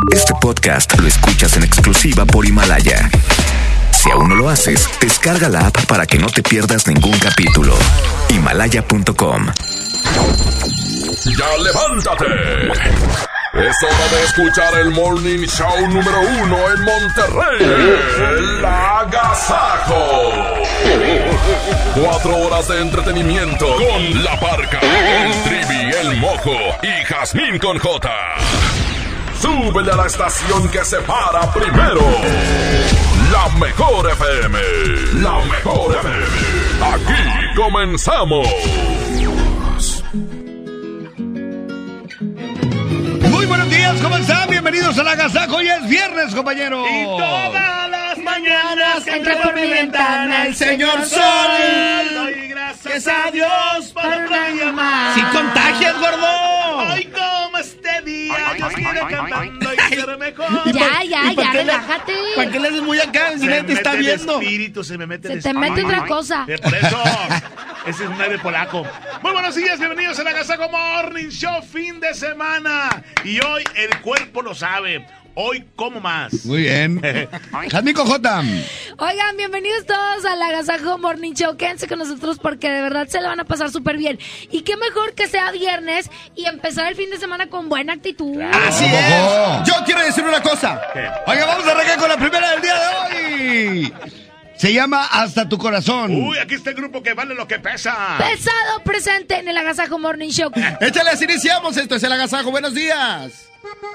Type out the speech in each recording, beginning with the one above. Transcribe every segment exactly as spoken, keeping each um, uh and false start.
Este podcast lo escuchas en exclusiva por Himalaya. Si aún no lo haces, descarga la app para que no te pierdas ningún capítulo. Himalaya punto com. ¡Ya levántate! Es hora de escuchar el Morning Show número uno en Monterrey. El Agasajo. Cuatro horas de entretenimiento con La Parca, el Trivi, el Mojo y Jazmín con J. Súbele a la estación que se para primero. La Mejor F M. La Mejor F M. Aquí comenzamos. Muy buenos días, ¿cómo están? Bienvenidos al Agasajo. Hoy es viernes, compañeros. Y todas las mañanas entra por mi ventana el señor Sol. Doy gracias a Dios por una llamada. ¡Si contagias, gordo! Hoy como este día Dios quiere cantando y ser mejor. Ya, ya, ya, relájate. ¿Para qué le haces muy acá? Si nadie te está viendo. El espíritu, se me mete Se el te espíritu. mete otra cosa. Eh, Por eso, ese es un aire polaco. Muy buenos días, bienvenidos a la Agasajo Morning Show, fin de semana. Y hoy el cuerpo lo sabe. Hoy como más. Muy bien. Jazmín con J. Oigan, bienvenidos todos al Agasajo Morning Show. Quédense con nosotros porque de verdad se la van a pasar súper bien. Y qué mejor que sea viernes y empezar el fin de semana con buena actitud. Así es. Yo quiero decir una cosa. ¿Qué? Oiga, vamos a arrancar con la primera del día de hoy. Se llama Hasta tu corazón. Uy, aquí está el grupo que vale lo que pesa. Pesado presente en el Agasajo Morning Show. Échale, así iniciamos. Esto es el Agasajo. Buenos días.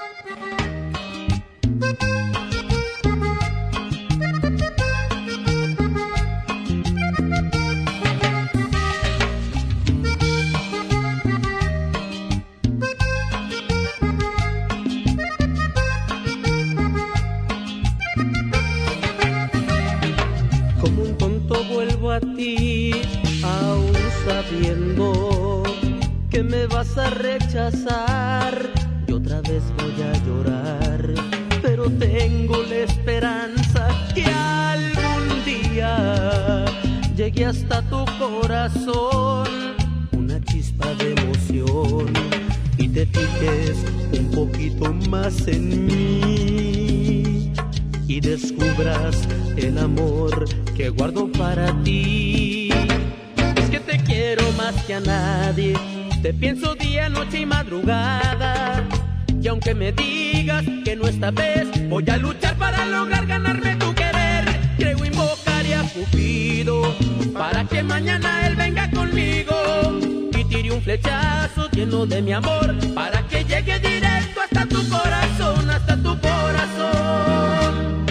Como un tonto vuelvo a ti, aún sabiendo que me vas a rechazar. Y otra vez voy a llorar, pero tengo la esperanza que algún día llegue hasta tu corazón una chispa de emoción y te fijes un poquito más en mí y descubras el amor que guardo para ti. Es que te quiero más que a nadie, te pienso día, noche y madrugada. Y aunque me digas que no esta vez voy a luchar para lograr ganarme tu querer, creo invocaré a Cupido para que mañana él venga conmigo y tire un flechazo lleno de mi amor para que llegue directo hasta tu corazón, hasta tu corazón.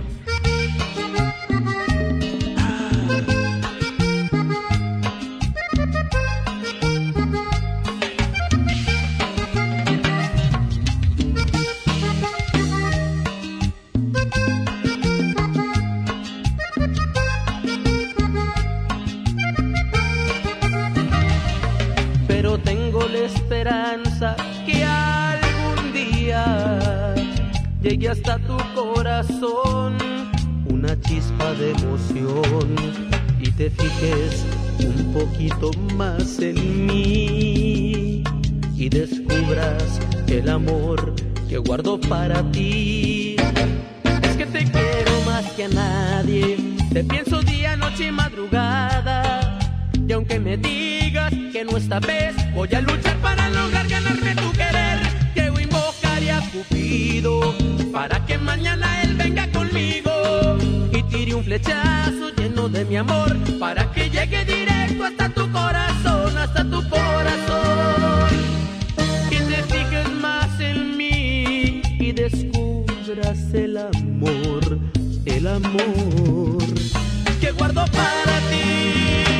Pero tengo la esperanza que algún día llegue hasta tu corazón una chispa de emoción y te fijes un poquito más en mí y descubras el amor que guardo para ti. Es que te quiero más que a nadie, te pienso día, noche y madrugada. Y aunque me digas que no esta vez voy a luchar para lograr ganarme tu querer, creo invocaré a Cupido para que mañana él venga conmigo y tire un flechazo lleno de mi amor para que llegue directo hasta tu corazón, hasta tu corazón. Y te fijes más en mí y descubras el amor, el amor que guardo para ti.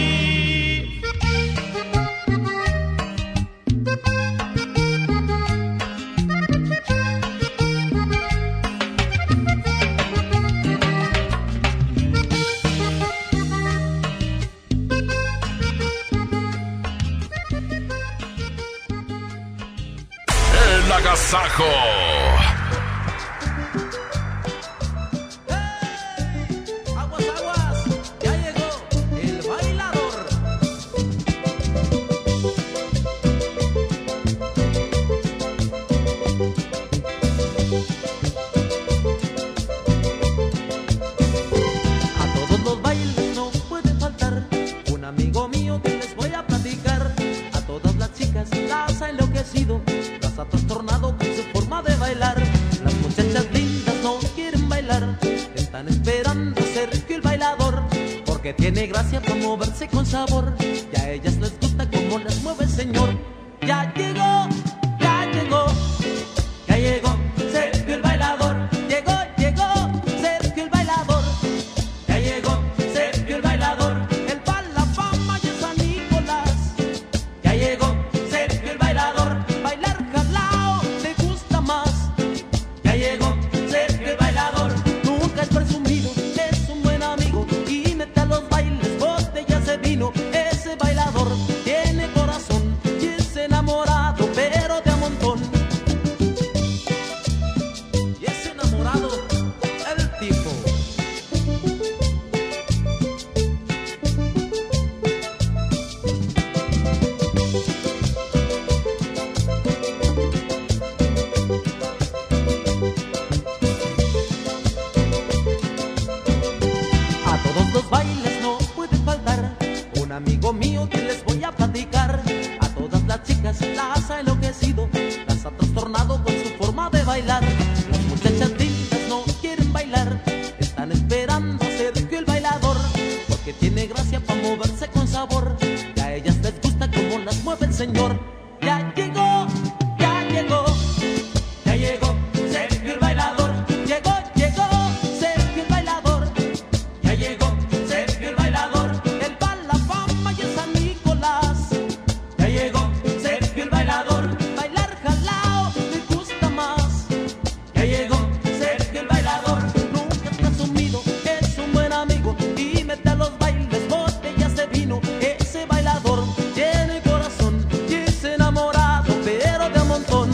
El Agasajo. Aguas, aguas, ya llegó el porque tiene gracia para moverse con sabor. Y a ellas les gusta como las mueve el señor. Ya llegó, ya llegó, ya llegó Sergio el bailador. Llegó, llegó Sergio el bailador. Ya llegó Sergio el bailador. Él va a la fama y es San Nicolás. Ya llegó Sergio el bailador. Bailar jalao te gusta más. Ya llegó Sergio el bailador. Nunca es presumido, es un buen amigo y mete a los bailes botellas de vino. Ese bailador tiene corazón y es enamorado, pero de a montón. Y es enamorado el tipo. A todos los bailes no puede faltar un amigo mío que les voy a platicar. A todas las chicas las ha enloquecido, las ha trastornado con su forma de bailar. Las muchachas lindas no quieren bailar, están esperando a Sergio el bailador, porque tiene gracia para moverse con sabor. Y a ellas les gusta como las mueve el señor. Ya llegó, ya llegó, ya llegó Sergio el bailador. Llegó, llegó Sergio el bailador. Ya llegó Sergio el bailador. Él va a la fama y es San Nicolás. Ya llegó Sergio el bailador. Bailar jalao le gusta más. Ya llegó Sergio el bailador. Nunca está sumido, es un buen amigo y mete a los bailes botellas de vino. Ese bailador tiene corazón y es enamorado, pero de a montón.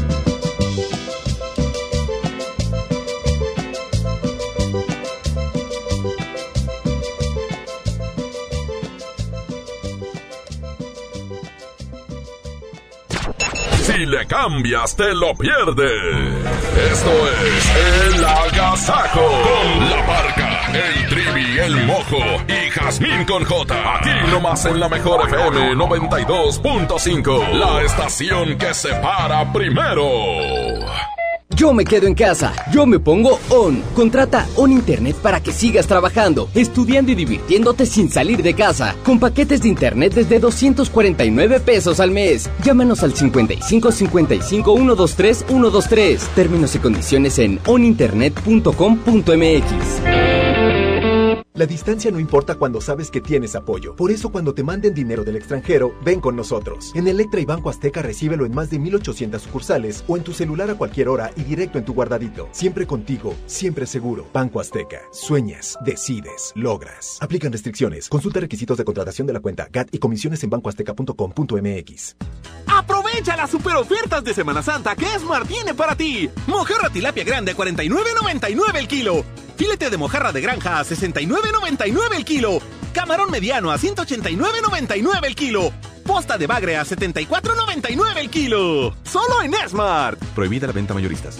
Si le cambias, te lo pierdes. Esto es El Agasajo. Con La Parca, el Trivi, el Mojo y Jazmín con J. Aquí nomás en la mejor F M noventa y dos punto cinco. La estación que se para primero. Yo me quedo en casa, yo me pongo ON. Contrata ON Internet para que sigas trabajando, estudiando y divirtiéndote sin salir de casa. Con paquetes de internet desde doscientos cuarenta y nueve pesos al mes. Llámanos al cincuenta y cinco cincuenta y cinco ciento veintitrés ciento veintitrés. Términos y condiciones en on internet punto com punto m x. La distancia no importa cuando sabes que tienes apoyo. Por eso cuando te manden dinero del extranjero, ven con nosotros. En Electra y Banco Azteca recíbelo en más de mil ochocientas sucursales o en tu celular a cualquier hora y directo en tu guardadito. Siempre contigo, siempre seguro. Banco Azteca. Sueñas, decides, logras. Aplican restricciones. Consulta requisitos de contratación de la cuenta G A T y comisiones en banco azteca punto com punto m x. Aprovecha las super ofertas de Semana Santa que Esmar tiene para ti. Mojarra tilapia grande a cuarenta y nueve noventa y nueve el kilo. Filete de mojarra de granja a sesenta y nueve noventa y nueve el kilo. Camarón mediano a ciento ochenta y nueve noventa y nueve el kilo. Posta de bagre a setenta y cuatro noventa y nueve el kilo. Solo en Esmart. Prohibida la venta mayoristas.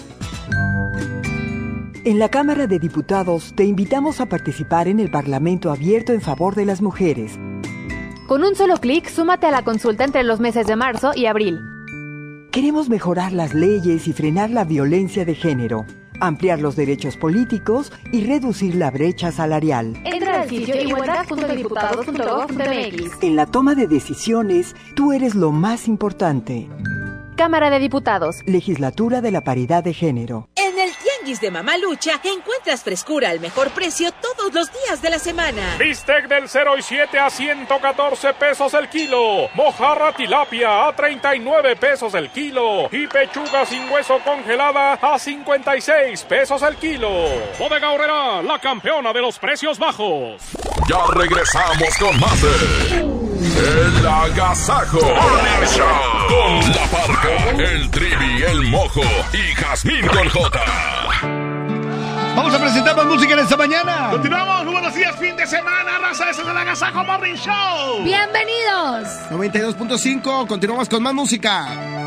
En la Cámara de Diputados te invitamos a participar en el Parlamento Abierto en favor de las mujeres. Con un solo clic, súmate a la consulta entre los meses de marzo y abril. Queremos mejorar las leyes y frenar la violencia de género, ampliar los derechos políticos y reducir la brecha salarial. Entra al sitio igualdad punto diputados punto gob punto m x. En la toma de decisiones, tú eres lo más importante. Cámara de Diputados. Legislatura de la Paridad de Género. En el Tianguis de Mamalucha encuentras frescura al mejor precio todos los días de la semana. Bistec del cero y siete a ciento catorce pesos el kilo. Mojarra tilapia a treinta y nueve pesos el kilo. Y pechuga sin hueso congelada a cincuenta y seis pesos el kilo. Bodega Aurrera, la campeona de los precios bajos. Ya regresamos con más de El Agasajo Morning Show. Con La Parca, el Trivi, el Mojo y Jazmín con J. Vamos a presentar más música en esta mañana. Continuamos, muy buenos días, fin de semana, raza, ese es el Agasajo Morning Show. Bienvenidos. noventa y dos punto cinco, continuamos con más música.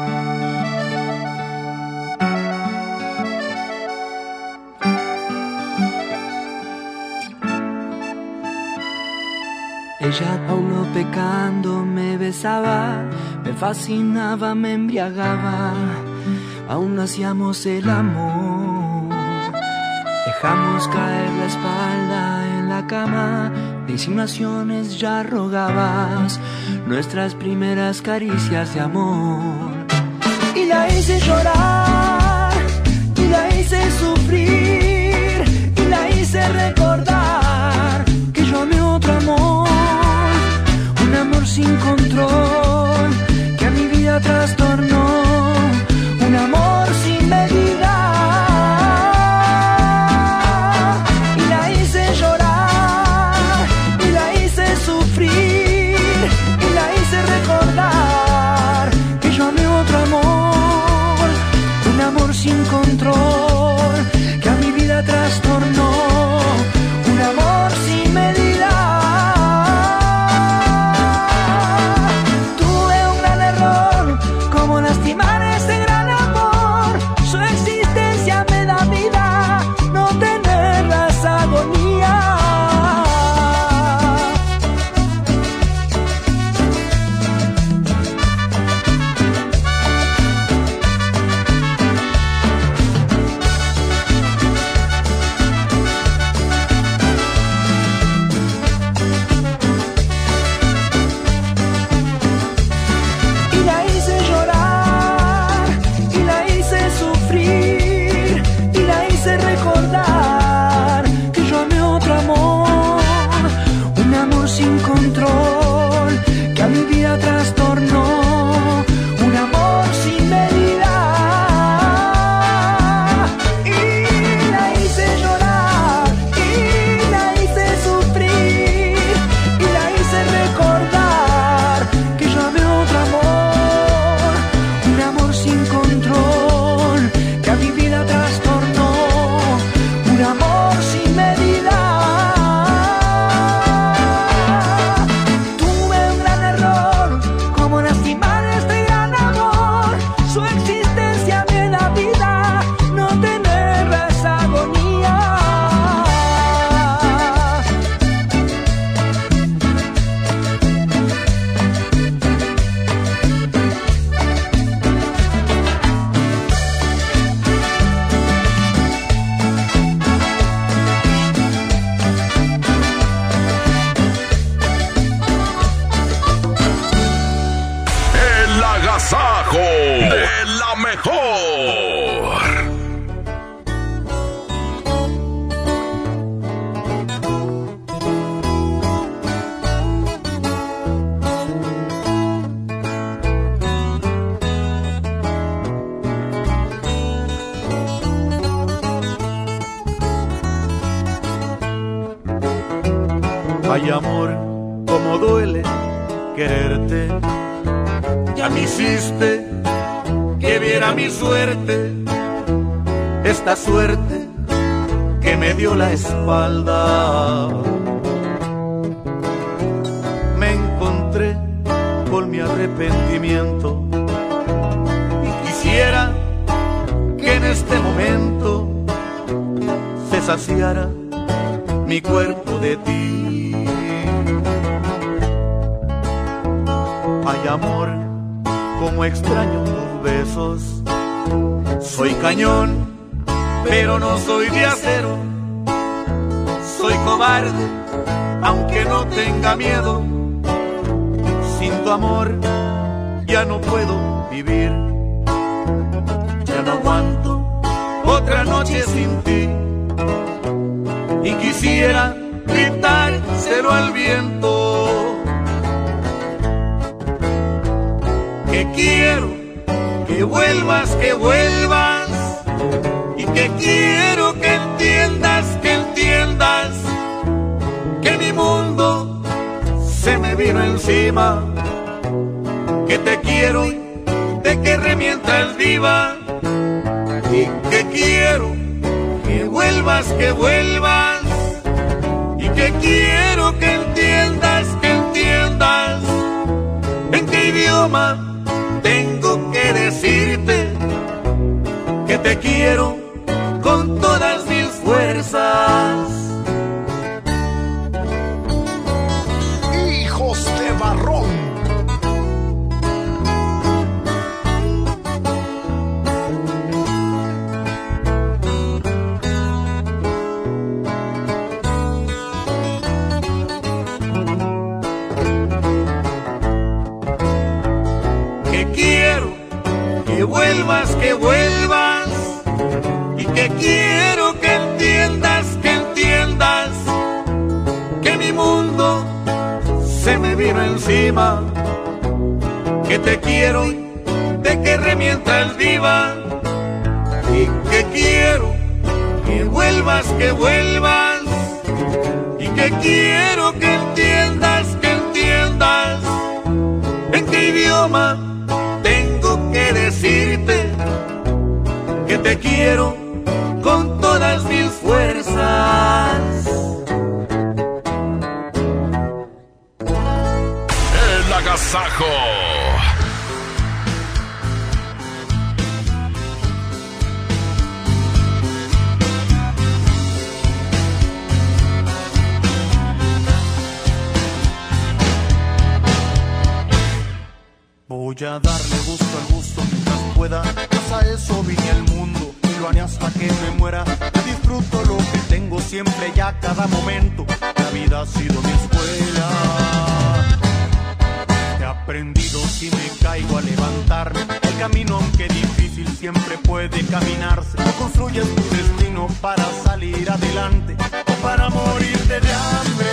Ella aún no pecando me besaba, me fascinaba, me embriagaba, aún no hacíamos el amor. Dejamos caer la espalda en la cama, disimulaciones ya rogabas nuestras primeras caricias de amor. Y la hice llorar, y la hice sufrir, y la hice recordar que yo amé otro amor, un amor sin control que a mi vida trastornó, un amor sin medida. Y la hice llorar, y la hice sufrir, y la hice recordar que yo amé otro amor, un amor sin control que a mi vida trastornó, un amor sin medida. Tuve un gran error, como lastimar ese gran amor. Su existencia me da vida, no tenerla es agonía. Y la hice llorar, y la hice sufrir, y la hice recordar que yo amé otro amor, un amor sin control que a mi vida trastornó, un amor sin medida. Y la hice llorar, y la hice sufrir, y la hice recordar que yo amé otro amor, un amor sin control que a mi vida trastornó, un amor sin medida. Tuve un gran error, como lastimar este gran amor. Su existencia me da vida, no tenerla es agonía. El agasajo de la mejor. Ay, amor, cómo duele quererte. Ya me hiciste que viera mi suerte, esta suerte que me dio la espalda. Me encontré con mi arrepentimiento y quisiera que en este momento se saciara mi cuerpo de ti. Ay, amor, como extraño tus besos. Soy cañón, pero no soy de acero. Soy cobarde, aunque no tenga miedo. Sin tu amor ya no puedo vivir. Ya no aguanto otra noche sin ti. Y quisiera gritárselo al viento, que quiero que vuelvas, que vuelvas, y que quiero que entiendas, que entiendas que mi mundo se me vino encima, que te quiero y de que remientas viva, y que quiero que vuelvas, que vuelvas, y que quiero que entiendas, que entiendas en qué idioma tengo que decirte que te quiero con todas mis fuerzas. Hijos de Barrón. que quiero que entiendas, que entiendas que mi mundo se me vino encima, que te quiero y te querré mientras viva, y que quiero que vuelvas, que vuelvas, y que quiero que entiendas, que entiendas en qué idioma tengo que decirte que te quiero con todas mis fuerzas. El agasajo. Voy a darle gusto al gusto mientras pueda, pues a eso vine al mundo y lo haré hasta que me muera. Disfruto lo que tengo siempre y a cada momento, la vida ha sido mi escuela. He aprendido si me caigo a levantarme, el camino aunque difícil siempre puede caminarse. Construyes tu destino para salir adelante o para morirte de hambre.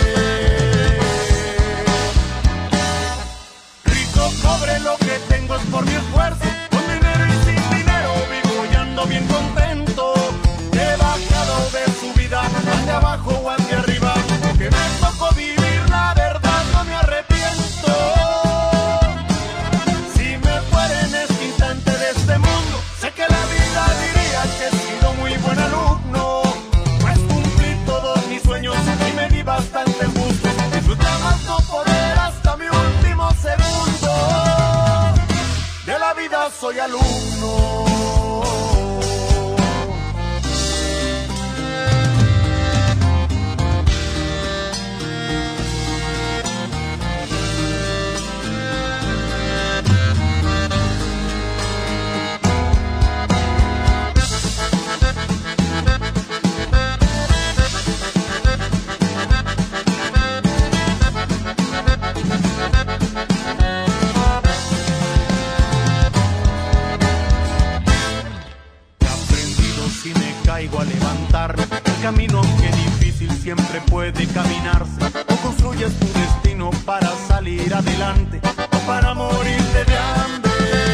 Pobre lo que tengo es por mi esfuerzo, con dinero y sin dinero vivo y ando bien contento. He bajado de subida, ande abajo o ande arriba, que me tocó vivir, la verdad no me arrepiento. Si me fuera en este instante de este mundo, sé que la vida diría que he sido muy buen alumno, pues cumplí todos mis sueños y me di bastante gusto. Disfruté más no poder hasta mi último segundo. De la vida soy alumno. Caigo a levantarme, el camino aunque difícil siempre puede caminarse, o construyes tu destino para salir adelante o para morirte de hambre.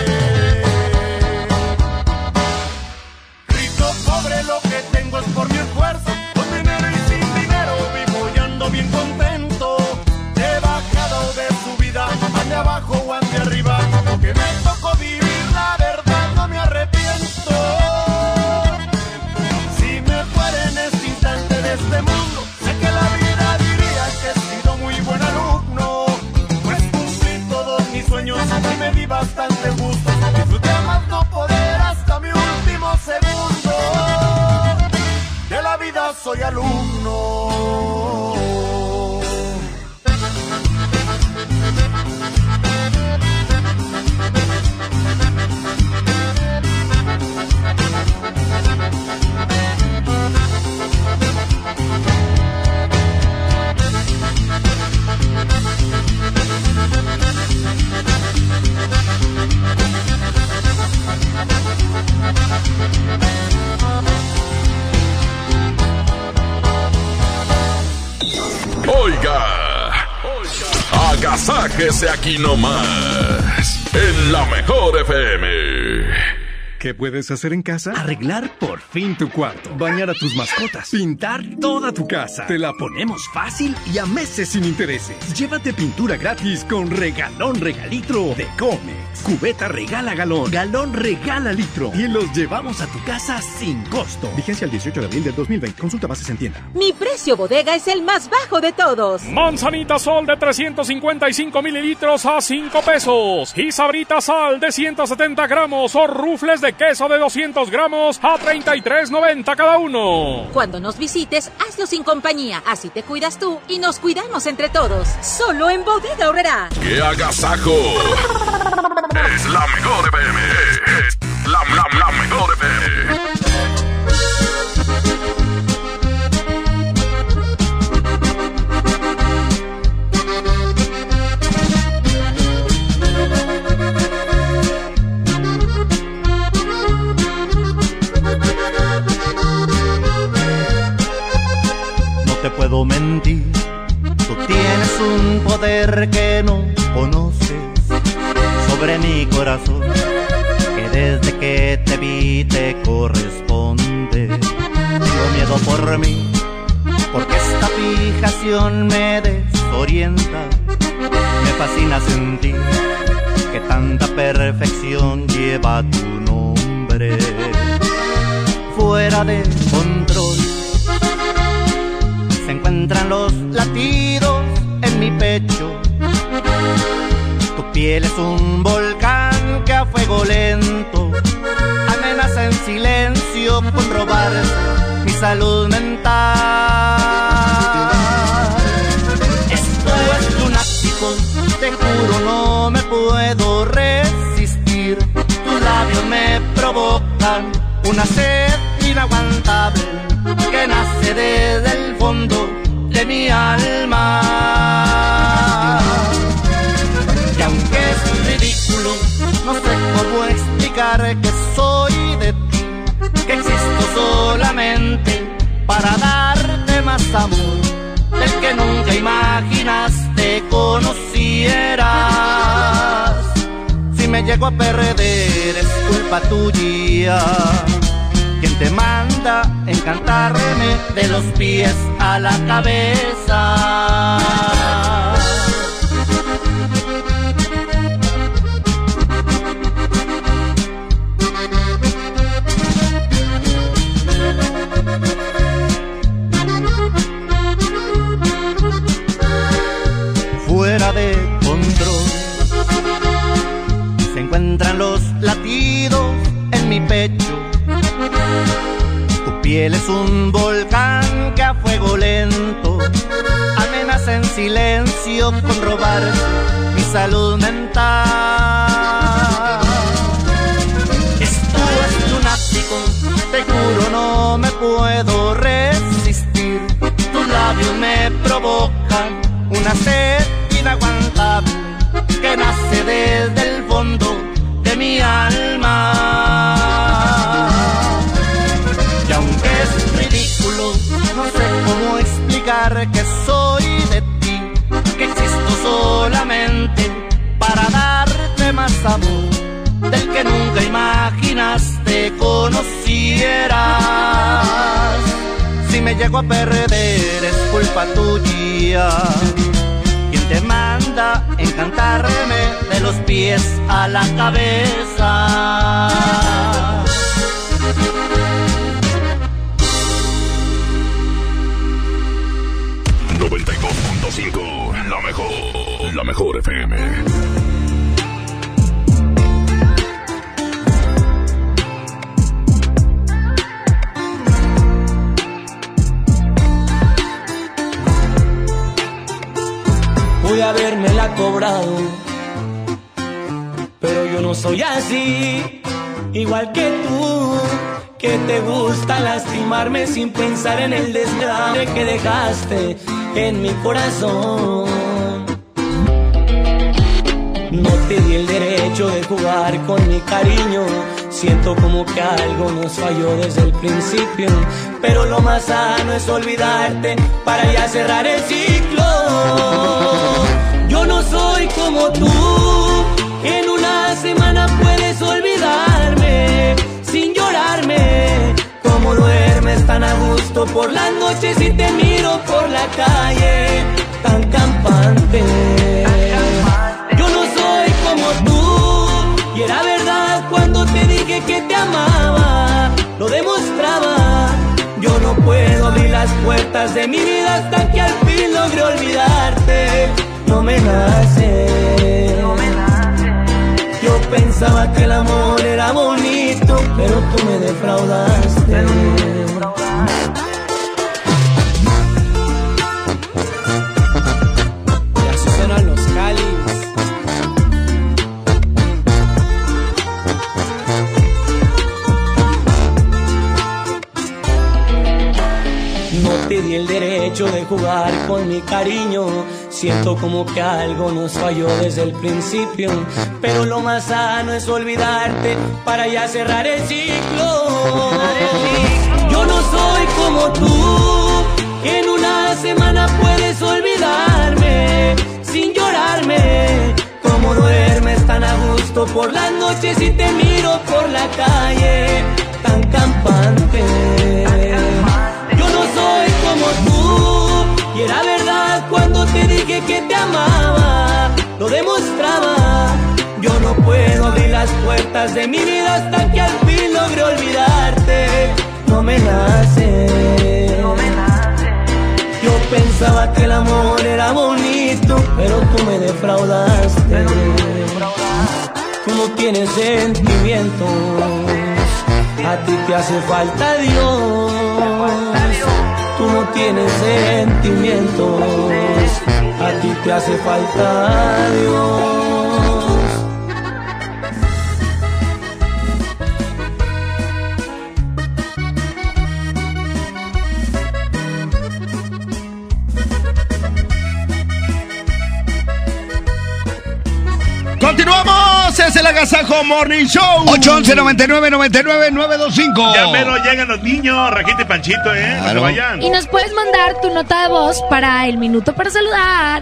Rico, pobre, lo que tengo es por mi esfuerzo, con dinero y sin dinero vivo y ando bien contento. He bajado de subida, ande abajo o ande arriba, que me tocó vivir, la verdad no me arrepiento. Este mundo, sé que la vida diría que he sido muy buen alumno, pues cumplí todos mis sueños y me di bastante gusto. Disfruté a más no poder hasta mi último segundo. De la vida soy alumno. Oiga, agasájese aquí nomás, en la mejor F M. ¿Qué puedes hacer en casa? Arreglar por fin tu cuarto, bañar a tus mascotas, pintar toda tu casa. Te la ponemos fácil y a meses sin intereses. Llévate pintura gratis con regalón regalitro de Comex. Cubeta regala galón, galón regala litro y los llevamos a tu casa sin costo. Vigencia el dieciocho de abril del dos mil veinte. Consulta bases en tienda. Mi precio bodega es el más bajo de todos. Manzanita Sol de trescientos cincuenta y cinco mililitros a cinco pesos. Y Sabrita Sal de ciento setenta gramos o rufles de queso de doscientos gramos a treinta y tres noventa cada uno. Cuando nos visites, hazlo sin compañía. Así te cuidas tú y nos cuidamos entre todos. Solo en Bodega Aurrerá. ¡Qué agasajo! Es la mejor F M. Es la, la, la mejor F M. puedo mentir. Tú tienes un poder que no conoces sobre mi corazón, que desde que te vi te corresponde. Tengo miedo por mí, porque esta fijación me desorienta. Me fascina sentir que tanta perfección lleva tu nombre. Fuera de control se encuentran los latidos en mi pecho. Tu piel es un volcán que a fuego lento amenaza en silencio con robarse mi salud mental. Esto es lunático, te juro no me puedo resistir. Tus labios me provocan una sed inaguantable que nace desde el fondo de mi alma. Y aunque es ridículo, no sé cómo explicar que soy de ti, que existo solamente para darte más amor del que nunca imaginaste conocieras. Si me llego a perder es culpa tuya. ¿Quién te manda encantarme de los pies a la cabeza? Fuera de control se encuentran los latidos en mi pecho. Tu piel es un volcán que a fuego lento amenaza en silencio con robar mi salud mental. Esto es lunático, te juro no me puedo resistir. Tus labios me provocan una sed inaguantable que nace desde el fondo de mi alma. Y aunque es ridículo, no sé cómo explicar que soy de ti, que existo solamente para darte más amor del que nunca imaginaste conocieras. Si me llego a perder es culpa tuya. ¿Quién te manda encantarme de los pies a la cabeza? noventa y dos punto cinco, la mejor, la mejor F M. Pude habérmela cobrado, pero yo no soy así, igual que tú, que te gusta lastimarme sin pensar en el desmadre que dejaste en mi corazón. No te di el derecho de jugar con mi cariño, siento como que algo nos falló desde el principio, pero lo más sano es olvidarte para ya cerrar el ciclo. Yo no soy como tú, en una semana puedes olvidarme sin llorarme. Como duermes tan a gusto por las noches y te miro por la calle tan campante. Yo no soy como tú, y era verdad cuando te dije que te amaba, lo demostraba. Yo no puedo abrir las puertas de mi vida hasta que al fin logre olvidarte. No me nace, no me nace. Yo pensaba que el amor era bonito, pero tú me defraudaste. Pero tú me defraudaste. Y así suenan los Cáliz. No te di el derecho de jugar con mi cariño, siento como que algo nos falló desde el principio, pero lo más sano es olvidarte para ya cerrar el ciclo. Yo no soy como tú, en una semana Solo por las noches y te miro por la calle, tan campante. Yo no soy como tú, y era verdad cuando te dije que te amaba, lo demostraba. Yo no puedo abrir las puertas de mi vida hasta que al fin logre olvidarte. No me nace, no me nace. Yo pensaba que el amor era bonito, pero tú me defraudaste. Pero tú me defraudaste. Tú no tienes sentimientos, a ti te hace falta Dios. Tú no tienes sentimientos, a ti te hace falta Dios. Continuamos, es el Agasajo Morning Show. ocho once noventa y nueve noventa y nueve nueve dos cinco. Ya mero llegan los niños, Rajita y Panchito, ¿eh? No se vayan. Y nos puedes mandar tu nota de voz para el minuto para saludar.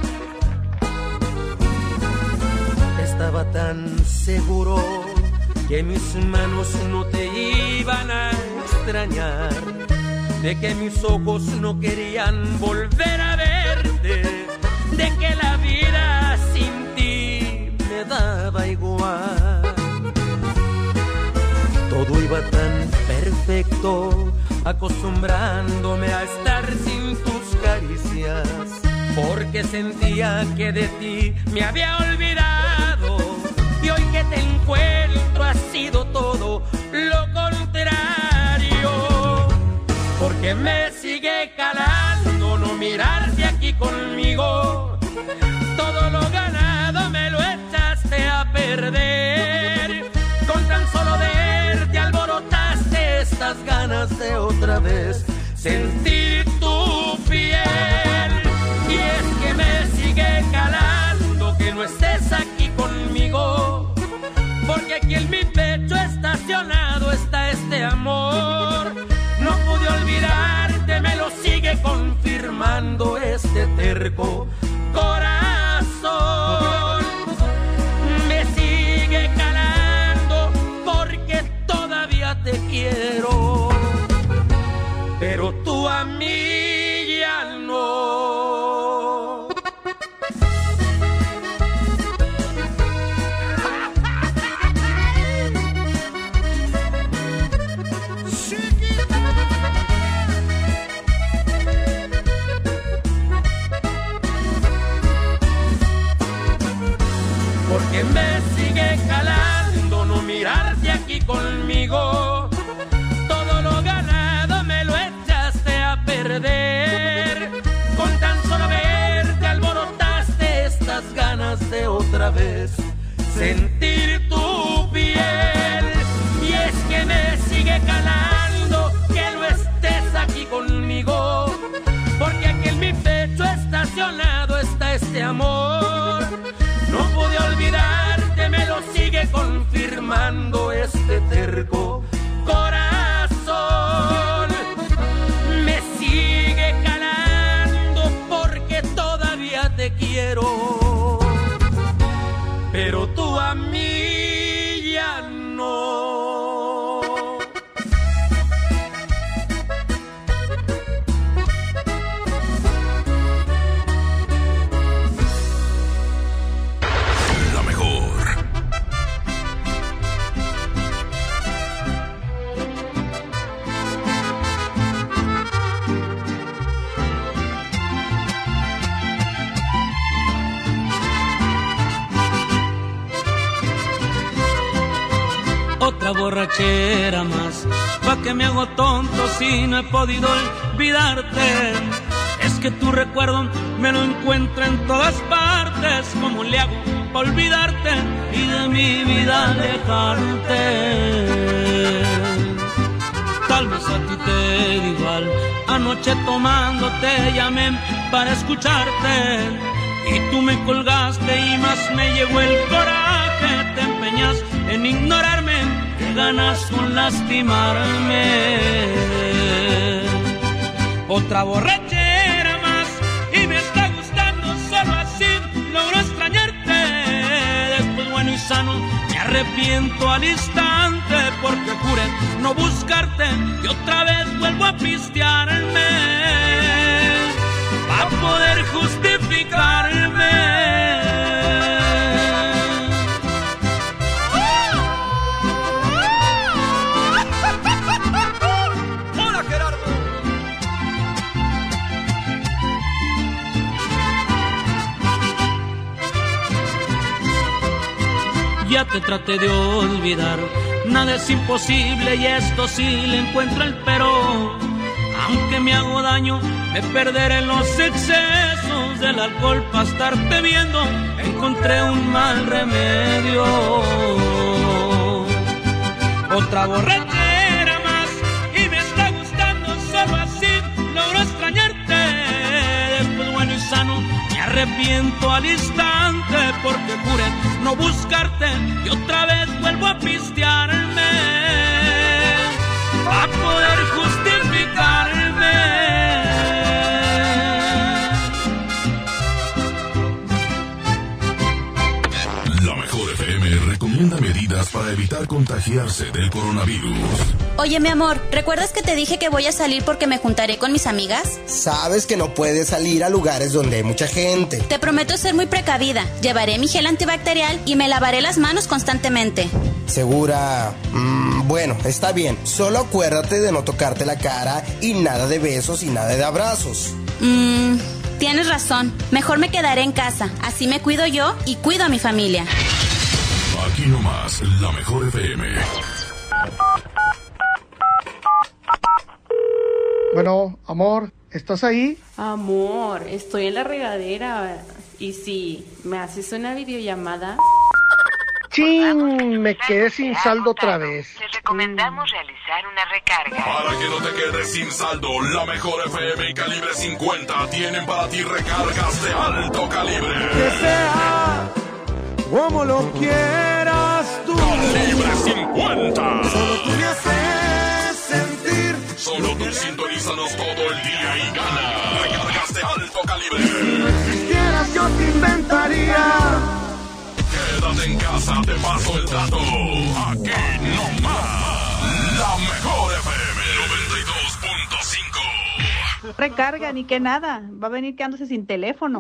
Estaba tan seguro que mis manos no te iban a extrañar, de que mis ojos no querían volver a verte, de que la vida sin ti me daba igual. Todo iba tan perfecto, acostumbrándome a estar sin tus caricias, porque sentía que de ti me había olvidado. Y hoy que te encuentro ha sido todo lo contrario, porque me sigue calando no mirarte aquí conmigo. Todo lo ganado me lo echaste a perder, con tan solo verte alborotaste estas ganas de otra vez sentir tu piel. Y es que me sigue calando que no estés aquí conmigo, porque aquí en mi pecho estacionado está este amor. No pude olvidarte, me lo sigue confirmando este terco corazón. Me sigue calando porque todavía te quiero, pero tú a mí ya no. Porque me sigue calando no mirarte aquí conmigo. Todo lo ganado me lo echaste a perder, con tan solo verte alborotaste estas ganas de otra vez sentir tu piel. Y es que me sigue calando que no estés aquí conmigo, porque aquí en mi pecho estacionado está este amor. No pude olvidarte, me lo sigue confirmando este terco corazón. Me sigue calando porque todavía te quiero, pero tú a mí ya no. Otra borrachera más, pa' que me hago tonto si no he podido olvidarte. Es que tu recuerdo me lo encuentro en todas partes. ¿Cómo le hago pa' olvidarte y de mi vida alejarte? Tal vez a ti te da igual, anoche tomando te llamé para escucharte y tú me colgaste y más me llegó el coraje. Te empeñas en ignorarme, que ganas con lastimarme. Otra borrachera más y me está gustando, solo así logro extrañarte. Después bueno y sano arrepiento al instante porque juré no buscarte y otra vez vuelvo a pistearme para poder justificarme. Ya te traté de olvidar, nada es imposible y esto sí le encuentro el pero. Aunque me hago daño, me perderé en los excesos del alcohol para estar bebiendo. Encontré un mal remedio. Otra borrachera más y me está gustando, solo así logro extrañarte. Después bueno y sano me arrepiento al instante porque juré no buscarte y otra vez vuelvo a pistearme para poder justificarme. La Mejor F M recomienda medidas para evitar contagiarse del coronavirus. Oye, mi amor, ¿recuerdas que te dije que voy a salir porque me juntaré con mis amigas? Sabes que no puedes salir a lugares donde hay mucha gente. Te prometo ser muy precavida. Llevaré mi gel antibacterial y me lavaré las manos constantemente. ¿Segura? Mm, bueno, está bien. Solo acuérdate de no tocarte la cara y nada de besos y nada de abrazos. Mmm, tienes razón. Mejor me quedaré en casa. Así me cuido yo y cuido a mi familia. Aquí nomás, La Mejor F M. Bueno, amor, ¿estás ahí? Amor, estoy en la regadera. ¿Y si me haces una videollamada? ¡Chin! Me quedé sin saldo otra vez. Les recomendamos realizar una recarga. Para que no te quedes sin saldo, La Mejor F M y Calibre cincuenta tienen para ti recargas de alto calibre. Que sea como lo quieras tú. Calibre cincuenta. Solo tú me haces sentir. Solo tú sintonízanos todo el día y gana recargas de alto calibre. Si no existieras yo te inventaría. Quédate en casa, te paso el dato. Aquí nomás, La Mejor F M noventa y dos punto cinco. Recarga, ni que nada. Va a venir quedándose sin teléfono.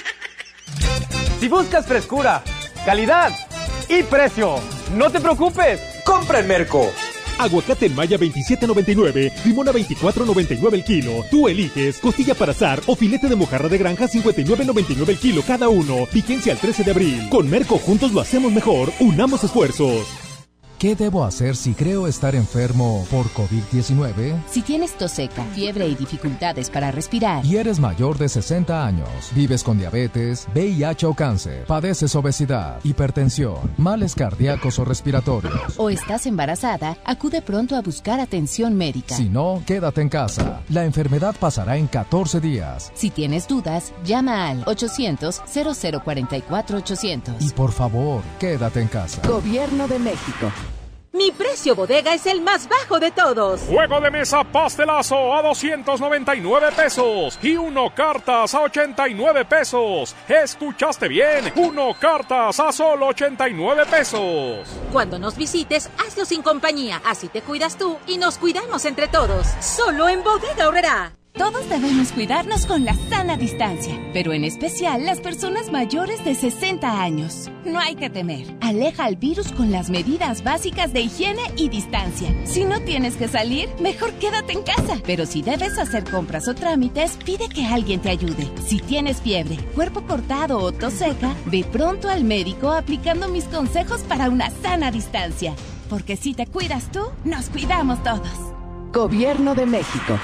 Si buscas frescura, calidad y precio, no te preocupes, compra en Merco. Aguacate en Maya veintisiete noventa y nueve, limón a veinticuatro noventa y nueve el kilo. Tú eliges costilla para asar o filete de mojarra de granja cincuenta y nueve noventa y nueve el kilo cada uno. Vigencia al trece de abril. Con Merco juntos lo hacemos mejor. Unamos esfuerzos. ¿Qué debo hacer si creo estar enfermo por COVID diecinueve? Si tienes tos seca, fiebre y dificultades para respirar. Y eres mayor de sesenta años, vives con diabetes, V I H o cáncer, padeces obesidad, hipertensión, males cardíacos o respiratorios. O estás embarazada, acude pronto a buscar atención médica. Si no, quédate en casa. La enfermedad pasará en catorce días. Si tienes dudas, llama al ochocientos, cero cero cuatro cuatro, ochocientos. Y por favor, quédate en casa. Gobierno de México. Mi precio bodega es el más bajo de todos. Juego de mesa pastelazo a doscientos noventa y nueve pesos y uno cartas a ochenta y nueve pesos. ¿Escuchaste bien? Uno cartas a solo ochenta y nueve pesos. Cuando nos visites, hazlo sin compañía. Así te cuidas tú y nos cuidamos entre todos. Solo en Bodega Aurrerá. Todos debemos cuidarnos con la sana distancia, pero en especial las personas mayores de sesenta años. No hay que temer. Aleja al virus con las medidas básicas de higiene y distancia. Si no tienes que salir, mejor quédate en casa. Pero si debes hacer compras o trámites, pide que alguien te ayude. Si tienes fiebre, cuerpo cortado o tos seca, ve pronto al médico aplicando mis consejos para una sana distancia. Porque si te cuidas tú, nos cuidamos todos. Gobierno de México.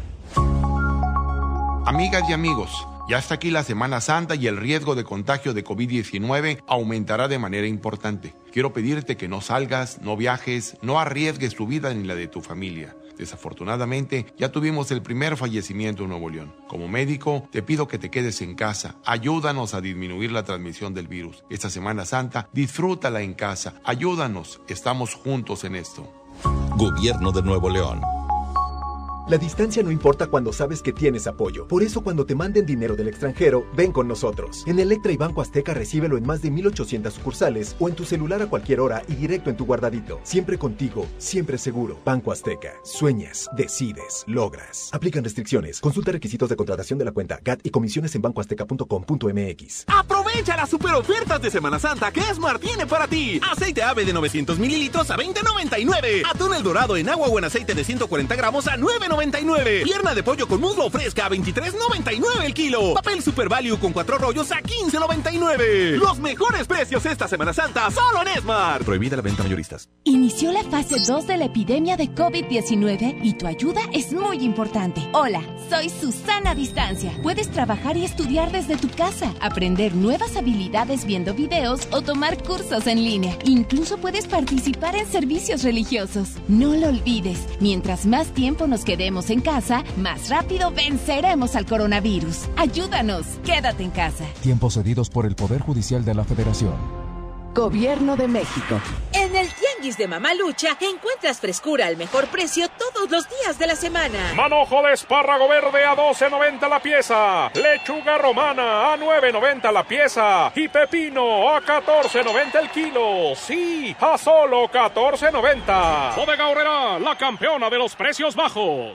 Amigas y amigos, ya está aquí la Semana Santa y el riesgo de contagio de COVID diecinueve aumentará de manera importante. Quiero pedirte que no salgas, no viajes, no arriesgues tu vida ni la de tu familia. Desafortunadamente, ya tuvimos el primer fallecimiento en Nuevo León. Como médico, te pido que te quedes en casa. Ayúdanos a disminuir la transmisión del virus. Esta Semana Santa, disfrútala en casa. Ayúdanos, estamos juntos en esto. Gobierno de Nuevo León. La distancia no importa cuando sabes que tienes apoyo. Por eso cuando te manden dinero del extranjero, ven con nosotros. En Electra y Banco Azteca recíbelo en más de mil ochocientas sucursales o en tu celular a cualquier hora y directo en tu guardadito. Siempre contigo, siempre seguro. Banco Azteca. Sueñas, decides, logras. Aplican restricciones. Consulta requisitos de contratación de la cuenta G A T y comisiones en banco azteca punto com punto m x. Aprovecha las super ofertas de Semana Santa que Esmar tiene para ti. Aceite ave de novecientos mililitros a veinte noventa y nueve. Atún El Dorado en agua o en aceite de ciento cuarenta gramos a nueve noventa y nueve. Pierna de pollo con muslo fresca a veintitrés noventa y nueve el kilo. Papel Super Value con cuatro rollos a quince noventa y nueve. Los mejores precios esta Semana Santa solo en Esmar. Prohibida la venta mayoristas. Inició la fase dos de la epidemia de COVID diecinueve y tu ayuda es muy importante. Hola, soy Susana Distancia. Puedes trabajar y estudiar desde tu casa, aprender nuevas habilidades viendo videos o tomar cursos en línea. Incluso puedes participar en servicios religiosos. No lo olvides, mientras más tiempo nos quedemos en casa, más rápido venceremos al coronavirus. Ayúdanos, quédate en casa. Tiempos cedidos por el Poder Judicial de la Federación. Gobierno de México. En el Tianguis de Mamalucha encuentras frescura al mejor precio todos los días de la semana. Manojo de espárrago verde a doce noventa la pieza. Lechuga romana a nueve noventa la pieza. Y pepino a catorce noventa el kilo. Sí, a solo catorce noventa. Bodega Aurrerá, la campeona de los precios bajos.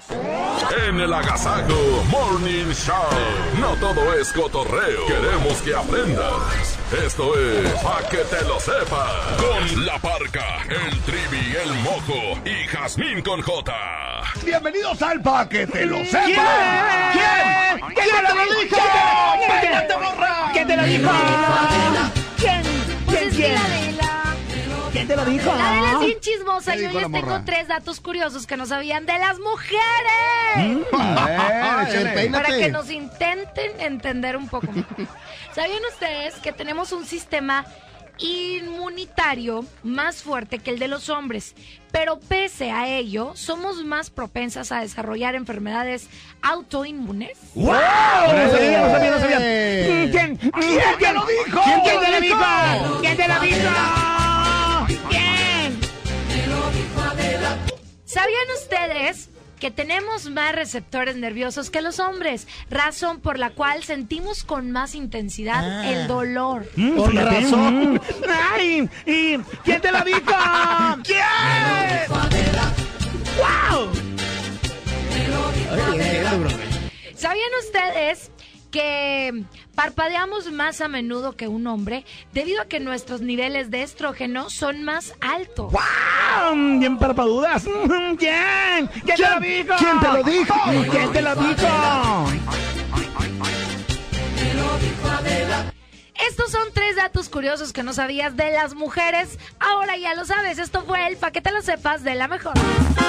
En el Agasajo Morning Show. No todo es cotorreo. Queremos que aprendas. Esto es Pa' que te lo sepas. Con La Parca, el Trivi, el Mojo y Jazmín con J. Bienvenidos al Pa' que te lo sepas. ¿Quién? ¿Quién? ¿Quién te lo dijo? ¡Cállate, morra! ¿Quién te lo dijo? ¿Quién? Pues ¿Quién? es ¿Quién? que la de la... ¿Quién te lo dijo? La de la es bien chismosa. ¿Qué Yo dijo les la tengo morra? tres datos curiosos que no sabían de las mujeres. A ver, échale. Para Peínate. que nos intenten entender un poco más. ¿Sabían ustedes que tenemos un sistema inmunitario más fuerte que el de los hombres? Pero pese a ello, somos más propensas a desarrollar enfermedades autoinmunes. ¡Wow! No sabía, no sabía, no sabía. ¿Quién? ¿Quién te lo dijo? ¿Quién, quién te lo dijo? ¿Quién te lo dijo? ¿Quién? ¿Sabían ustedes que tenemos más receptores nerviosos que los hombres? Razón por la cual sentimos con más intensidad Ah. el dolor. Mm, Con fíjate. razón. Mm. ¡Ay! ¿Y quién te lo dijo? ¿Quién? ¡Wow! ¿Sabían ustedes que parpadeamos más a menudo que un hombre debido a que nuestros niveles de estrógeno son más altos? ¡Wow! Bien parpadudas. ¿Quién? ¿Quién, ¿Quién te lo dijo? ¿Quién te lo dijo? ¿Quién te lo dijo? Estos son tres datos curiosos que no sabías de las mujeres. Ahora ya lo sabes. Esto fue el Pa' que te lo sepas de la mejor.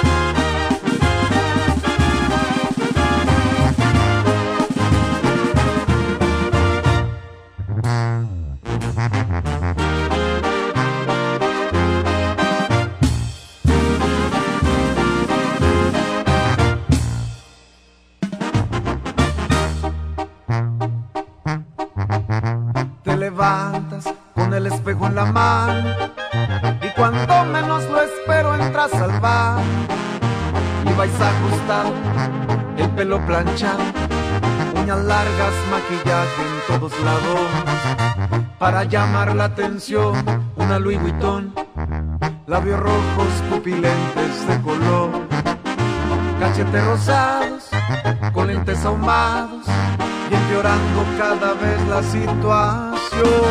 Te levantas con el espejo en la mano y cuando menos lo espero entras al bar y vais ajustado, el pelo planchado, uñas largas, maquillaje en todos lados para llamar la atención, una Louis Vuitton, labios rojos, pupilentes de color, cachetes rosados con lentes ahumados y empeorando cada vez la situación.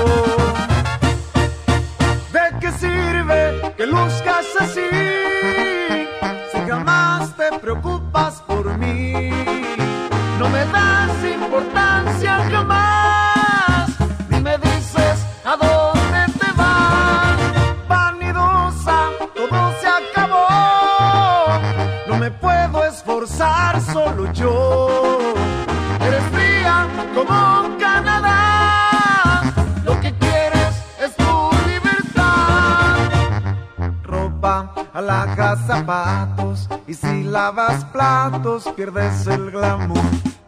¿De qué sirve que luzcas así si jamás te preocupas por mí? No me das importancia jamás, ni me dices a dónde te vas. Vanidosa, todo se acabó, no me puedo esforzar solo yo. Eres fría como Canadá, lo que quieres es tu libertad. Ropa, alhajas, zapatos, y si lavas platos pierdes el glamour.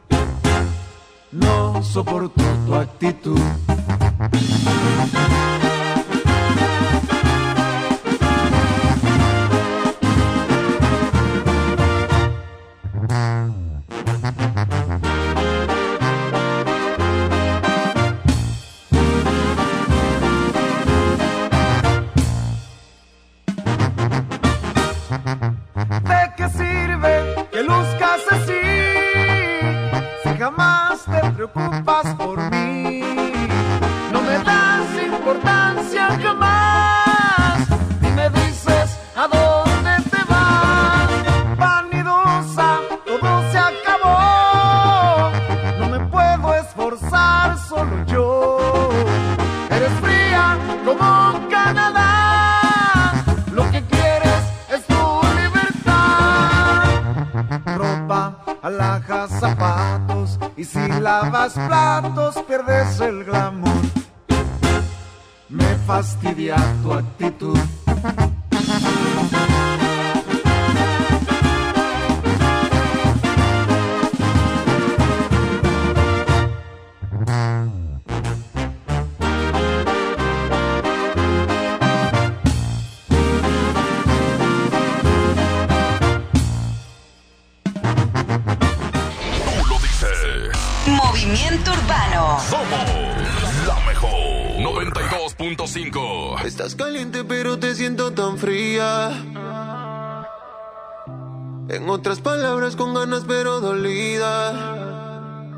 No soporto tu actitud. ¿De qué sirve que luzcas así si jamás te preocupas por mí? No me das importancia jamás y me dices a dónde te vas. Vanidosa, todo se acabó. No me puedo esforzar solo yo. Eres fría como Canadá. Lo que quieres es tu libertad. Ropa, alhajas, zapatos, y si lavas platos pierdes el glamour. Me fastidia tu actitud. Movimiento Urbano. Somos la mejor. noventa y dos punto cinco. Estás caliente pero te siento tan fría. En otras palabras, con ganas pero dolida.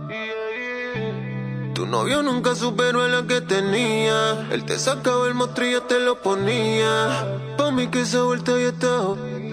Tu novio nunca superó a la que tenía. Él te sacaba el mostrillo, te lo ponía. Pa' mí que esa vuelta ya está.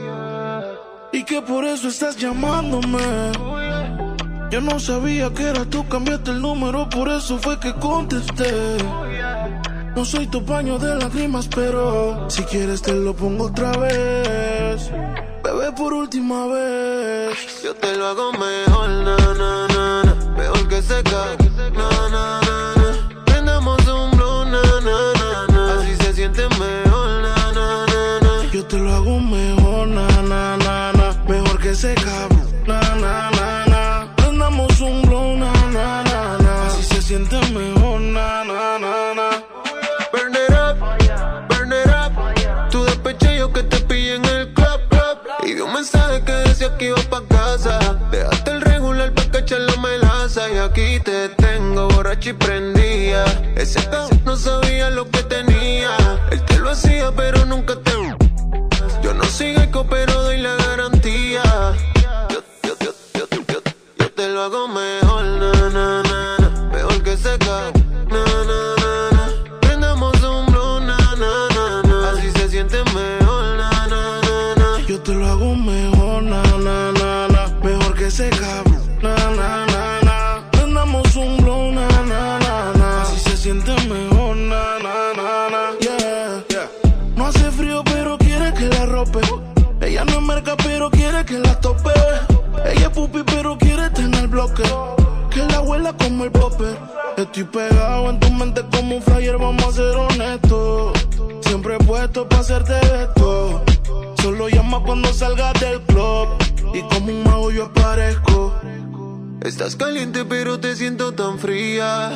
Y que por eso estás llamándome. Yo no sabía que era tú, cambiaste el número, por eso fue que contesté. No soy tu paño de lágrimas, pero si quieres te lo pongo otra vez. Bebé, por última vez. Yo te lo hago mejor, na, na, na, na. Mejor que seca, na, na, na, na. Prendamos un blow, na, na, na, na. Así se siente mejor, na, na, na, na. Yo te lo hago mejor, na, na, na, na. Mejor que seca, na, na, na, na. Prendamos un blow, na, na, na, na. Así se siente mejor, na, na, na, na. Burn it up, burn it up. Tu despeche yo que te pillé en el club, club. Y vi un mensaje que decía que iba pa' casa. Dejaste el regular pa' cachar la melaza. Y aquí te tengo borracho y prendía. Ese cabrón no sabía lo que tenía. Él te lo hacía pero nunca te... Yo no sigo eco pero doy la garantía. Yo, yo, yo, yo, yo, yo, yo te lo hago mejor, na, na, na, na. Mejor que seca, na, na, na, na. Prendamos un blow, na, na, na, na. Así se siente mejor, na, na, na, na. Yo te lo hago mejor, na, na, na, na. Mejor que seca, na, na, na, na. Prendamos un blow, na, na, na, na. Así se siente mejor, na, na, na, na. Yeah, yeah. No hace frío pero quiere que la rope. Ella no es merca pero quiere que la tope. Ella es pupi pero quiere tener bloque. Que la abuela como el popper. Estoy pegado en tu mente como un flyer, vamos a ser honestos. Siempre he puesto pa' hacerte esto. Solo llama cuando salgas del club. Y como un mago yo aparezco. Estás caliente pero te siento tan fría.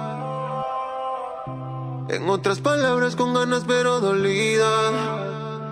En otras palabras, con ganas pero dolida.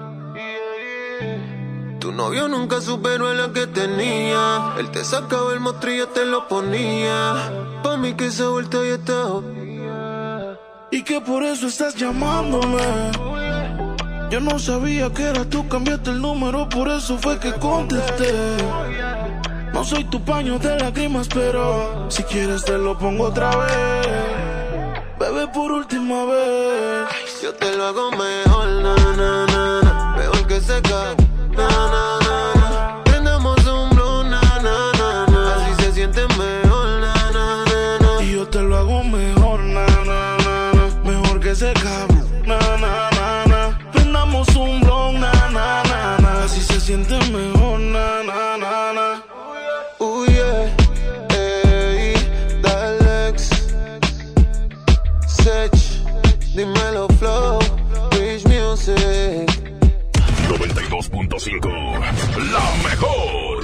Tu novio nunca superó a la que tenía. Él te sacaba el mostrillo, te lo ponía. Pa' mí que esa vuelta ya está. Y que por eso estás llamándome. Yo no sabía que era tú, cambiaste el número, por eso fue que contesté. No soy tu paño de lágrimas, pero si quieres te lo pongo otra vez. Bebé, por última vez. Yo te lo hago mejor, na, na, na, na. Mejor que seca, na, na, na, na. Prendamos un blow, na, na, na, na. Así se siente mejor, na, na, na, na. Y yo te lo hago mejor, na, na, na, na. Mejor que seca, na, na, na, na. Prendamos un blow, na, na, na, na. Así se siente mejor, na, na, na, na. Uh, yeah. Ey, Dalex Sech, dímelo flow, Rich Music noventa y dos punto cinco, la mejor.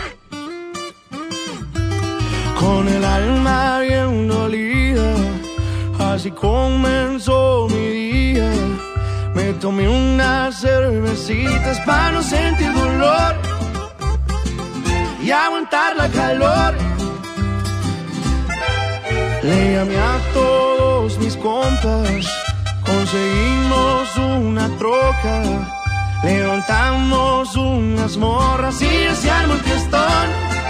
Con el alma bien dolida, así comenzó mi día. Me tomé unas cervecitas para no sentir dolor. y aguantar la calor. Le llamé a todos mis compas, conseguimos una troca, levantamos unas morras y se armó el fiestón.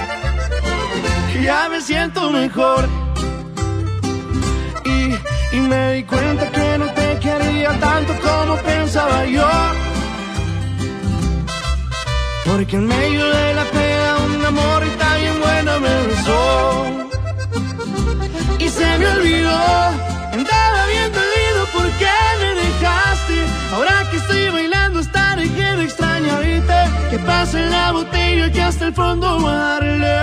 Ya me siento mejor y, y me di cuenta que no te quería tanto como pensaba yo, porque en medio de la peda una morrita bien buena me besó y se me olvidó. Andaba bien dolido porque me dejaste. Ahora que estoy bailando hasta dejé de extrañarte. Que pase la botella que hasta el fondo va a darle.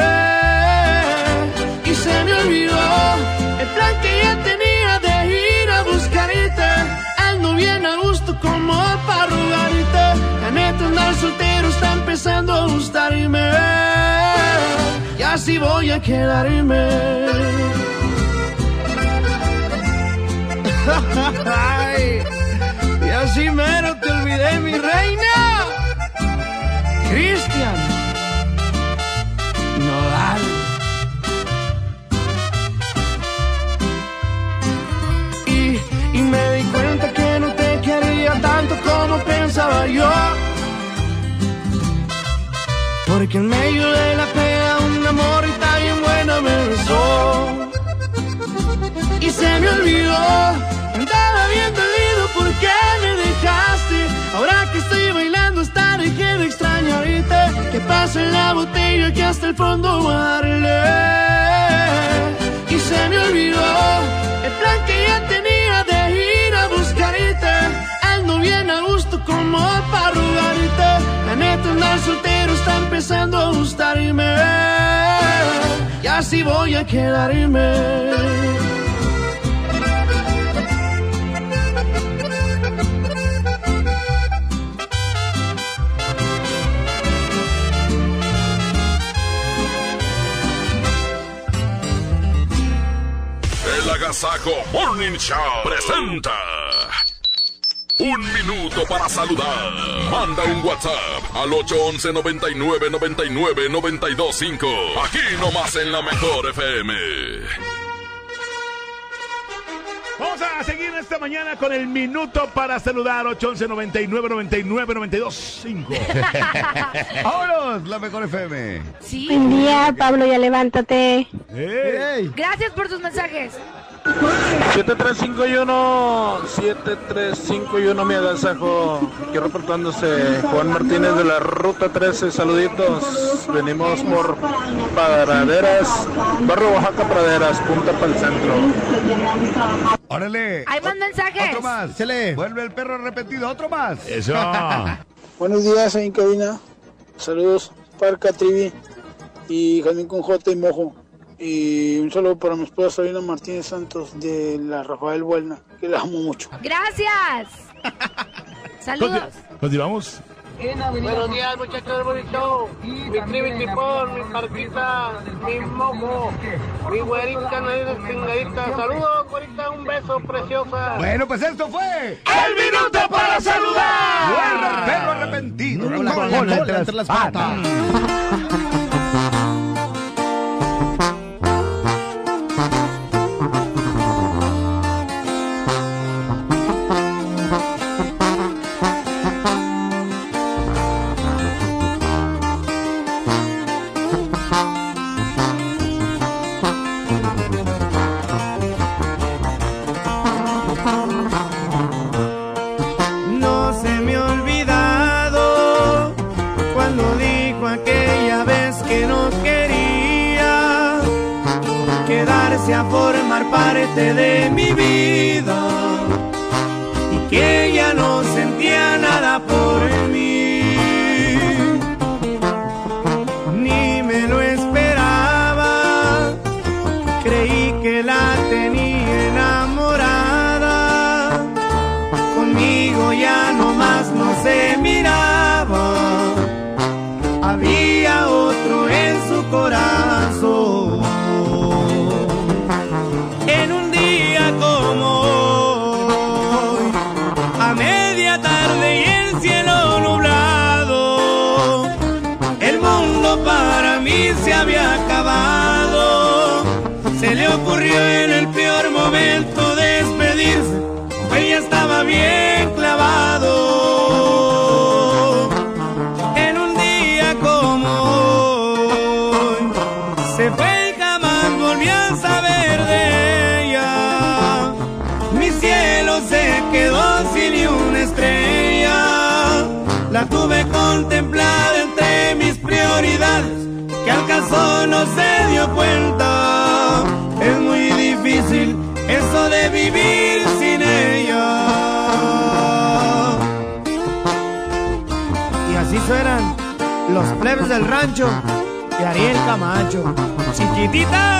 Y se me olvidó el plan que ya tenía de ir a buscarte. Ando bien a gusto como para rogarte. La neta andar soltero está empezando a gustarme. Y así voy a quedarme. Ay, y así mero te olvidé, mi reina. Cristian Nodal. Y, y me di cuenta que no te quería tanto como pensaba yo, porque en medio de la peda una morrita bien buena me besó y se me olvidó. Andaba bien dolido porque me dejaste. Ahora que estoy bailando hasta dejé de extrañarte. Que pase la botella que hasta el fondo va a darle. Y se me olvidó el plan que ya tenía de ir a buscarte. Ando bien a gusto como para rogarte. La neta andar soltero está empezando a gustarme. Y así voy a quedarme. El Agasajo Morning Show presenta Un Minuto para Saludar. Manda un WhatsApp al ocho once noventa y nueve noventa y nueve noventa y dos cinco. Aquí nomás en la mejor F M. Vamos a seguir esta mañana con el Minuto para Saludar. Ocho once noventa y nueve noventa y nueve noventa y dos cinco. Vámonos, la mejor F M. Sí. Buen día, Pablo, ya levántate. Hey. Gracias por sus mensajes. siete tres cinco uno, siete tres cinco uno, mi agasajo. Aquí reportándose Juan Martínez de la Ruta trece. Saluditos. Venimos por Praderas, Barrio Oaxaca, Praderas, punta para el centro. Órale. Hay más mensajes. Otro más. Chele. Vuelve el perro repetido. Otro más. Eso. Buenos días, ahí en cabina. Saludos, Parca, Trivi y Jamín con J y Mojo. Y un saludo para mi esposa Sabina Martínez Santos de la Rafael Buelna, que la amo mucho. Gracias. Saludos. Continuamos. Buenos días, muchachos del bonito. Mi Trivi Tipón, mi Parquita, mi Mojo, mi güerita, nadie despingadita. Saludos, güerita, un beso, preciosa. Bueno, pues esto fue El Minuto para Saludar. Vuelve el perro arrepentido. Con la cola entre, entre las patas. No se me ha olvidado cuando dijo aquella vez que no quería quedarse a formar parte de mi vida y que ella no sentía nada por mí. Ni me lo esperaba, creí que la tenía enamorada. Conmigo ya nomás no se miraba, había otro en su corazón. En un día como hoy, a media tarde y el cielo nublado, el mundo para mí ocurrió en el peor momento de despedirse. Ella estaba bien clavado. En un día como hoy se fue y jamás volví a saber de ella. Mi cielo se quedó sin ni una estrella. La tuve contemplada entre mis prioridades, que al caso no se dio cuenta. Es muy difícil eso de vivir sin ella. Y así suenan los plebes del rancho de Ariel Camacho. Chiquitita.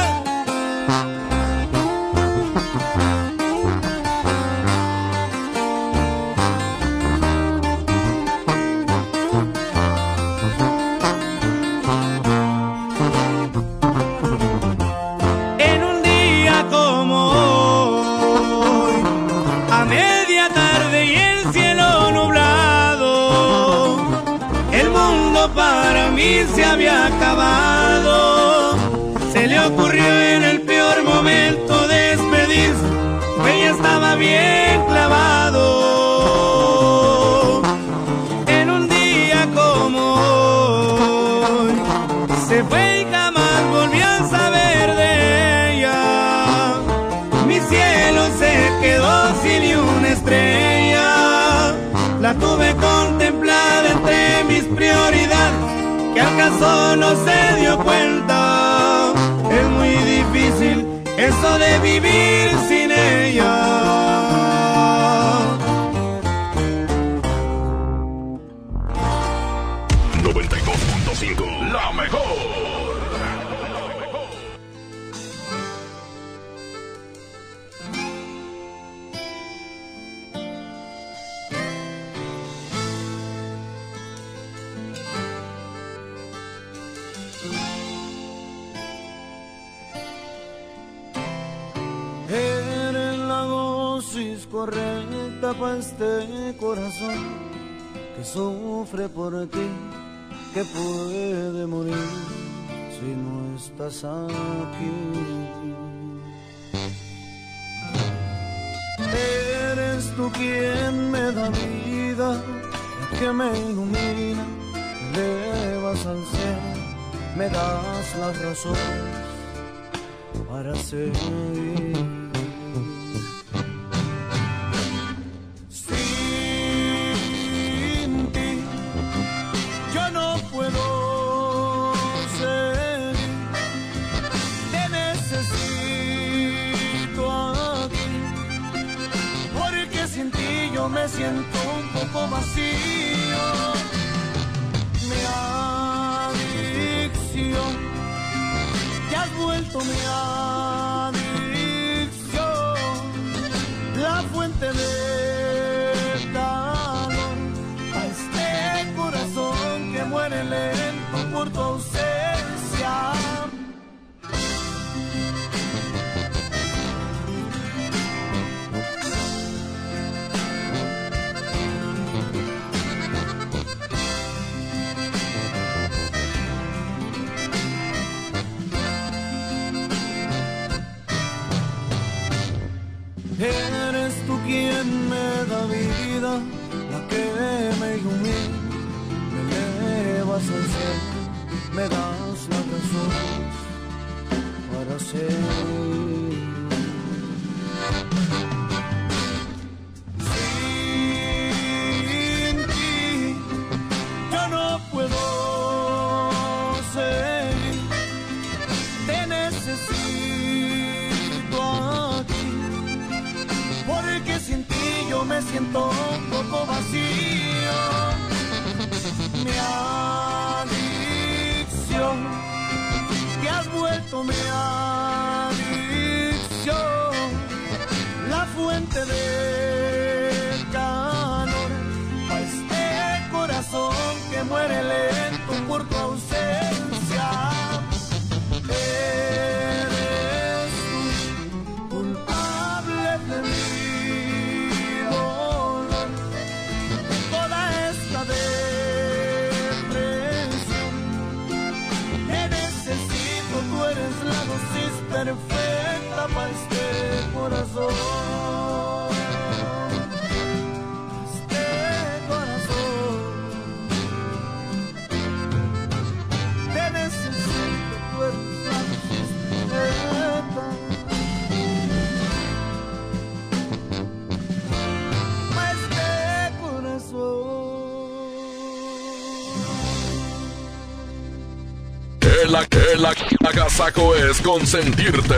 Para mí se había acabado. Se le ocurrió en el peor momento de despedirse. Ella estaba bien clavado. En un día como hoy se fue y jamás volví a saber de ella. Mi cielo se quedó sin ni una estrella. La tuve contemplada entre mis prioridades, que al caso no se dio cuenta. Es muy difícil eso de vivir sin ella. noventa y dos punto cinco, la mejor. Eres la dosis correcta para este corazón que sufre por ti, que puede morir si no estás aquí. Eres tú quien me da vida, que me ilumina, me elevas al cielo, me das las razones para seguir. Sin ti yo no puedo seguir. Te necesito aquí, porque sin ti yo me siento un poco vacío. Mi adicción, te has vuelto mi adicción, la fuente de calor a este corazón que muere lento por tu ausencia. Eres tú quien me da vida, la que me ilumina, me elevas al cielo, me das la razón para seguir. Sin ti yo no puedo seguir, te necesito aquí, porque sin ti yo me siento un poco vacío. Mi adicción, te has vuelto mi adicción, la fuente de calor a este corazón que muere lento por tu ausencia. Eres tú culpable de mi dolor, toda esta depresión. Te necesito, tú eres la dosis perfecta atrapa este corazón. Este corazón. Te necesito, tú eres la necesita. Este corazón. El, el agasajo es consentirte.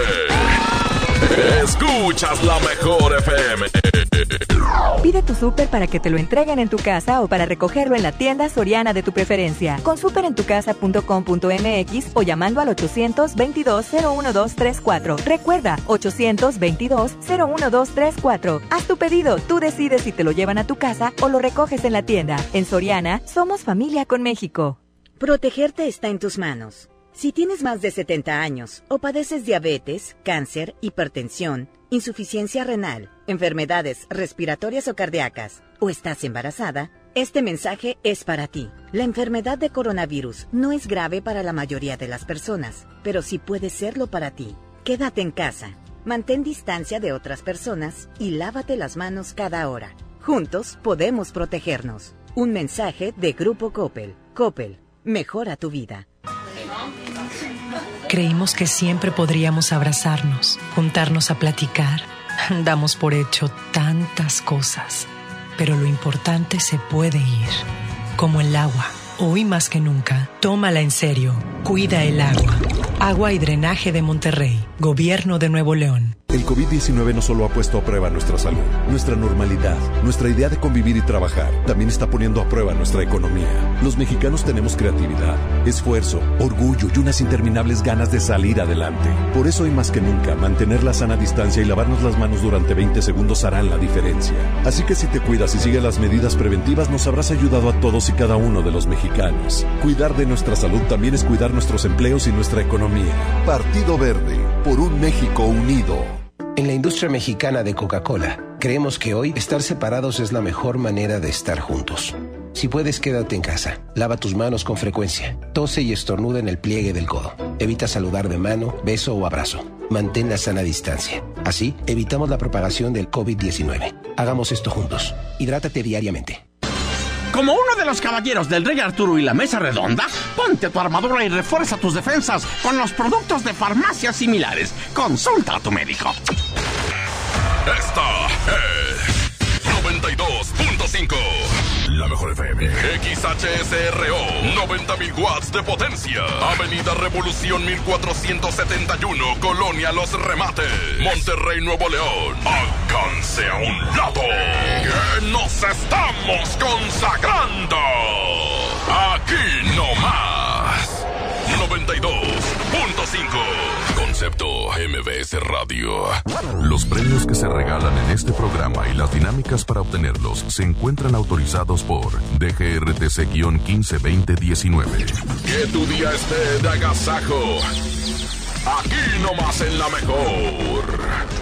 Escuchas la mejor F M. Pide tu súper para que te lo entreguen en tu casa o para recogerlo en la tienda Soriana de tu preferencia. Con super en tu casa punto com punto m x o llamando al ochocientos veintidós cero uno dos treinta y cuatro. Recuerda, ochocientos veintidós cero uno dos treinta y cuatro. Haz tu pedido, tú decides si te lo llevan a tu casa o lo recoges en la tienda. En Soriana, somos familia con México. Protegerte está en tus manos. Si tienes más de setenta años o padeces diabetes, cáncer, hipertensión, insuficiencia renal, enfermedades respiratorias o cardíacas, o estás embarazada, este mensaje es para ti. La enfermedad de coronavirus no es grave para la mayoría de las personas, pero sí puede serlo para ti. Quédate en casa, mantén distancia de otras personas y lávate las manos cada hora. Juntos podemos protegernos. Un mensaje de Grupo Coppel. Coppel, mejora tu vida. Creímos que siempre podríamos abrazarnos, juntarnos a platicar. Damos por hecho tantas cosas, pero lo importante se puede ir, como el agua. Hoy más que nunca, tómala en serio. Cuida el agua. Agua y Drenaje de Monterrey. Gobierno de Nuevo León. El COVID diecinueve no solo ha puesto a prueba nuestra salud, nuestra normalidad, nuestra idea de convivir y trabajar, también está poniendo a prueba nuestra economía. Los mexicanos tenemos creatividad, esfuerzo, orgullo y unas interminables ganas de salir adelante. Por eso hoy más que nunca, mantener la sana distancia y lavarnos las manos durante veinte segundos harán la diferencia. Así que si te cuidas y sigues las medidas preventivas, nos habrás ayudado a todos y cada uno de los mexicanos. Cuidar de nuestra salud también es cuidar nuestros empleos y nuestra economía. Partido Verde, por un México unido. En la industria mexicana de Coca-Cola, creemos que hoy estar separados es la mejor manera de estar juntos. Si puedes, quédate en casa. Lava tus manos con frecuencia. Tose y estornuda en el pliegue del codo. Evita saludar de mano, beso o abrazo. Mantén la sana distancia. Así, evitamos la propagación del COVID diecinueve. Hagamos esto juntos. Hidrátate diariamente. Como uno de los caballeros del Rey Arturo y la Mesa Redonda, ponte tu armadura y refuerza tus defensas con los productos de farmacias similares. Consulta a tu médico. Esta es noventa y dos punto cinco. La mejor F M. X H S R O. noventa mil watts de potencia. Avenida Revolución mil cuatrocientos setenta y uno. Colonia Los Remates. Monterrey, Nuevo León. Alcance a un lado. Que nos estamos consagrando. Aquí no más. noventa y dos punto cinco. Concepto M B S Radio. Los premios que se regalan en este programa y las dinámicas para obtenerlos se encuentran autorizados por D G R T C quince veinte diecinueve. Que tu día esté de agasajo. Aquí nomás en la mejor.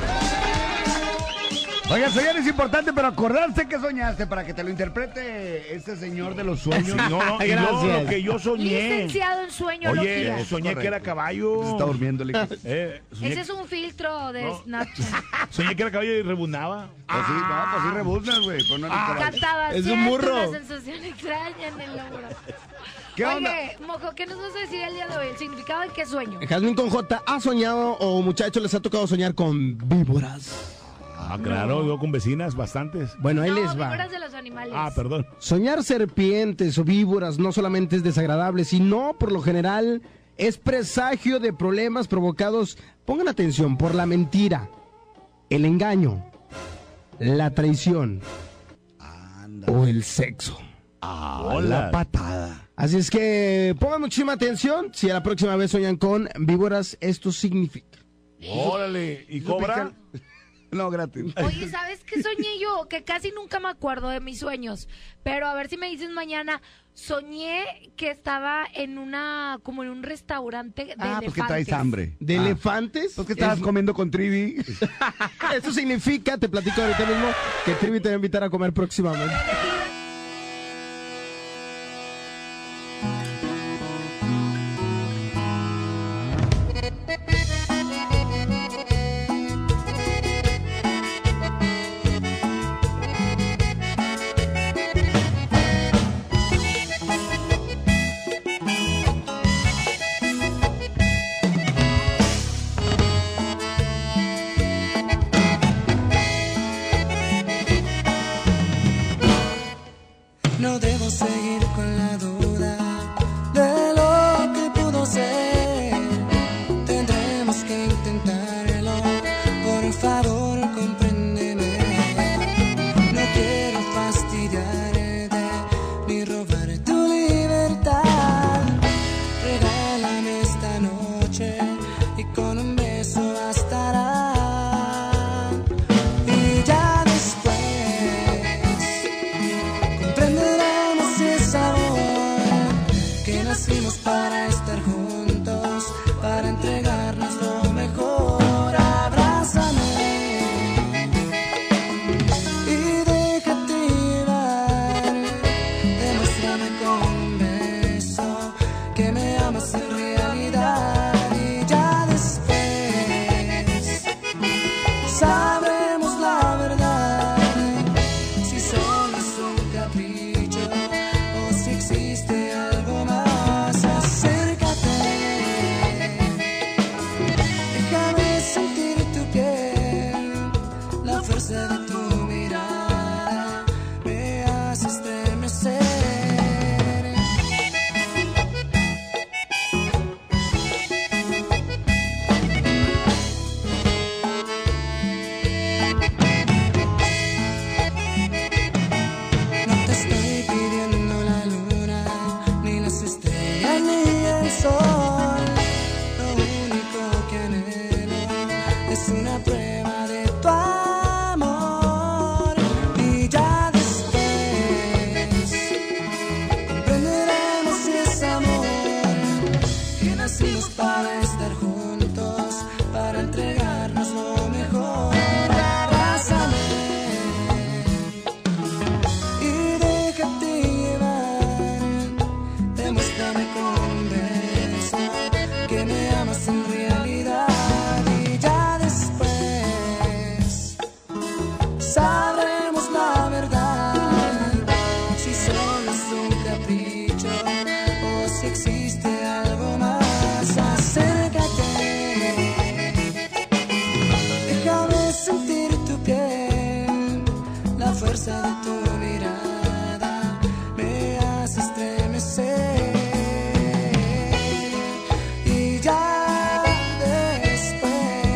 Oiga, soñar es importante, pero acordarse que soñaste para que te lo interprete este señor de los sueños. No, no, y no, lo que yo soñé. Licenciado en sueñología. Oye, soñé que era caballo. Se está durmiendo. Eh, Ese es un filtro de no. Snapchat. Soñé que era caballo y rebundaba. Pues sí, no, pues sí rebuznas, güey. Pues no ah, cantaba. Es un burro. Una sensación extraña en el hombro. ¿Qué onda? Oye, Mojo, ¿qué nos vas a decir el día de hoy? ¿El significado de qué sueño? Jazmín con J, ¿ha soñado o muchachos les ha tocado soñar con víboras? Ah, claro, yo con vecinas, bastantes. Bueno, ahí no, les va. víboras de los animales. Ah, perdón. Soñar serpientes o víboras no solamente es desagradable, sino, por lo general, es presagio de problemas provocados, pongan atención, por la mentira, el engaño, la traición Anda. o el sexo. Ah, o la patada. Así es que pongan muchísima atención. Si a la próxima vez soñan con víboras, esto significa. Órale, ¿y cobra? No, gratis. Oye, ¿sabes qué soñé yo? Que casi nunca me acuerdo de mis sueños. Pero a ver si me dices mañana. Soñé que estaba en una, como en un restaurante de ah, elefantes. Ah, pues que traes hambre. ¿De ah. elefantes? Pues que estabas es... comiendo con Trivi. Eso significa, te platico ahorita mismo, que Trivi te va a invitar a comer próximamente. puedo seguir con la duda de lo que pudo ser. Tendremos que intentarlo, por favor compréndeme. No quiero fastidiarte ni robar tu libertad. Regálame esta noche y con un beso bastará. Y ya después comprenderemos ese amor que nacimos para estar juntos, para entregarnos lo mejor. Abrázame y déjate llevar. Demuéstrame con un beso que me amas en realidad. Y ya después sabremos la verdad, si solo es un capricho o si existe algo más. Acércate, déjame sentir tu piel, la fuerza de tu mirada me hace estremecer. No te estoy pidiendo la luna, ni las estrellas, ni el sol. Lo único que anhelo es una prueba de tu amor. Y ya después comprenderemos si es amor, que nacimos para estar juntos, para entregarnos lo mejor. Abrázame y déjate llevar. Demuéstrame con un beso que me amas en realidad. Y ya después sabremos la verdad, si solo es un capricho o si existe algo más. Acércate, déjame sentir tu piel, la fuerza de tu mirada me hace estremecer. Y ya después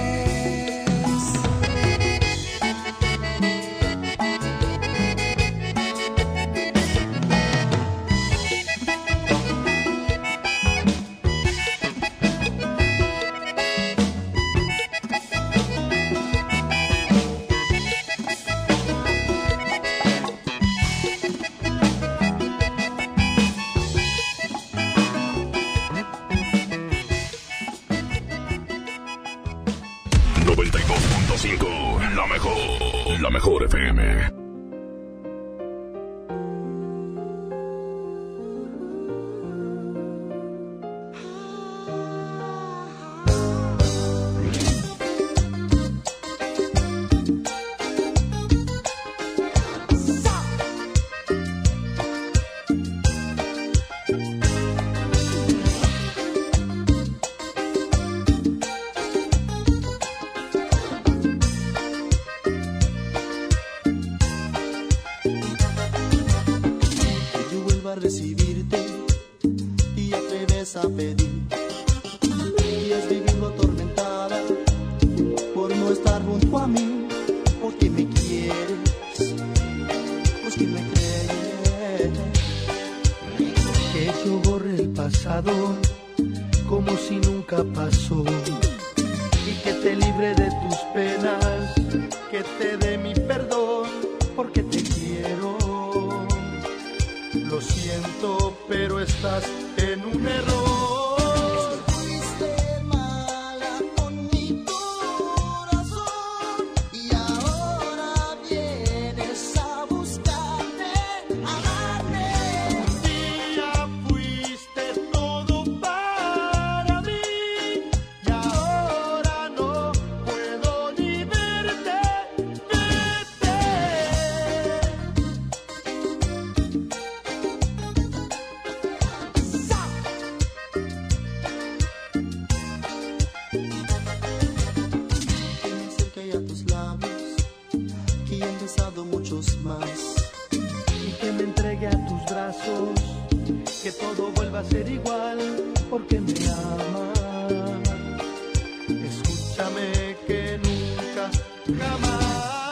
noventa y dos punto cinco, la mejor, la mejor F M. que yo vuelva a recibirte y atreves a pedir. Y has vivido atormentada por no estar junto a mí, porque me quieres, pues que me crees. Que yo borre el pasado como si nunca pasó, y que te libre de tus penas, que te dé mi perdón, porque te quiero. Lo siento, pero estás en un error. Fuiste mala con mi corazón y ahora vienes a buscarme, a darme. Un día fuiste todo para mí y ahora no puedo ni verte. Vete. que me amas. Escúchame que nunca, jamás.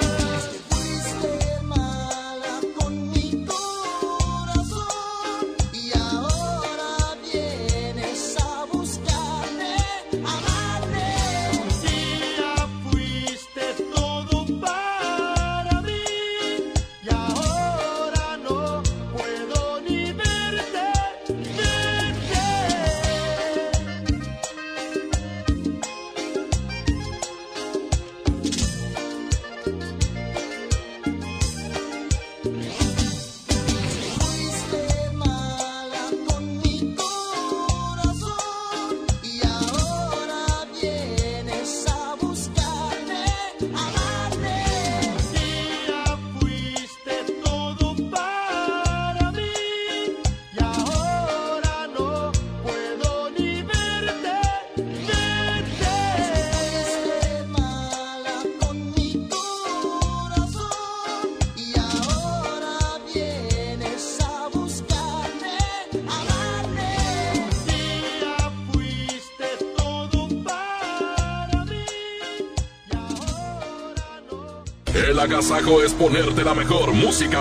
El agasajo es ponerte la mejor música.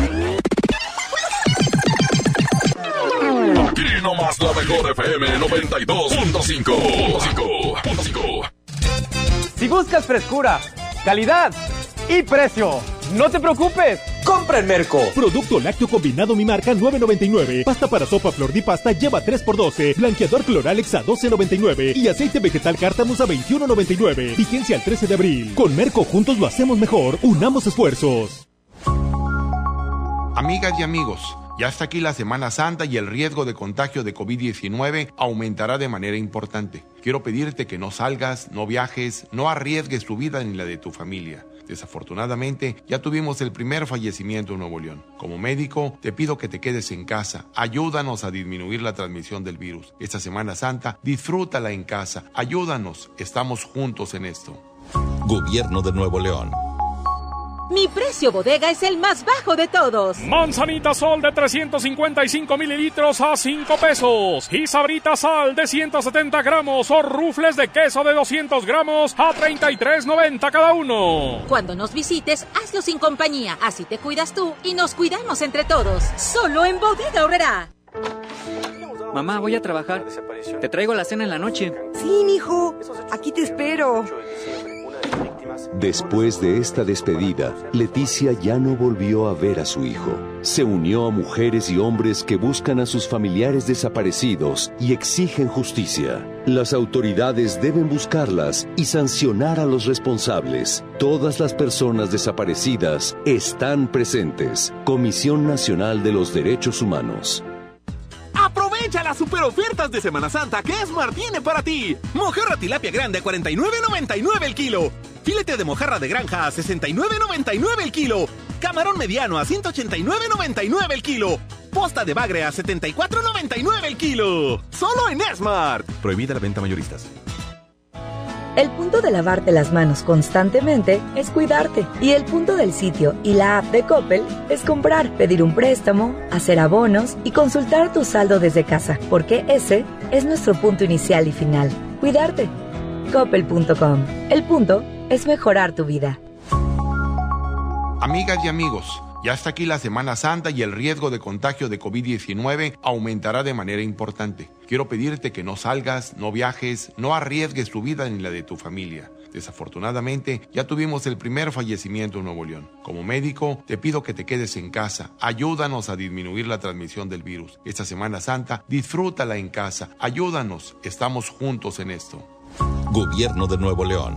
Aquí nomás la mejor F M noventa y dos punto cinco. Si buscas frescura, calidad y precio, no te preocupes. Compra en Merco. Producto lácteo combinado Mi Marca nueve noventa y nueve. Pasta para sopa Flor di Pasta lleva tres por doce. Blanqueador Cloralex a doce noventa y nueve. Y aceite vegetal Cártamus a veintiuno noventa y nueve. Vigencia al trece de abril. Con Merco juntos lo hacemos mejor. Unamos esfuerzos. Amigas y amigos, ya está aquí la Semana Santa y el riesgo de contagio de COVID diecinueve aumentará de manera importante. Quiero pedirte que no salgas, no viajes, no arriesgues tu vida ni la de tu familia. Desafortunadamente, ya tuvimos el primer fallecimiento en Nuevo León. Como médico, te pido que te quedes en casa. Ayúdanos a disminuir la transmisión del virus. Esta Semana Santa, disfrútala en casa. Ayúdanos, estamos juntos en esto. Gobierno de Nuevo León. Mi precio bodega es el más bajo de todos. Manzanita Sol de trescientos cincuenta y cinco mililitros a cinco pesos. Y Sabrita Sal de ciento setenta gramos o rufles de queso de doscientos gramos a treinta y tres noventa cada uno. Cuando nos visites, hazlo sin compañía. Así te cuidas tú y nos cuidamos entre todos. Solo en Bodega Aurrerá. Mamá, voy a trabajar. Te traigo la cena en la noche. Sí, mijo. Aquí te espero. Después de esta despedida, Leticia ya no volvió a ver a su hijo. Se unió a mujeres y hombres que buscan a sus familiares desaparecidos y exigen justicia. Las autoridades deben buscarlas y sancionar a los responsables. Todas las personas desaparecidas están presentes. Comisión Nacional de los Derechos Humanos. Aprovecha las super ofertas de Semana Santa que Esmar tiene para ti. Mojarra tilapia grande a cuarenta y nueve noventa y nueve el kilo. Filete de mojarra de granja a sesenta y nueve noventa y nueve el kilo. Camarón mediano a ciento ochenta y nueve noventa y nueve el kilo. Posta de bagre a setenta y cuatro noventa y nueve el kilo. Solo en Esmar. Prohibida la venta mayoristas. El punto de lavarte las manos constantemente es cuidarte. Y el punto del sitio y la app de Coppel es comprar, pedir un préstamo, hacer abonos y consultar tu saldo desde casa. Porque ese es nuestro punto inicial y final. Cuidarte. Coppel punto com. El punto es mejorar tu vida. Amigas y amigos, ya está aquí la Semana Santa y el riesgo de contagio de COVID diecinueve aumentará de manera importante. Quiero pedirte que no salgas, no viajes, no arriesgues tu vida ni la de tu familia. Desafortunadamente, ya tuvimos el primer fallecimiento en Nuevo León. Como médico, te pido que te quedes en casa. Ayúdanos a disminuir la transmisión del virus. Esta Semana Santa, disfrútala en casa. Ayúdanos, estamos juntos en esto. Gobierno de Nuevo León.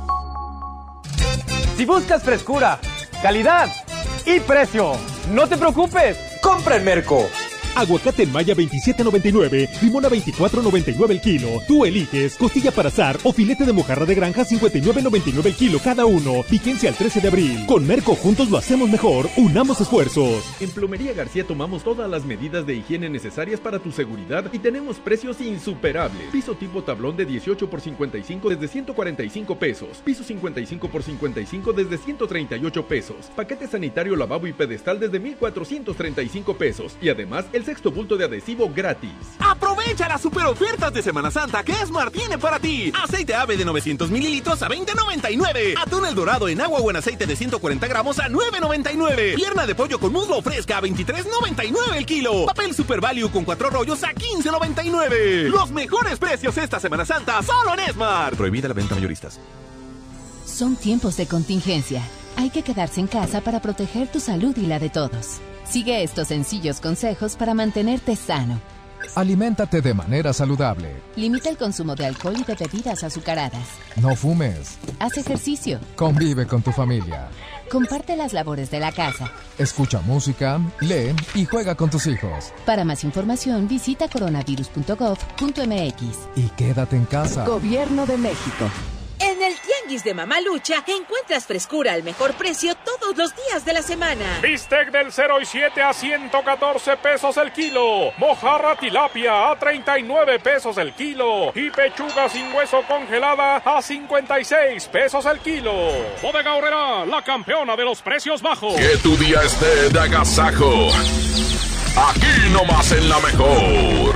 Si buscas frescura, calidad y precio, no te preocupes. Compra en Merco. Aguacate en Maya veintisiete noventa y nueve, limón a veinticuatro noventa y nueve el kilo. Tú eliges costilla para asar o filete de mojarra de granja cincuenta y nueve noventa y nueve el kilo cada uno. Vigencia al trece de abril. Con Merco juntos lo hacemos mejor. Unamos esfuerzos. En Plomería García tomamos todas las medidas de higiene necesarias para tu seguridad y tenemos precios insuperables. Piso tipo tablón de dieciocho por cincuenta y cinco desde ciento cuarenta y cinco pesos. Piso cincuenta y cinco por cincuenta y cinco desde ciento treinta y ocho pesos. Paquete sanitario lavabo y pedestal desde mil cuatrocientos treinta y cinco pesos. Y además el el sexto bulto de adhesivo gratis. Aprovecha las super ofertas de Semana Santa que Esmar tiene para ti. Aceite ave de novecientos mililitros a veinte noventa y nueve. Atún El Dorado en agua o en aceite de ciento cuarenta gramos a nueve noventa y nueve. Pierna de pollo con muslo fresca a veintitrés noventa y nueve el kilo. Papel Super Value con cuatro rollos a quince noventa y nueve. Los mejores precios esta Semana Santa solo en Esmar. Prohibida la venta mayoristas. Son tiempos de contingencia. Hay que quedarse en casa para proteger tu salud y la de todos. Sigue estos sencillos consejos para mantenerte sano. Aliméntate de manera saludable. Limita el consumo de alcohol y de bebidas azucaradas. No fumes. Haz ejercicio. Convive con tu familia. Comparte las labores de la casa. Escucha música, lee y juega con tus hijos. Para más información, visita coronavirus punto gov punto mx. Y quédate en casa. Gobierno de México. En el Tianguis de Mamalucha encuentras frescura al mejor precio todos los días de la semana. Bistec del cero y siete a ciento catorce pesos el kilo. Mojarra tilapia a treinta y nueve pesos el kilo. Y pechuga sin hueso congelada a cincuenta y seis pesos el kilo. Bodega Aurrera, la campeona de los precios bajos. Que tu día esté de agasajo. Aquí nomás en la mejor.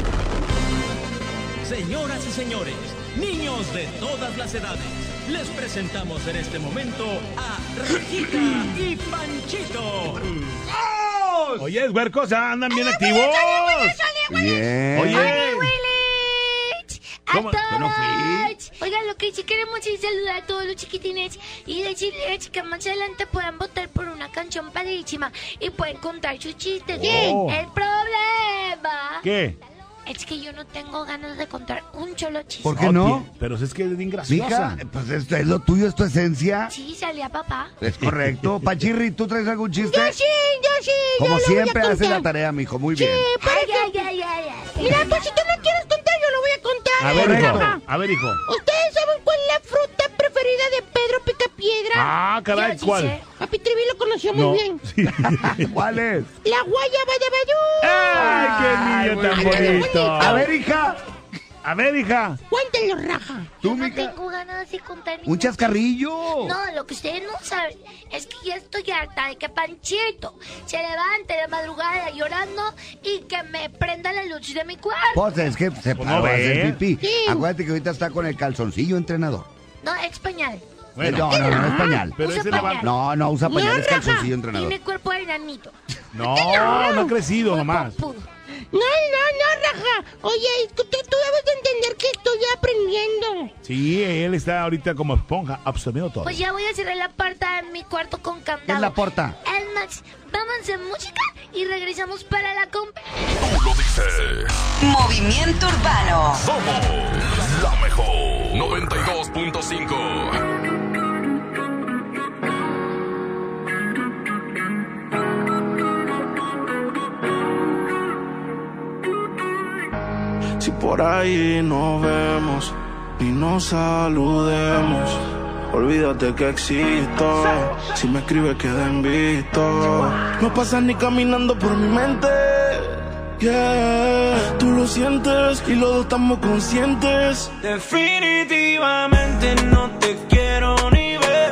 Señoras y señores, niños de todas las edades, les presentamos en este momento a Rajita y Panchito. ¡Vamos! Oye, huercos, ya andan bien activos. Bien. Oye. A ¿Cómo? todos. ¿Que no fui? Oigan, lo que sí queremos es saludar a todos los chiquitines y decirles que más adelante puedan votar por una canción padrísima y pueden contar sus chistes. Oh. El problema ¿Qué? es que yo no tengo ganas de contar un solo chiste. ¿Por qué no? Pero es que es bien graciosa. Mija, pues esto es lo tuyo, es tu esencia. Sí, salía papá. Es correcto. Pachirri, ¿tú traes algún chiste? Yo sí, yo sí. Como yo siempre, lo voy a hace contar. la tarea, mijo. Muy Sí, bien. por Ay, ejemplo. ay, ay, ay, ay. Mira, pues si tú no quieres contar, yo lo voy a contar. A ver, ¿eh, hijo. Rafa? A ver, hijo. ¿Ustedes saben cuál es la fruta preferida de Pedro Picapiedra? Ah, caray, Yo sí ¿cuál? sé. Papi Trivi lo conoció No. muy bien. Sí. ¿Cuál es? La guayaba de Badú. ¡Ay, qué niño tan bonito! A ver, hija. A ver, hija. Cuéntenlo, Raja. Tú, Yo no mija. tengo ganas de contar ningún Un chascarrillo. No, lo que ustedes no saben es que ya estoy harta de que Panchito se levante de madrugada llorando y que me prenda la luz de mi cuarto. Pues es que se Pues paró no a hacer ve. pipí. Sí. Acuérdate que ahorita está con el calzoncillo entrenador. No, es pañal. Bueno. no, no, no, no es pañal. Pero Usa ese le va... pañal. No, no usa pañal, No, es Rafa. calzoncillo entrenador. Tiene cuerpo de enanito. No, no ha crecido nomás. Pompudo. No, no, no, Raja. Oye, tú, tú debes de entender que estoy aprendiendo. Sí, él está ahorita como esponja, absorbiendo todo. Pues ya voy a cerrar la puerta de mi cuarto con candado. ¿Qué es la puerta? Es Max, vamos a hacer música y regresamos para la compa. Tú lo dices. Movimiento Urbano. Somos la mejor. noventa y dos punto cinco. Si por ahí nos vemos y nos saludemos, olvídate que existo. Si me escribes queda en visto. No pasas ni caminando por mi mente. Yeah, tú lo sientes y los dos estamos conscientes. Definitivamente no te quiero ni ver.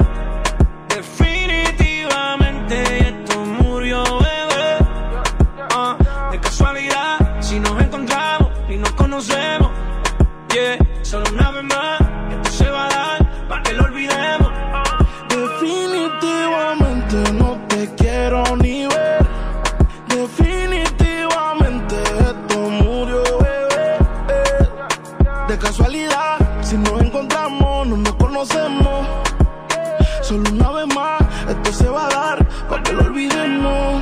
Definitivamente esto murió, bebé. Ah, de casualidad, si nos encontramos y nos conocemos, yeah, solo una vez más, esto se va a dar para que lo olvidemos. Definitivamente no te quiero ni ver. Definitivamente esto murió, bebé. Eh, De casualidad, si nos encontramos, no nos conocemos. Solo una vez más, esto se va a dar para que lo olvidemos.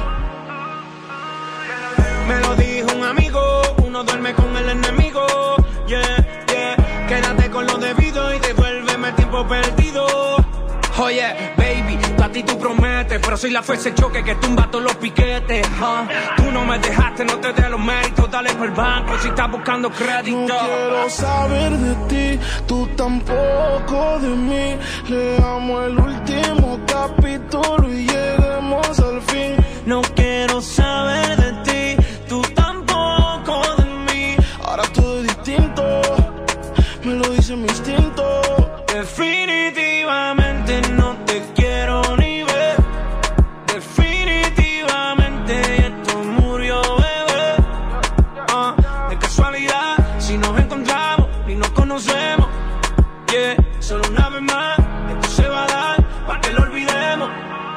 Me lo dijo un amigo, uno duerme con el enemigo. Yeah, yeah, quédate con lo debido y devuélveme el tiempo perdido. Oye, baby, tú a ti tú prometes, pero soy la fuerza de choque que tumba todos los piquetes. huh? Tú no me dejaste, no te dé los méritos, dale por el banco si estás buscando crédito. No quiero saber de ti, tú tampoco de mí. Leamos el último capítulo y lleguemos al fin. No quiero saber de ti, tú tampoco de mí. Ahora todo es distinto, me lo dice mi instinto. Definitivamente no te quiero ni ver. Definitivamente esto murió, bebé. solo una vez más, esto se va a dar, pa' que lo olvidemos.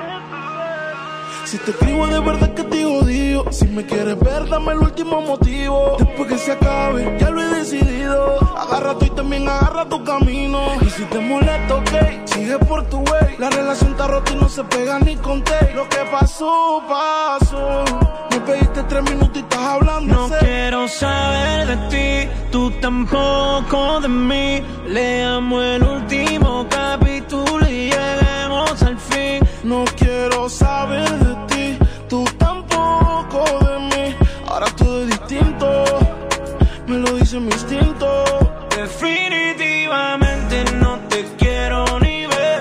Si te escribo de verdad que te odio. Si me quieres ver, dame el último motivo. Después que se acabe, ya lo he decidido. Agarra tú y también agarra tu camino. Y si te molesta, ok, sigue por tu way. La relación está rota y no se pega ni con té. Lo que pasó, pasó. Me pediste tres minutos y estás hablando. No sé. Quiero saber de ti, tú tampoco de mí. Leamos el último capítulo y lleguemos al fin. No quiero saber de ti, tú tampoco de mí. Ahora todo es distinto, me lo dice mi instinto. Definitivamente no te quiero ni ver.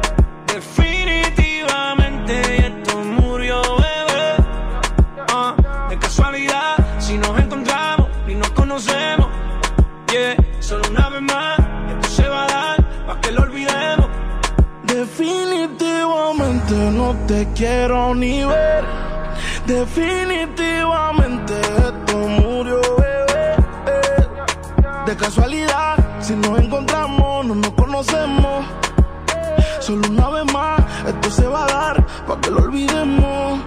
Definitivamente esto murió, bebé. uh, De casualidad, si nos encontramos y nos conocemos, yeah, solo una vez más, esto se va a dar, pa' que lo olvidemos. Definitivamente no te quiero ni ver. Definitivamente esto murió, bebé. Eh. De casualidad, si nos encontramos, no nos conocemos. Solo una vez más, esto se va a dar, pa' que lo olvidemos.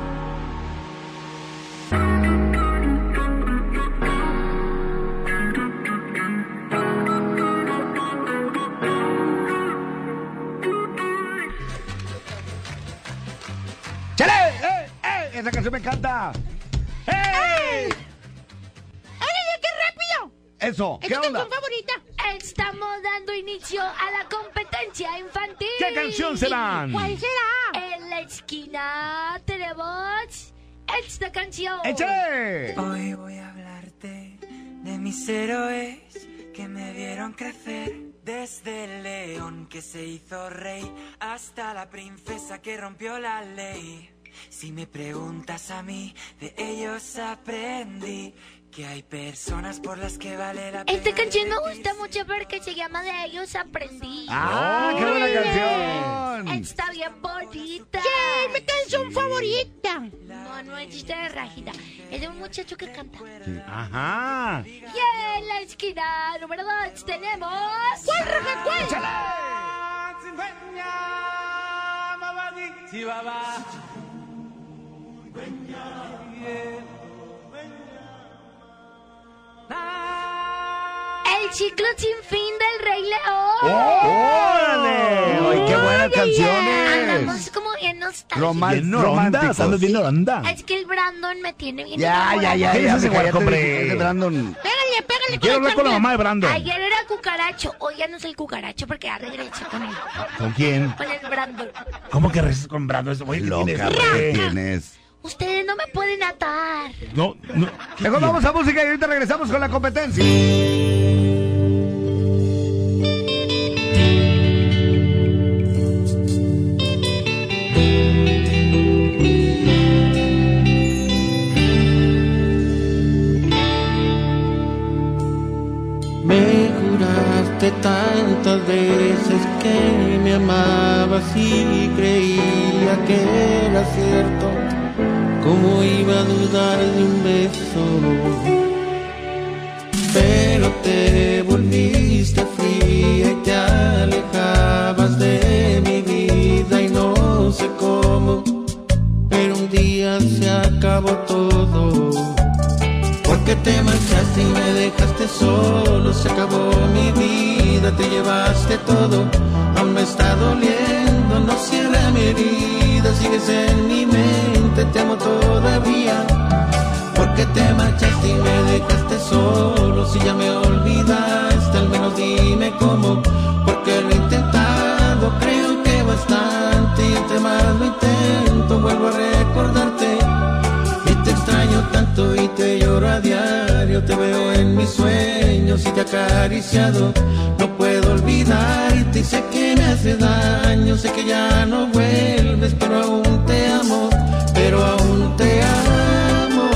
¡Chale! ¡Eh! ¡Eh! Esa canción me encanta. ¡Hey! ¡Órale, qué rápido! Eso, ¿qué ¿Es tu onda? canción favorita? Estamos dando inicio a la competencia infantil. ¿Qué canción serán? ¿Cuál será? En la esquina tenemos esta canción. ¡Échale! Hoy voy a hablarte de mis héroes que me vieron crecer. Desde el león que se hizo rey hasta la princesa que rompió la ley. Si me preguntas a mí, de ellos aprendí que hay personas por las que vale la pena. Esta canción me gusta mucho porque se llama De ellos aprendí. ¡Ah, qué buena canción! Está bien bonita. ¡Sí, mi canción favorita! No, no es de Rajita. Es de un muchacho que canta. Ajá. Y en la esquina número dos tenemos... ¿Cuál, Raja, cuál? Sí, babá. El ciclo sin fin del Rey León. ¡Órale! ¡Ay, qué buenas canciones! Andamos como bien nostálgicos. Roman- Bien no románticos. andas, andas bien no anda. Es que el Brandon me tiene bien Ya, ya, ya, ¿Qué ya. dices, me igual, cállate, hombre? ese Brandon. Pégale, pégale. Quiero hablar con la mamá de Brandon. Ayer era cucaracho, hoy ya no soy cucaracho porque ya regresé con él. ¿Con quién? Con el Brandon. ¿Cómo que regresas con Brandon? Eso, güey, ¿qué Loca, tienes? ¿qué tienes? Ustedes no me pueden atar. No, no. Mejor vamos a música y ahorita regresamos con la competencia. Me juraste tantas veces que me amabas y creía que era cierto. ¿Cómo iba a dudar de un beso? Pero te volviste fría y te alejabas de mi vida y no sé cómo, pero un día se acabó todo. Porque te marchaste y me dejaste solo, se acabó mi vida, te llevaste todo. Aún me está doliendo, no cierra mi herida, sigues en mi mente, te amo todavía. Porque te marchaste y me dejaste solo, si ya me olvidaste, al menos dime cómo. Porque lo he intentado, creo que bastante, y entre más lo intento, vuelvo a recordarte. Te extraño tanto y te lloro a diario. Te veo en mis sueños y te he acariciado. No puedo olvidarte y sé que me hace daño. Sé que ya no vuelves, pero aún te amo. Pero aún te amo.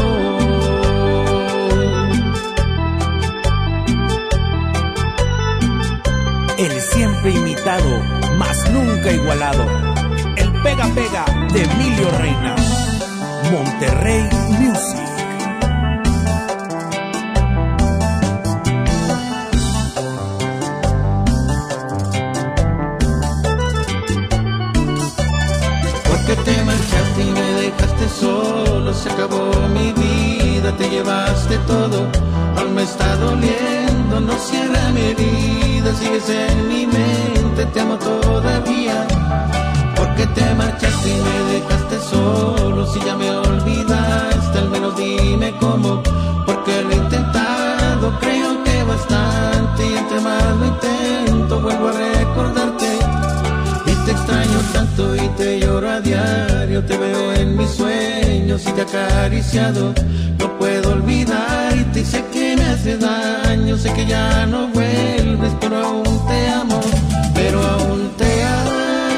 El siempre imitado, mas nunca igualado. El pega pega de Emilio Reina. Monterrey Music. Porque te marchaste y me dejaste solo, se acabó mi vida, te llevaste todo. Aún me está doliendo, no cierra mi herida, sigues en mi mente, te amo todavía. Porque te marchaste y me dejaste solo, si ya me olvidaste, al menos dime cómo. Porque lo he intentado, creo que bastante, y entre más lo intento, vuelvo a recordarte. Y te extraño tanto y te lloro a diario, te veo en mis sueños y te he acariciado. No puedo olvidarte y sé que me hace daño, sé que ya no vuelves, pero aún te amo, pero aún te amo.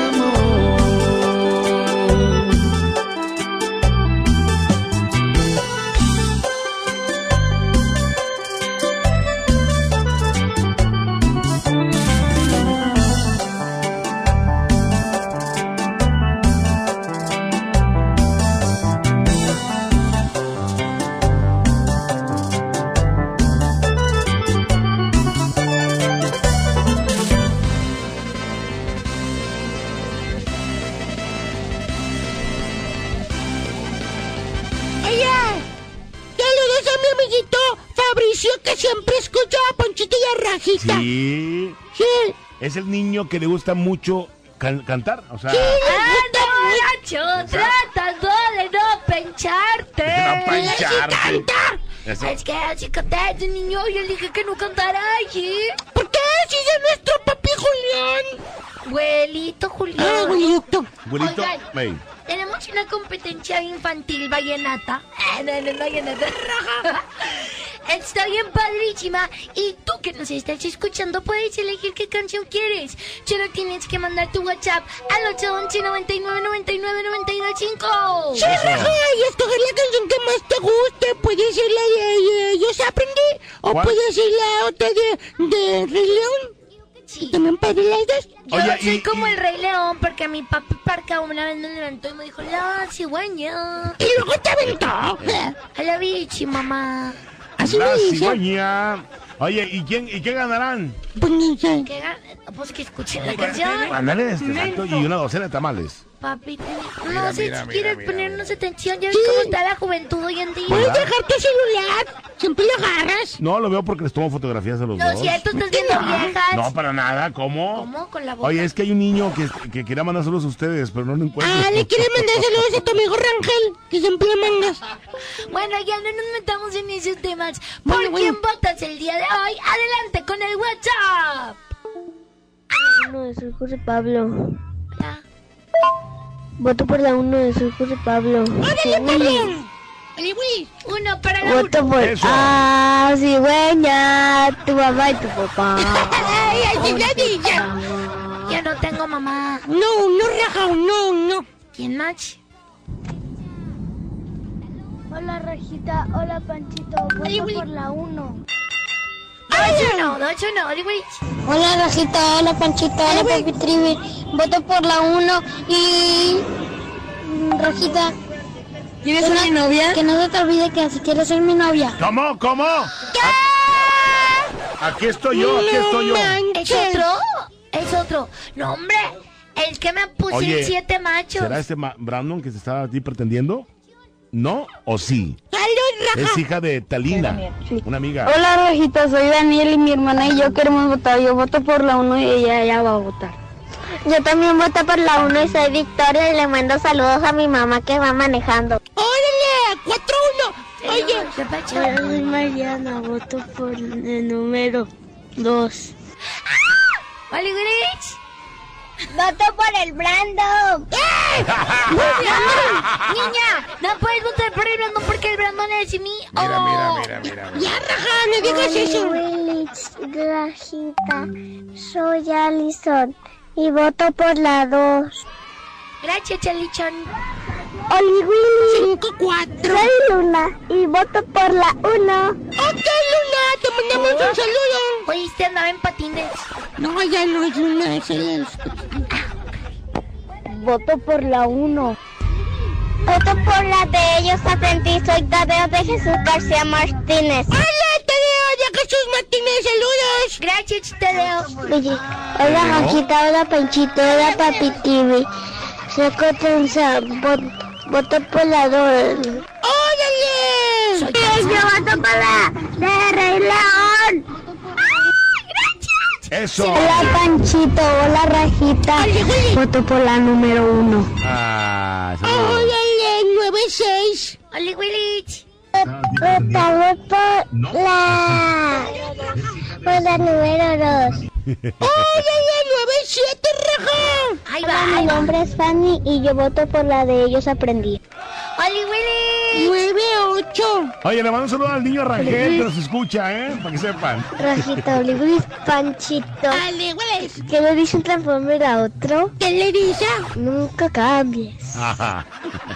Que siempre escucha a Ponchito y a Rajita. Sí. Sí. Es el niño que le gusta mucho can cantar, o sea... Sí, ¡Ah, no, Nacho! Tratando de no pincharte. No pincharte. ¡Canta! Eso. Es que así canté ese niño, yo le dije que no cantara allí. ¿Por qué? Si es nuestro papi Julián. Abuelito Julián. Ah, abuelito. Abuelito, Oigan, hey. tenemos una competencia infantil vallenata. Ah, no, no, vallenata roja. Está bien padrísima. Y tú que nos estás escuchando puedes elegir qué canción quieres. Solo tienes que mandar tu WhatsApp al ocho once, noventa y nueve, noventa y nueve, noventa y dos cinco. Sí, Raja, y escoger la canción que más te guste. Puede ser la de, de Yo se aprendí. O ¿Cuál? puede ser la otra de, de Rey León. Sí. También para las dos. Yo Oye, soy y- como y- el Rey León porque a mi papi Parca una vez me levantó y me dijo la cigüeña. Y luego te aventó. A la bichi, mamá. Así La me dice. cigüeña. Oye, ¿y quién, y qué ganarán? Pues ni sé. ¿Qué gan- Pues que escuchen la canción. Ándale, este, exacto, y una docena de tamales. Papi, no Mira, sé mira, si mira, quieres mira, ponernos atención. Ya ves Sí. cómo está la juventud hoy en día. Puedes dejar tu celular. Siempre lo agarras. No, lo veo porque les tomo fotografías a los No dos. es cierto, estás viendo viejas. No, para nada, ¿cómo? ¿Cómo? Con la boca. Oye, es que hay un niño que, que quería mandar saludos a ustedes, pero no lo encuentro. Ah, le quieres mandar saludos a tu amigo Rangel, que siempre le mandas. Bueno, ya no nos metamos en esos temas. Bueno, ¿Por bueno. quién votas el día de hoy? Adelante con el WhatsApp. uno de soy José Pablo. Hola. Voto por la uno de soy José Pablo. ¡Órale, Pablo! ¡Ale, Willy! Uno para la Voto uno. por Eso. ah, cigüeña, tu mamá y tu papá. ¡Ay, ay, ay, ya! Ya no tengo mamá. No, no, Raja, no, no. ¿Quién más? Hola Rajita, hola Panchito, Ay, voto Willy. por la uno. Dos uno, dos uno, Oliwich. Hola Rajita, hola Panchito, hola Papi Trivi, voto por la uno y... mm, Rajita, ¿Quieres ser mi novia? que no se te olvide que si quieres ser mi novia. ¿Cómo? ¿Cómo? Aquí estoy yo, aquí estoy yo. ¿Es otro? Es otro. No, hombre. Es que me puse Oye, en siete machos. ¿Será este ma- Brandon que se está a ti pretendiendo? ¿No o sí? ¡Salud, Raja! Es hija de Talina, una amiga. Hola Rajita, soy Daniel y mi hermana y yo queremos votar. Yo voto por la uno y ella ya va a votar. Yo también voto por la uno y soy Victoria y le mando saludos a mi mamá que va manejando. ¡Órale! ¡cuatro uno! Oye, ¿Qué pacho? Hola, soy Mariana, voto por el número dos. Oliwich. Voto por el Brando. Niña, no puedes votar por el Brandon porque el Brandon es mío. Mira, mira, mira, mira. mira. ya, Raja, no digas eso. Willis, Rajita, soy Alison y voto por la dos. Gracias, Chalichón. Oli Willy, cinco cuatro. soy Luna y voto por la uno. Ok, Luna, te mandamos un saludo. Oíste, andaba en patines. No, ya no es Luna, es el... Voto por la uno. Voto por la de ellos aprendí, soy Tadeo de Jesús García Martínez. ¡Hola, Tadeo de Jesús Martínez! ¡Saludos! Gracias, Tadeo. Oye, hola Rajita, hola Panchito, hola Papi T V. Seco trenza, voto por la dos. ¡Órale! Soy yo voto por la de Rey León. Eso. Hola Panchito, hola Rajita. Voto por la número uno. Ah, ¡Órale! nueve seis. ¡Hola, Willich! Votamos por la... por la número dos. ¡Órale! nueve siete, Raja. ¡Ahí Hola, va! mi nombre es Fanny y yo voto por la de Ellos Aprendí. ¡Hola, Willich! nueve ocho. Oye, le mando un saludo al niño Rangel que nos escucha, ¿eh? Para que sepan. Rajita, Olivis, Panchito. ¡Ale, güey! ¿Qué le dice un Transformer a otro? ¿Qué le dice? Nunca cambies. Ajá.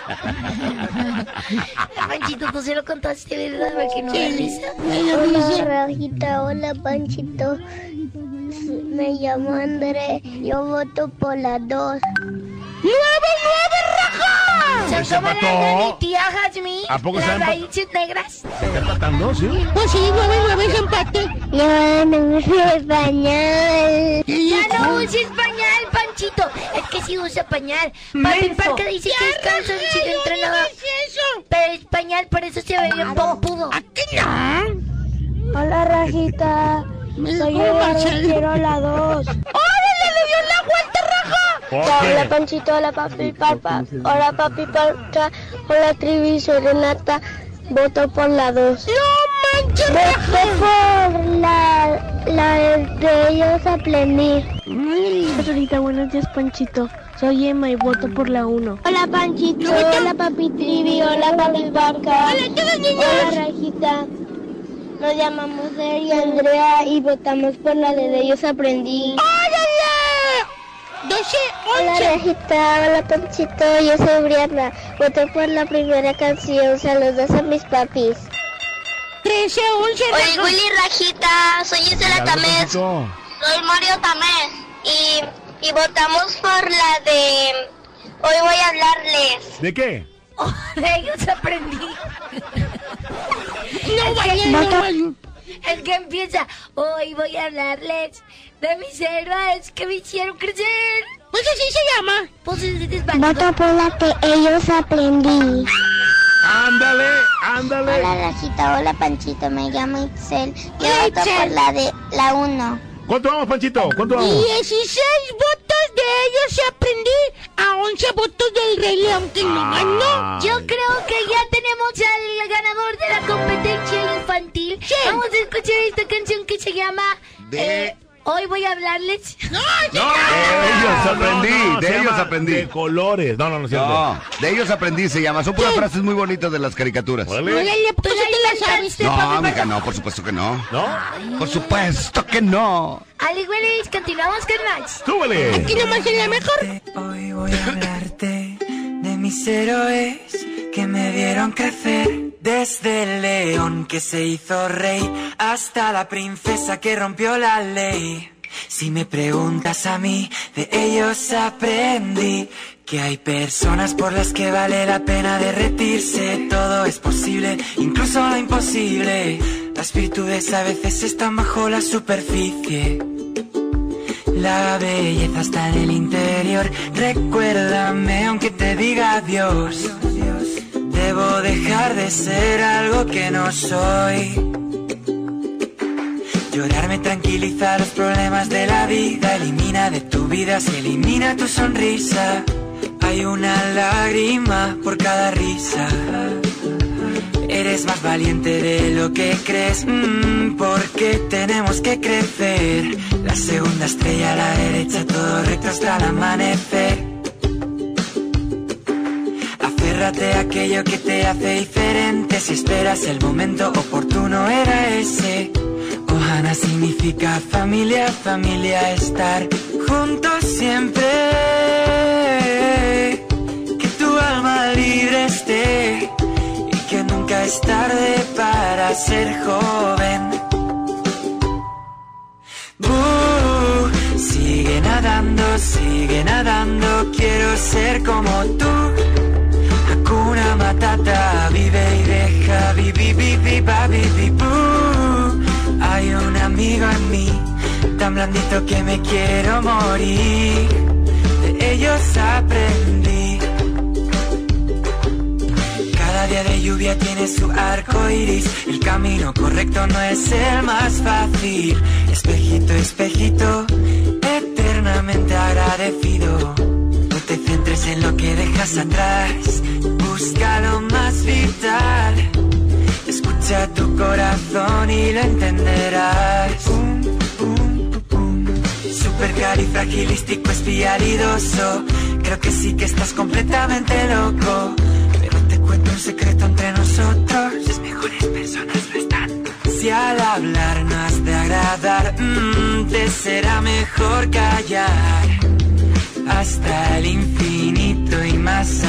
Panchito, tú se lo contaste, ¿verdad? Porque no da risa. Hola Rajita, hola Panchito. Me llamo André, yo voto por la dos. ¡Nueve, nueve, Raja! ¿Se toman la de mi tía Jazmín? ¿A poco se ¿Las han pa- raíces negras? ¿Se está empatando, sí? Pues sí, nueve nueve es empate. Yo no uso pañal. Ya no uses pañal, Panchito. Es que sí usa pañal. Papi Parque dice que es calzoncillo entrenador. ¿Qué es eso? Pero es pañal, por eso se ve bien pompudo. ¿Qué no? Hola Rajita, soy Eduardo, quiero la dos. ¡Órale, le dio la vuelta, Raja! Hola Panchito, hola Papi Parpa, hola Papi Parca, hola Trivi, soy Renata, voto por la dos. ¡No manches, Voto Raja! por la, la de Ellos Aprendí. Hola, buenos días Panchito, soy Emma y voto por la uno. Hola Panchito, hola Papi Trivi, hola Papi Parca. ¡Hola, todos niños! Hola Rajita, nos llamamos Eri y Andrea y votamos por la de Ellos Aprendí. ¡Órale! doce, Hola once. Rajita, hola Panchito, yo soy Brianna, voto por la primera canción, saludos a mis papis. trece, once, Oye, Raja. Willy Rajita, soy Isela Tamés, soy Mario Tamés y, y votamos por la de Hoy voy a hablarles. ¿De qué? Oh, de ellos aprendí. No vaya, no vaya. El que empieza, hoy voy a hablarles de mis héroes que me hicieron crecer. Pues así se llama. Pues es de español. Voto por la que ellos aprendí. Ándale, ándale. Hola Rajita, hola Panchito, me llamo Itzel. Yo Hola, voto Itzel. por la de la uno. ¿Cuánto vamos, Panchito? ¿Cuánto vamos? dieciséis votos de ellos aprendí a once votos del Rey León que no ganó. Yo creo que ya tenemos al ganador de la competencia infantil. Vamos a escuchar esta canción que se llama De- eh, Hoy voy a hablarles. No, No, De ellos no, aprendí, no, de se ellos llama aprendí. De colores. No, no, no es cierto. No, de ellos aprendí, se llama. Son puras frases muy bonitas de las caricaturas. Órale. Órale, pues tú te la sabes. No, mija, no, por supuesto que no. ¿No? Por supuesto que no. Ali Willis, continuamos con más. ¡Súbele! Aquí nomás es la mejor. Hoy voy a hablarte de mis héroes que me vieron crecer. Desde el león que se hizo rey hasta la princesa que rompió la ley. Si me preguntas a mí, de ellos aprendí que hay personas por las que vale la pena derretirse. Todo es posible, incluso lo imposible. Las virtudes a veces están bajo la superficie. La belleza está en el interior. Recuérdame aunque te diga adiós. Debo dejar de ser algo que no soy. Llorar me tranquiliza los problemas de la vida. Elimina de tu vida, se elimina tu sonrisa. Hay una lágrima por cada risa. Eres más valiente de lo que crees, mm, porque tenemos que crecer. La segunda estrella a la derecha, todo recto hasta el amanecer. Aférrate a aquello que te hace diferente. Si esperas el momento oportuno era ese. Ohana significa familia, familia, estar juntos siempre. Que tu alma libre esté y que nunca es tarde para ser joven. Uh, sigue nadando, sigue nadando, quiero ser como tú. Hakuna Matata, vive y deja, vi, vi, vi, vi, va, vi, vi, boo. Hay un amigo en mí, tan blandito que me quiero morir. De ellos aprendí. su arco iris. El camino correcto no es el más fácil. Espejito, espejito, eternamente agradecido. No te centres en lo que dejas atrás, busca lo más vital. Escucha tu corazón y lo entenderás. Pum, pum, pum, pum. Supercalifragilístico espialidoso. Creo que sí que estás completamente loco. Pero te cuento un secreto entre nosotros. Las mejores personas no están. Si al hablar no has de agradar, mmm, te será mejor callar. Hasta el infinito y más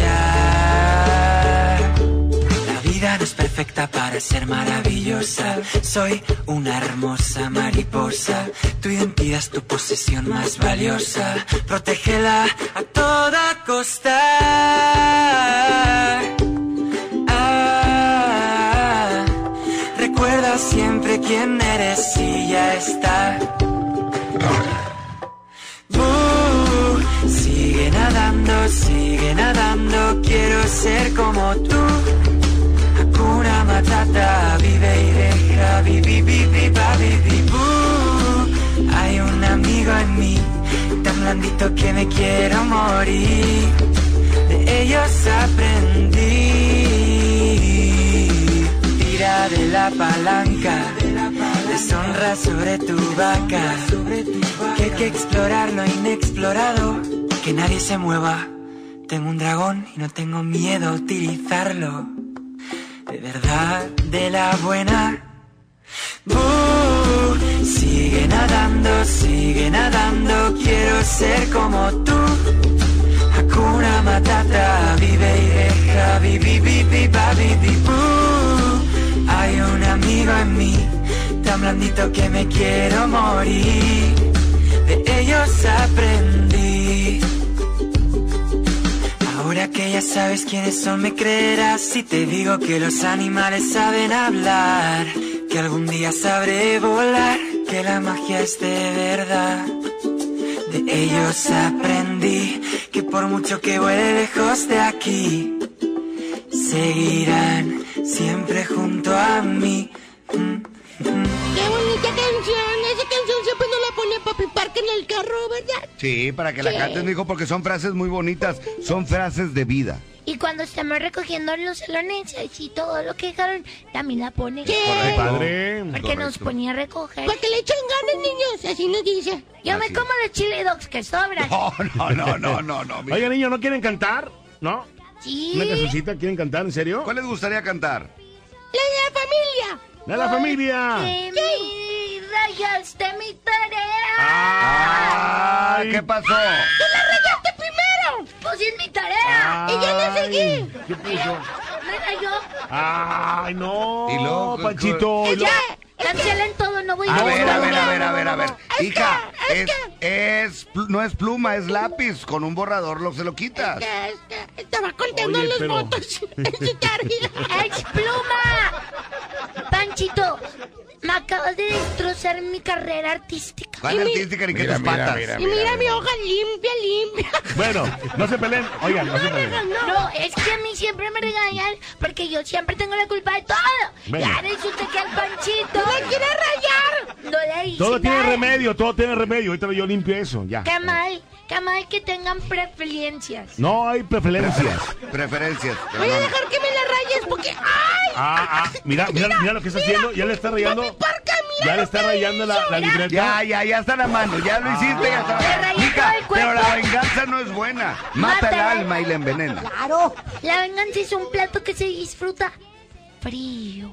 allá. La vida no es perfecta para ser maravillosa. Soy una hermosa mariposa. Tu identidad es tu posesión más valiosa. Protégela a toda costa. Ah, recuerda siempre quién eres y ya está. Uh, sigue nadando, sigue nadando. Quiero ser como tú. Hakuna Matata, vive y deja, vivi, vivi, babi, vivu. Hay un amigo en mí, tan blandito que me quiero morir. De ellos aprendí. Tira de la palanca, deshonra sobre tu vaca. Que hay que explorar lo inexplorado, que nadie se mueva. Tengo un dragón y no tengo miedo a utilizarlo. De verdad, de la buena. Uh, sigue nadando, sigue nadando. Quiero ser como tú. Hakuna Matata, vive y deja, vivi, vivi, babi, vivu. Hay un amigo en mí, tan blandito que me quiero morir. De ellos aprendí. Ahora que ya sabes quiénes son, me creerás si te digo que los animales saben hablar, que algún día sabré volar, que la magia es de verdad. De ellos aprendí que por mucho que vuele lejos de aquí, seguirán siempre junto a mí. Mm, mm. Qué bonita canción. Esa canción siempre nos la pone Papi Parque en el carro, ¿verdad? Sí, para que Sí. la canten, dijo, porque son frases muy bonitas. Son frases de vida. Y cuando estamos recogiendo los salones y todo lo que dejaron, también la pone. Sí. Correcto. Padre. Porque Correcto. nos ponía a recoger. Para que le echen ganas, niños. Así nos dice. Yo me como los chili dogs que sobran. No, no, no, no, no, no. mira. Oiga, niños, ¿no quieren cantar? ¿No? Sí. ¿Una cancioncita quieren cantar? ¿En serio? ¿Cuál les gustaría cantar? La de la familia. ¡De la familia! Que me rayaste mi tarea. Ah, ¿qué pasó? ¡Tú la rayaste primero! Pues es mi tarea. Y ya la seguí. ¿Qué puso? Me rayó. ¡Ay, no! Y luego, Panchito. y ¡Ella! luego- Cancelen todo, no voy a A ir. ver, a ver, No, a ver, no, a ver, no, a ver. no. Es Hija, que, es, es es, pl- no es pluma, es lápiz. Con un borrador lo se lo quitas. Que, es que estaba contando Oye, los pero- votos en su tarea. ¡Es pluma! Panchito, me acabas de destrozar mi carrera artística. ¿Cuál Y mi- artística ni qué Mira, tus mira, patas? mira. Y mira mi hoja limpia, limpia. Bueno, no se peleen. Oigan, no se peleen. No, es que a mí siempre me regañan porque yo siempre tengo la culpa de todo. Venga. Ya resulta que al Panchito ¡No la quiere rayar! no le hice Todo tiene nada. remedio, todo tiene remedio. Ahorita yo limpio eso, ya. Qué mal, qué mal que tengan preferencias. No hay preferencias. Preferencias. pero Voy a no. dejar que me la rayes porque... ¡Ay! Ah, ah, mira, mira, mira lo que está haciendo. Ya le está rayando. Papi Parca, mira Ya le lo está que rayando la, hizo. la libreta. Ya, ya, ya está la mano, ya lo hiciste, ya está. Le rayé Hija, todo el cuerpo. pero la venganza no es buena. Mata el Mátala. alma y la envenena. Claro. La venganza es un plato que se disfruta frío.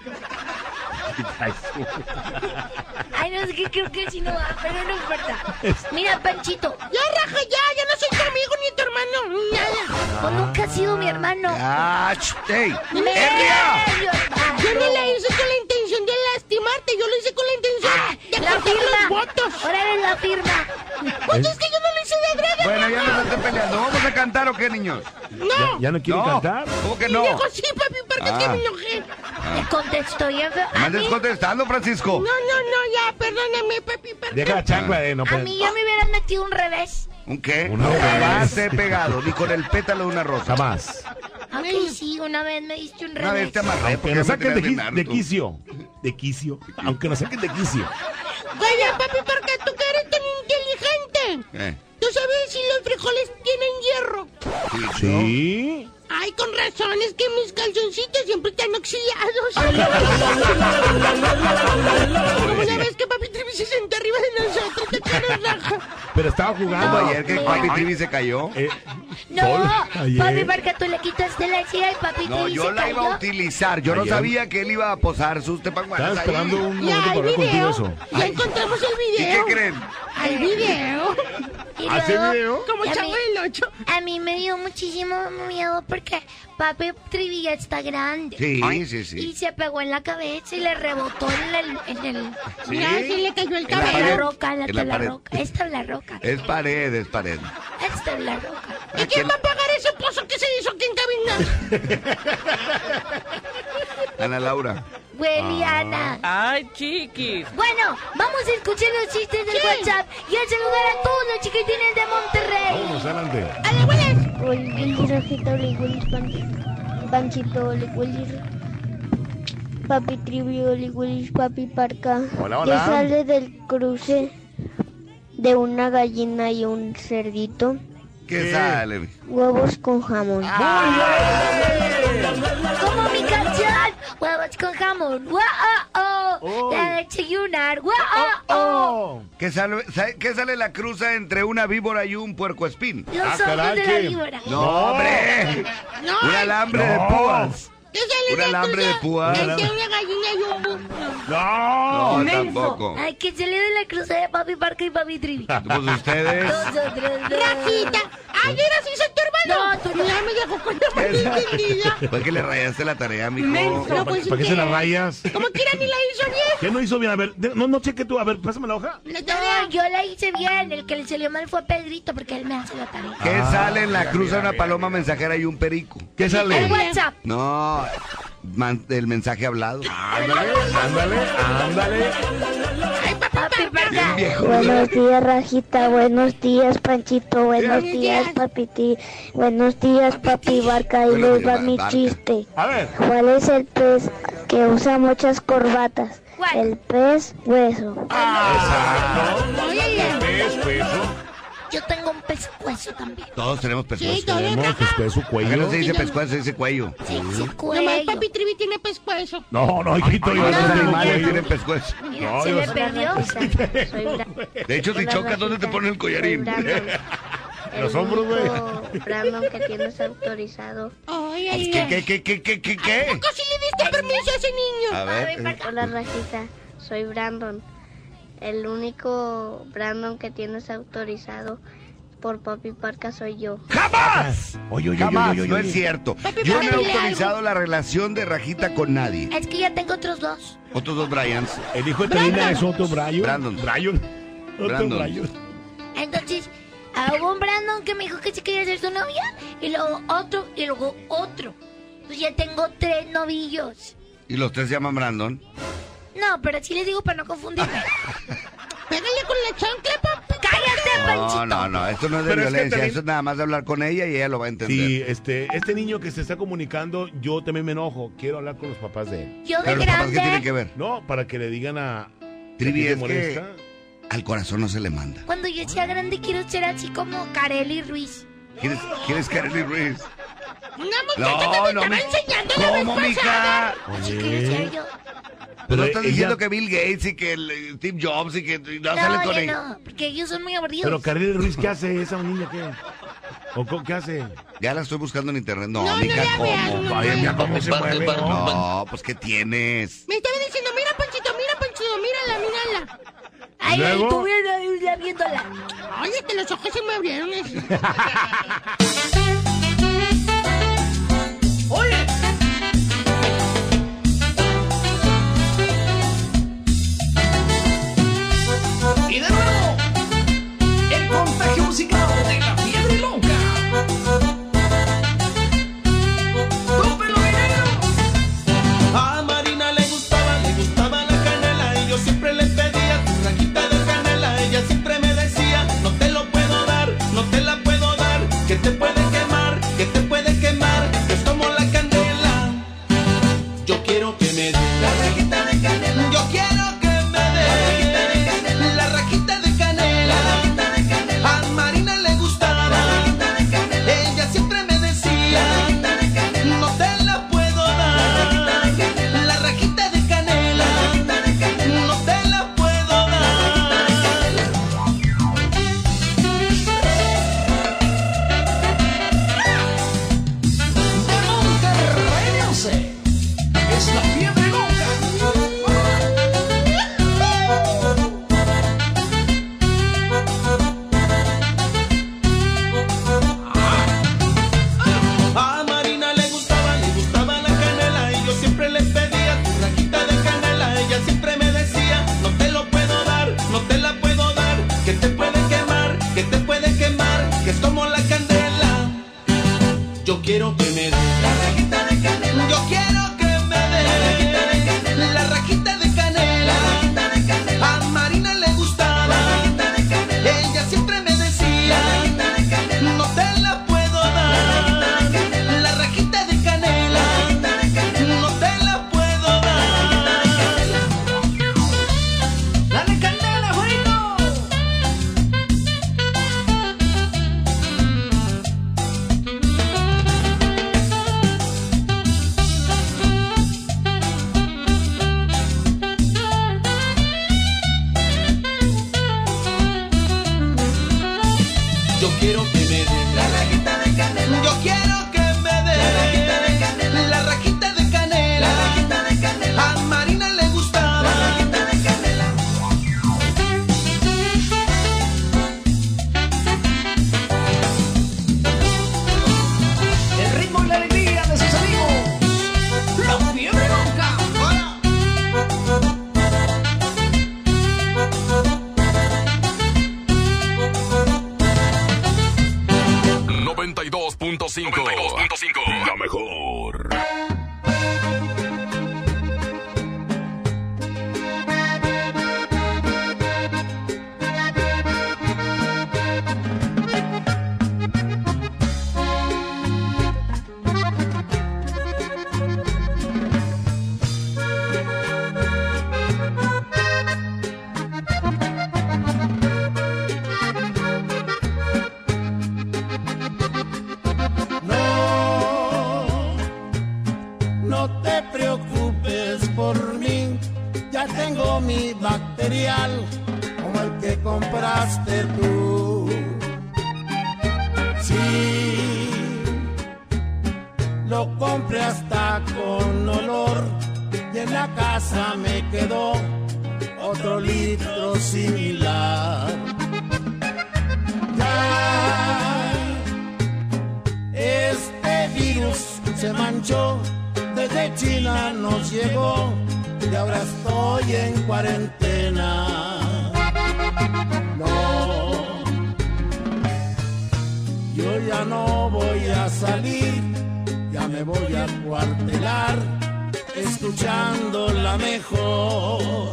Ay, no sé qué, creo que sí no va, pero no importa. Mira, Panchito, Ya, raja, ya, ya no soy tu amigo ni tu hermano. Nada. tú nunca has sido mi hermano. Ah, ch- ¡Ey! Medio ¡Erria! hermano. Yo no la hice con la intención de lastimarte, yo lo hice con la intención de La cortar los firma. votos. Órale, la firma. Oye, es que yo no lo hice de adrede. Bueno, ya no se estén peleando. ¿Vamos a cantar o qué, niños? No. ¿Ya no quieren No. cantar? ¿Cómo que Y no? dijo, sí, papi, porque es que Ah. me enojé. Le contestó bien feo. ¿Me A andes mí, contestando, Francisco? No, no, no, ya, perdóname, papi, Deja perdóname. la chancla de no a peleen. mí ya me hubieran metido un revés. ¿Un qué? Una No revés. jamás he pegado, ni con el pétalo de una rosa. Jamás. Aunque sí, una vez me diste un revés. Una vez te amarré Aunque porque nos me saquen de, tenías qui- bien de harto. quicio. De quicio. Aunque nos saquen de quicio. Oye, papi, ¿por qué tú que eres tan inteligente? Eh. ¿Tú sabes si los frijoles tienen hierro? Sí. Ay, con razón, es que mis calzoncitos siempre están oxidados. Como ya ves que papi Trivi se sentó arriba de nosotros, te quieres raja. Pero estaba jugando. No, ayer que Papi Trivi se cayó. Eh, No, Sol, ayer. papi, porque tú le quitaste la silla y papi No, Trivi yo se la iba cayó. a utilizar. Yo no Ayer. sabía que él iba a posar sus tepanguanas Estaba ahí. esperando un momento Ya para hay hablar contigo video. eso. Ya encontramos el ¿Y video. qué creen? Hay video. Y ¿Hace luego, video? Como y a Chavo mí- del Ocho. A mí me dio muchísimo miedo porque papi Trivi ya está grande. Sí, sí, Y sí. se pegó en la cabeza y le rebotó en el... En el ¿Sí? Ya se le cayó el En la en la cabello. pared. roca, en la En la tabla pared. roca. Esta es la roca. Es pared, es pared. Esta es la roca. ¿Y quién va a pagar ese pozo que se hizo aquí en cabina? Ana Laura. Güey, Ana. Ay, chiquis. Bueno, vamos a escuchar los chistes del WhatsApp y a saludar a todos los chiquitines de Monterrey. Vámonos, adelante. Oli Willy, Rajita, Oli Willy, Pan- Panchito, Oli Willy, Papi Trivi, Oli Willy, Papi Parca. Hola, ¿Qué hola. sale del cruce de una gallina y un cerdito? ¿Qué, ¿Qué? sale? Huevos con jamón. Como mi canción, huevos con jamón. ¡Wow! Oh. La de desayunar. ¡Wow! Oh. ¿Qué sale, sa- ¿Qué sale la cruza entre una víbora y un puercoespín? Los Ah, ojos caray, de la ¿qué? víbora. No, hombre. No, Un alambre de No. púas. ¿qué sale Un de alambre de cruce púas. entre una gallina y un búho? No. No, Menso. tampoco. Ay, que salió de la cruza de Papi Parca y Papi Trivi. Pues ustedes. Nosotros dos. Rajita. Ayer así soy tu hermano. No, tú no. Ya me dejó con la mano entendida. Fue que le rayaste la tarea, mijo. Menso. No, pues, ¿Para qué se las rayas? Como quiera ni la hizo bien. ¿Qué no hizo bien? A ver, de- no, no cheque tú. A ver, pásame la hoja. La tarea. No, yo la hice bien. El que le salió mal fue Pedrito porque él me hace la tarea. ¿Qué Ah, sale en la mira, cruza de mira, una mira, paloma mira. mensajera y un perico? ¿Qué El sale? WhatsApp. No, man- el mensaje hablado. Ándale, ándale, ándale. Papi Parca. Viejo. Buenos días, Rajita. Buenos días, Panchito. Buenos días, Papi Ti. Buenos días, Papi Barca. Y Buenos les va días, mi Barca. chiste. A ver. ¿Cuál es el pez que usa muchas corbatas? ¿Cuál? El pez hueso. Exacto. Oye, ¿Qué es peso? Yo tengo un pescuezo también. Todos tenemos sí, pescuezo. todo Tenemos raja. pescuezo, ¿Por qué cuello. no se dice pescuezo, se dice cuello? Sí, sí, Nomás cuello. Papi Trivi tiene pescuezo. No, no, hijito, yo Todos no los tengo animales cuello. tienen pescuezo. Mira, No, se yo le sé. perdió. Soy Bra- De hecho, si Hola, chocas, ¿dónde te Rajita. ponen el collarín? Soy Brandon. El Los hombros, güey. único Brandon que tienes autorizado. Ay, ay, ¿Qué, ay. qué, qué, qué, qué, qué, ¿A qué? poco sí le diste permiso a ese niño? A ver. Hola, Rajita. Soy Brandon. El único Brandon que tienes autorizado por Papi Parca soy yo. ¡Jamás! Oye, oye, Jamás, oye, oye, no oye. es cierto. Papi, Yo no he Parca, dile autorizado la relación de Rajita con nadie. Es que ya tengo otros dos. Otros dos Bryans. El hijo de Trina es otro Brian. Brandon. Brian. Otro Brandon. Brian. Entonces, ah, hubo un Brandon que me dijo que se quería hacer su novia. Y luego otro, y luego otro. Pues ya tengo tres novillos. Y los tres se llaman Brandon. No, pero sí les digo para no confundirme. Pégale con la chancla, papi. ¡Cállate, No, Panchito! no, no, esto no es de Pero es que violencia, también- esto es nada más de hablar con ella y ella lo va a entender. Sí, este, este niño que se está comunicando, yo también me enojo. Quiero hablar con los papás de él. Yo de Pero los papás, ¿qué tienen grande, que ver? No, para que le digan a... Trivi, ¿a ti te es molesta? que al corazón no se le manda. cuando yo sea grande quiero ser así como Kareli Ruiz. ¿Quieres, ¿quieres Kareli Ruiz? Una muchacha No, que me no, estaba mi- enseñando la ¿Cómo, vez pasada. mija? Así quiero ser yo. Pero Pero estás ella- diciendo que Bill Gates y que el, eh, Steve Jobs y que y no, No, sales con yo ella. no, porque ellos son muy aburridos. Pero Karel Ruiz, ¿qué hace esa niña? ¿Qué? ¿O co- qué hace? Ya la estoy buscando en internet. No, No, no mija, la veas, ¿cómo? no, Ay, no. mira cómo se mueve. ¿no? No, pues ¿qué tienes? Me estaba diciendo, mira, Panchito, mira, Panchito, mírala, mírala. Ay, ¿Luego? tú viendo, viéndola. Ay, es que los ojos se me abrieron. Oye. Y de nuevo, el contagio musical de la fiebre loca. ¡Tópelo, dinero! A Marina le gustaba, le gustaba la canela y yo siempre le pedía tu rajita de canela. Ella siempre me decía, no te lo puedo dar, no te la puedo dar, que te puede quemar. Yo quiero que me dé la rajita de canela. Yo quiero que me dé la rajita de canela. La rajita de canela. La rajita de canela. A Marina le gustaba la rajita de canela. El ritmo y la alegría de sus amigos. La fiebre loca. noventa y dos punto cinco. La mejor. Mi material como el que compraste tú. Sí, lo compré hasta con olor y en la casa me quedó otro litro similar. Ya este virus se manchó, desde China nos llegó y ahora estoy en cuarentena. No, yo ya no voy a salir, ya me voy a cuartelar, escuchando la mejor.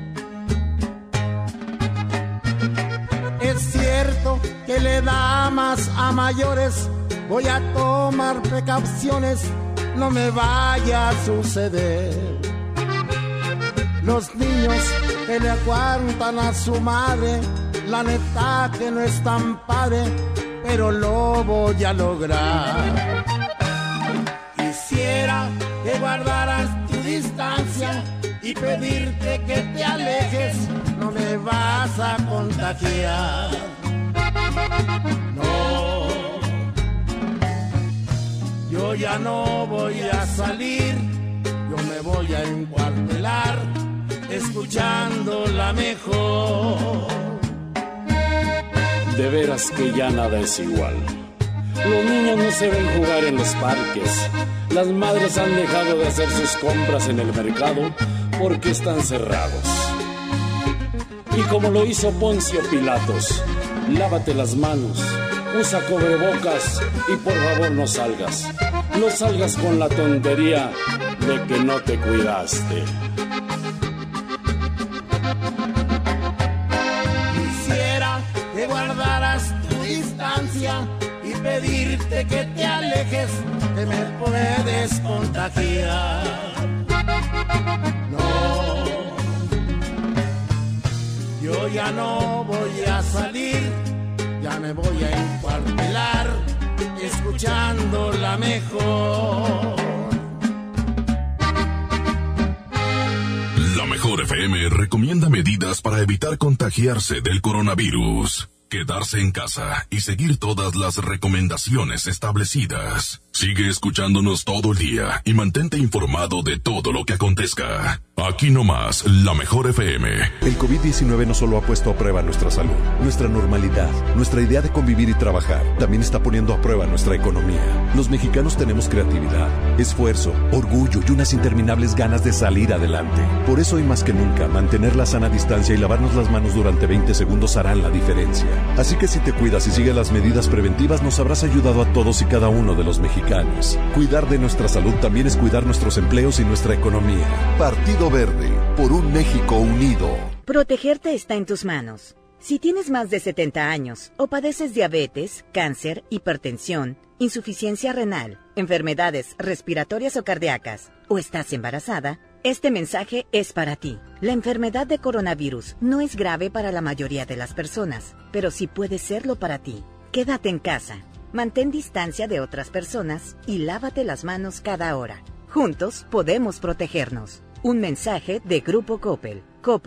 Es cierto que le da más a mayores, voy a tomar precauciones, no me vaya a suceder. Los niños que le aguantan a su madre, la neta que no es tan padre, pero lo voy a lograr. Quisiera que guardaras tu distancia y pedirte que te alejes, no me vas a contagiar. No, yo ya no voy a salir, yo me voy a encuartelar, escuchando la mejor. De veras que ya nada es igual. Los niños no se ven jugar en los parques. Las madres han dejado de hacer sus compras en el mercado porque están cerrados. Y como lo hizo Poncio Pilatos, lávate las manos, usa cubrebocas y por favor no salgas. No salgas con la tontería de que no te cuidaste. Quisiera que guardaras tu distancia y pedirte que te alejes, que me puedes contagiar. No, yo ya no voy a salir, ya me voy a encuartelar, escuchando la mejor. La Mejor F M recomienda medidas para evitar contagiarse del coronavirus. Quedarse en casa y seguir todas las recomendaciones establecidas. Sigue escuchándonos todo el día y mantente informado de todo lo que acontezca. Aquí nomás, La Mejor F M. El COVID diecinueve no solo ha puesto a prueba nuestra salud, nuestra normalidad, nuestra idea de convivir y trabajar, también está poniendo a prueba nuestra economía. Los mexicanos tenemos creatividad, esfuerzo, orgullo y unas interminables ganas de salir adelante. Por eso hoy más que nunca, mantener la sana distancia y lavarnos las manos durante veinte segundos harán la diferencia. Así que si te cuidas y sigues las medidas preventivas, nos habrás ayudado a todos y cada uno de los mexicanos. Cuidar de nuestra salud también es cuidar nuestros empleos y nuestra economía. Partido Verde, por un México unido. Protegerte está en tus manos. Si tienes más de setenta años o padeces diabetes, cáncer, hipertensión, insuficiencia renal, enfermedades respiratorias o cardíacas, o estás embarazada, este mensaje es para ti. La enfermedad de coronavirus no es grave para la mayoría de las personas, pero sí puede serlo para ti. Quédate en casa, mantén distancia de otras personas y lávate las manos cada hora. Juntos podemos protegernos. Un mensaje de Grupo Coppel. Coppel.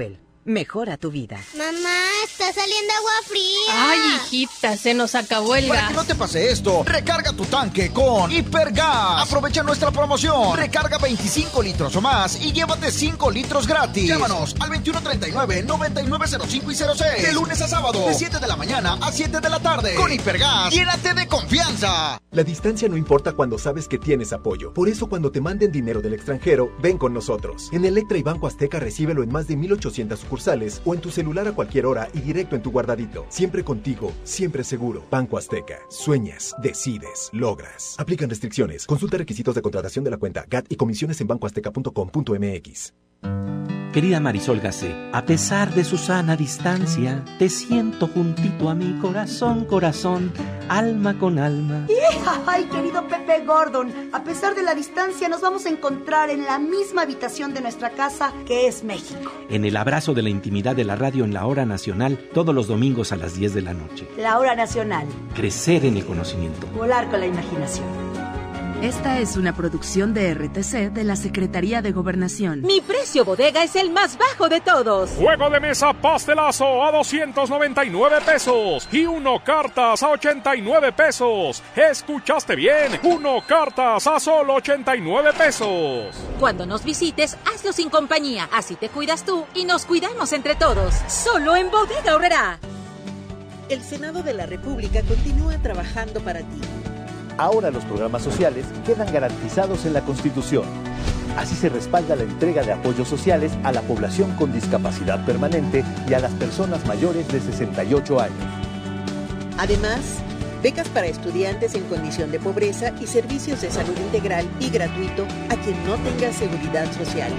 mejora tu vida. Mamá, está saliendo agua fría. Ay, hijita, se nos acabó el Para gas. que no te pase esto, recarga tu tanque con Hipergas. Aprovecha nuestra promoción. Recarga veinticinco litros o más y llévate cinco litros gratis. Llámanos al veintiuno treinta y nueve, noventa y nueve cero cinco y cero seis. De lunes a sábado, de siete de la mañana a siete de la tarde. Con Hipergas, llénate de confianza. La distancia no importa cuando sabes que tienes apoyo. Por eso cuando te manden dinero del extranjero, ven con nosotros. En Electra y Banco Azteca recíbelo en más de mil ochocientas sucursales o en tu celular a cualquier hora y directo en tu guardadito. Siempre contigo, siempre seguro. Banco Azteca. Sueñas, decides, logras. Aplican restricciones. Consulta requisitos de contratación de la cuenta G A T y comisiones en banco azteca punto com punto m x. Querida Marisol Gacé, a pesar de su sana distancia, te siento juntito a mi corazón, corazón, alma con alma. ¡Ay, querido Pepe Gordon! A pesar de la distancia, nos vamos a encontrar en la misma habitación de nuestra casa, que es México. En el abrazo de la intimidad de la radio en la hora nacional, todos los domingos a las diez de la noche. La hora nacional. Crecer en el conocimiento. Volar con la imaginación. Esta es una producción de R T C de la Secretaría de Gobernación. Mi precio bodega es el más bajo de todos. Juego de mesa pastelazo a doscientos noventa y nueve pesos y uno cartas a ochenta y nueve pesos. ¿Escuchaste bien? Uno cartas a solo ochenta y nueve pesos. Cuando nos visites, hazlo sin compañía. Así te cuidas tú y nos cuidamos entre todos. Solo en Bodega Aurrerá. El Senado de la República continúa trabajando para ti. Ahora los programas sociales quedan garantizados en la Constitución. Así se respalda la entrega de apoyos sociales a la población con discapacidad permanente y a las personas mayores de sesenta y ocho años. Además, becas para estudiantes en condición de pobreza y servicios de salud integral y gratuito a quien no tenga seguridad social.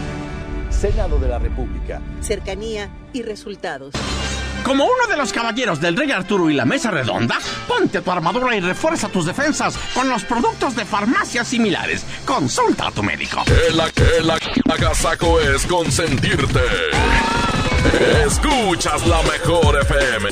Senado de la República. Cercanía y resultados. Como uno de los caballeros del Rey Arturo y la Mesa Redonda, ponte tu armadura y refuerza tus defensas con los productos de farmacias similares. Consulta a tu médico. El, el, el agasajo es consentirte. Escuchas la mejor F M.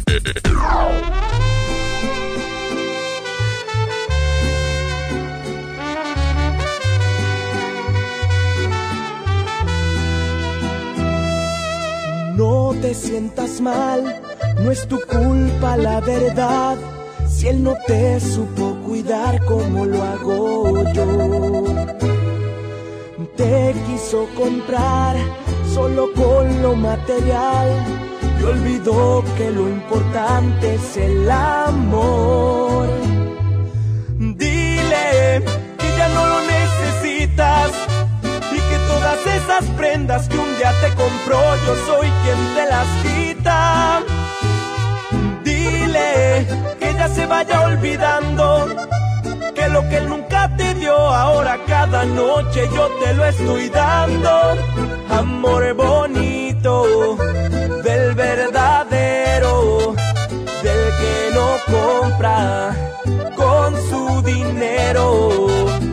No te sientas mal, no es tu culpa la verdad. Si él no te supo cuidar como lo hago yo. Te quiso comprar solo con lo material y olvidó que lo importante es el amor. Dile que ya no lo necesitas y que todas esas prendas que un día te compró yo soy quien te las quita. Dile que ya se vaya olvidando que lo que él nunca te dio ahora cada noche yo te lo estoy dando. Amor bonito del verdadero, del que no compra con su dinero.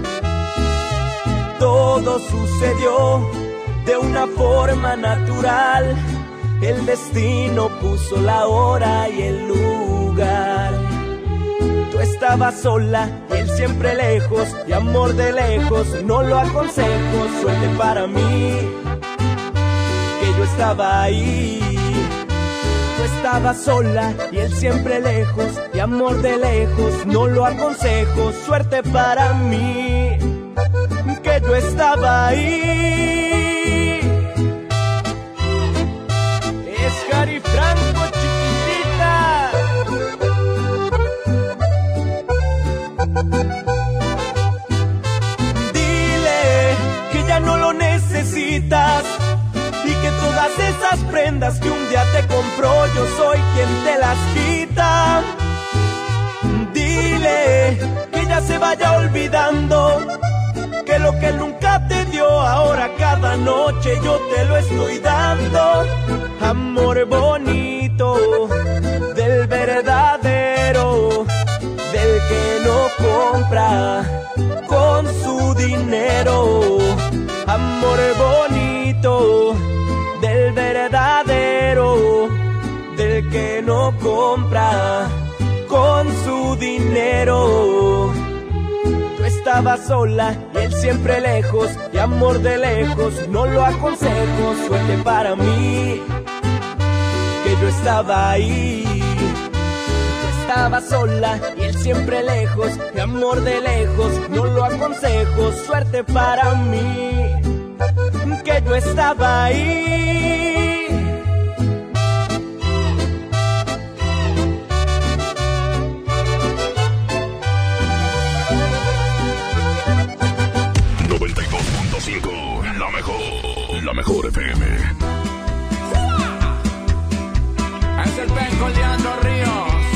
Todo sucedió de una forma natural. El destino puso la hora y el lugar. Tú estabas sola, él siempre lejos, y amor de lejos no lo aconsejo. Suerte para mí, que yo estaba ahí. Tú estabas sola y él siempre lejos, y amor de lejos no lo aconsejo. Suerte para mí, que yo estaba ahí. Es Cari Franco, chiquitita. Dile que ya no lo necesitas y que todas esas prendas que un día te compró yo soy quien te las quita. Dile que ya se vaya olvidando que lo que él nunca te dio ahora cada noche yo te lo estoy dando. Amor bonito del verdadero, del que no compra con su dinero. Amor bonito del verdadero, del que no compra con su dinero. estaba sola y él siempre lejos, y amor de lejos, no lo aconsejo. Suerte para mí, que yo estaba ahí. Estaba sola y él siempre lejos, y amor de lejos, no lo aconsejo. Suerte para mí, que yo estaba ahí. noventa y dos punto cinco, la mejor, la mejor F M. Es el Penco Leandro Ríos.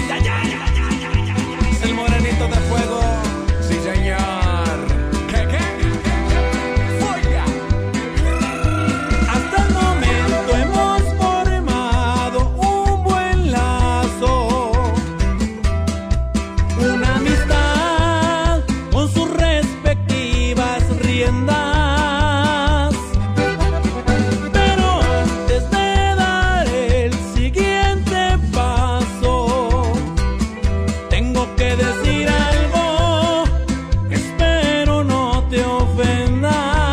Es el morenito de fuego. Sí, señor. ¿Qué, qué? ¡Fuera! Hasta el momento hemos formado un buen lazo, una amistad con sus respectivas riendas. Pero antes de dar el siguiente paso, tengo que decir algo, espero no te ofendas.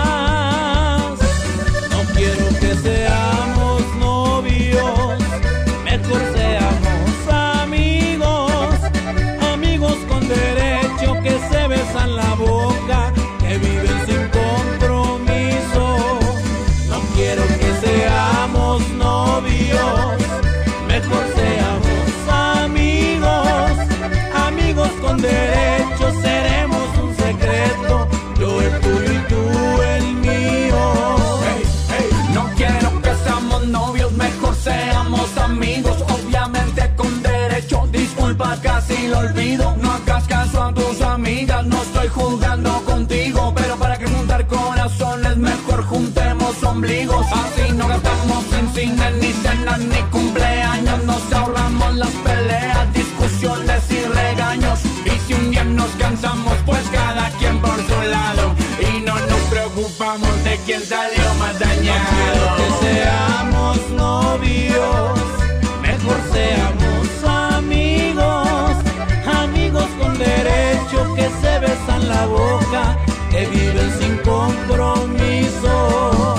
No quiero que seamos novios, mejor seamos amigos, amigos con derecho que se besan la boca, que viven sin compromiso. No quiero que seamos novios, mejor seamos amigos, amigos con derecho, seremos un secreto, yo el tuyo y tú el mío. Hey, hey, no quiero que seamos novios, mejor seamos amigos, obviamente con derecho. Disculpa, casi lo olvido. No hagas caso a tus amigas, no estoy jugando contigo, pero para que juntar corazones, mejor juntemos ombligos. Así no gastamos en cine, ni cenas, ni cumpleaños. Nos ahorramos las peleas, discusiones y regaños. Y si un día nos cansamos, pues cada quien por su lado, y no nos preocupamos de quién salió más dañado. No quiero que seamos novios, mejor seamos amigos, amigos con derecho que se besan la boca, que viven sin compromiso.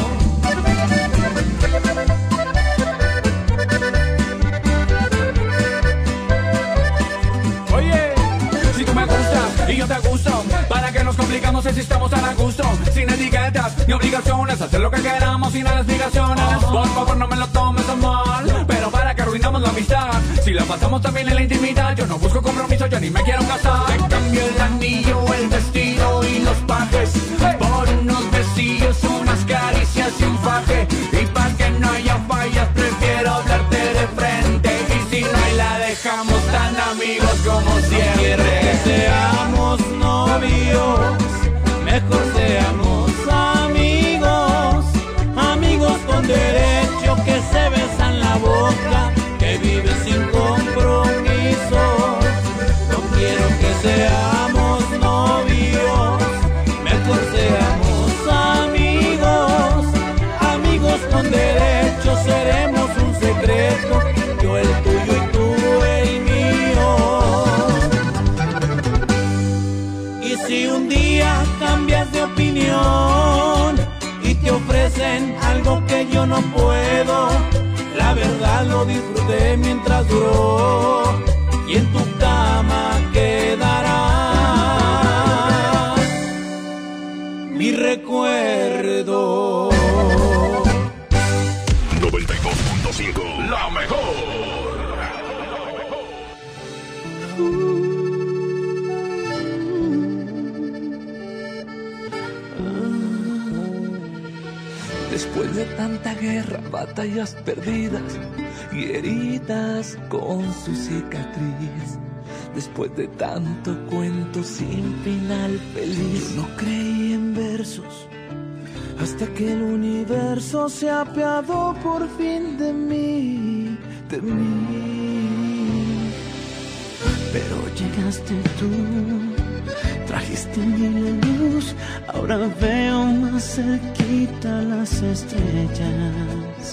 Oye, si tú me gustas y yo te gusto, ¿para qué nos complicamos si estamos tan a gusto? Sin etiquetas ni obligaciones, hacer lo que queramos sin las explicaciones. Por favor no me lo tomes a mal, pero para que arruinamos la amistad, si la pasamos también en la intimidad, yo no busco compromiso, yo ni me quiero casar. Te cambio el anillo, el vestido y los pajes, por unos besillos, unas caricias y un faje. Y para que no haya fallas, prefiero hablarte de frente, y si no hay la dejamos tan amigos como siempre. Quiero que seamos novios, mejor seamos amigos, amigos con derecho que se besan la boca, que viven sin compromiso. No quiero que seamos novios, mejor seamos amigos, amigos con derecho, seremos un secreto, yo el tuyo y tú el mío. Y si un día cambias de opinión y te ofrecen algo que yo no puedo, la verdad lo disfruté mientras duró, y en tu cama quedará mi recuerdo. noventa y dos punto cinco, la mejor. Después de tanta guerra, batallas perdidas y heridas con su cicatriz, después de tanto cuento sin final feliz, yo no creí en versos hasta que el universo se apiadó por fin de mí, de mí. Pero llegaste tú, trajiste en mí la luz, ahora veo más cerquita las estrellas.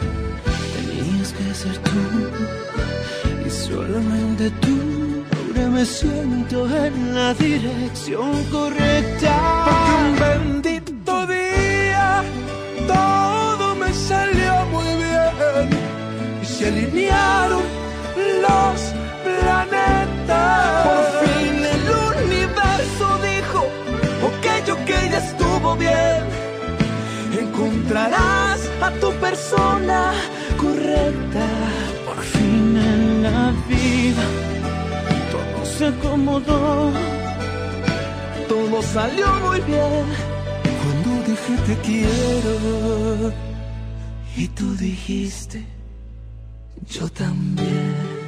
Tenías que ser tú, y solamente tú, me siento en la dirección correcta. Porque un bendito día todo me salió muy bien y se alinearon los planetas. Por fin el universo dijo: ok, ok, ya estuvo bien. Encontrarás a tu persona correcta. Por fin en la vida todo se acomodó, todo salió muy bien. Cuando dije te quiero y tú dijiste yo también.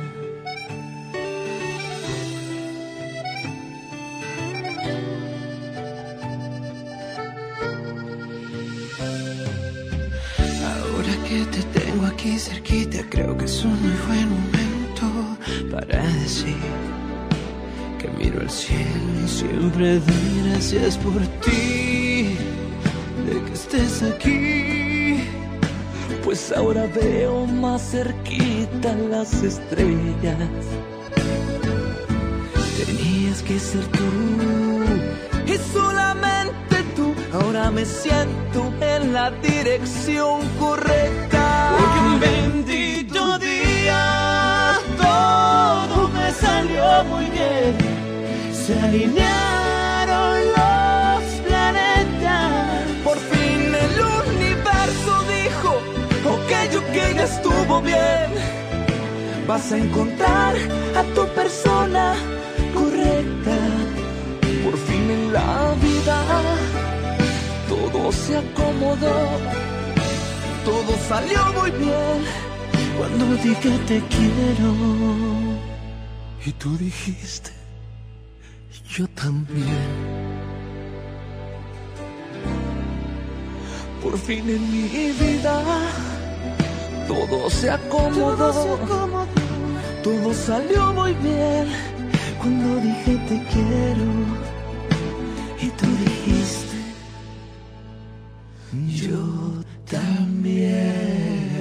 Que te tengo aquí cerquita, creo que es un muy buen momento para decir que miro al cielo y siempre doy gracias por ti, de que estés aquí, pues ahora veo más cerquita las estrellas. Tenías que ser tú y solamente tú. Ahora me siento en la dirección correcta. Porque un bendito día todo me salió muy bien. Se alinearon los planetas. Por fin el universo dijo: ok, ok, ya estuvo bien. Vas a encontrar a tu persona correcta. Por fin en la vida todo se acomodó, todo salió muy bien. Cuando dije te quiero y tú dijiste yo también. Por fin en mi vida todo se acomodó, todo, se acomodó. Todo salió muy bien. Cuando dije te quiero y tú dijiste yo también.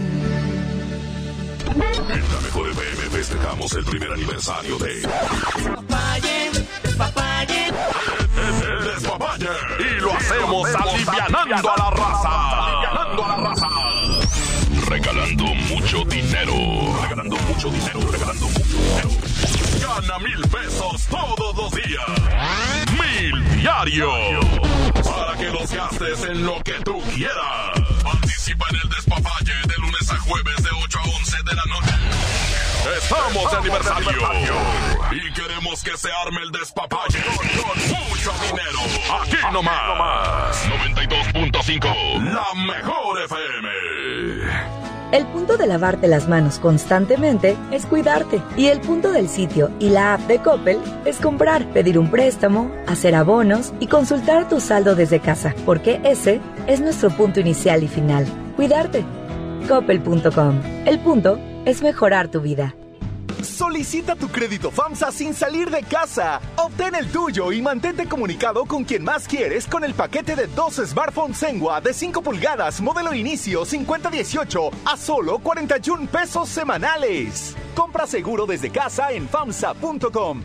En la mejor F M festejamos el primer aniversario de Despapalle, despapalle, el despapalle, y lo hacemos alivianando a la raza, alivianando a la raza, regalando mucho dinero, regalando mucho dinero, regalando mucho dinero. Gana mil pesos todos los días, mil diario, para que los gastes en lo que tú quieras. Participa en el despapalle de lunes a jueves de ocho a once de la noche. Estamos de aniversario, aniversario y queremos que se arme el despapalle con mucho dinero. Aquí nomás, noventa y dos punto cinco, la mejor F M. El punto de lavarte las manos constantemente es cuidarte. Y el punto del sitio y la app de Coppel es comprar, pedir un préstamo, hacer abonos y consultar tu saldo desde casa. Porque ese es nuestro punto inicial y final. Cuidarte. Coppel punto com. El punto es mejorar tu vida. Solicita tu crédito FAMSA sin salir de casa. Obtén el tuyo y mantente comunicado con quien más quieres con el paquete de dos smartphones Senwa de cinco pulgadas, modelo inicio cincuenta dieciocho a solo cuarenta y un pesos semanales. Compra seguro desde casa en FAMSA punto com.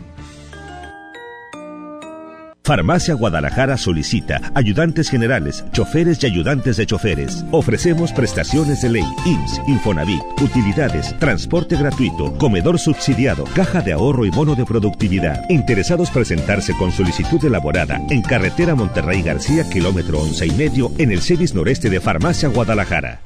Farmacia Guadalajara solicita ayudantes generales, choferes y ayudantes de choferes. Ofrecemos prestaciones de ley, I M S S, Infonavit, utilidades, transporte gratuito, comedor subsidiado, caja de ahorro y bono de productividad. Interesados presentarse con solicitud elaborada en carretera Monterrey García, kilómetro once y medio, en el C E D I S noreste de Farmacia Guadalajara.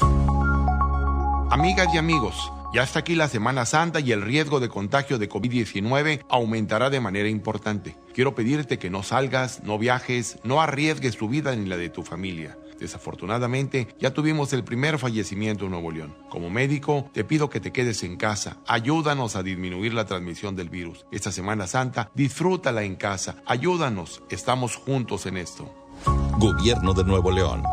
Amigas y amigos, ya está aquí la Semana Santa y el riesgo de contagio de COVID diecinueve aumentará de manera importante. Quiero pedirte que no salgas, no viajes, no arriesgues tu vida ni la de tu familia. Desafortunadamente, ya tuvimos el primer fallecimiento en Nuevo León. Como médico, te pido que te quedes en casa. Ayúdanos a disminuir la transmisión del virus. Esta Semana Santa, disfrútala en casa. Ayúdanos, estamos juntos en esto. Gobierno de Nuevo León.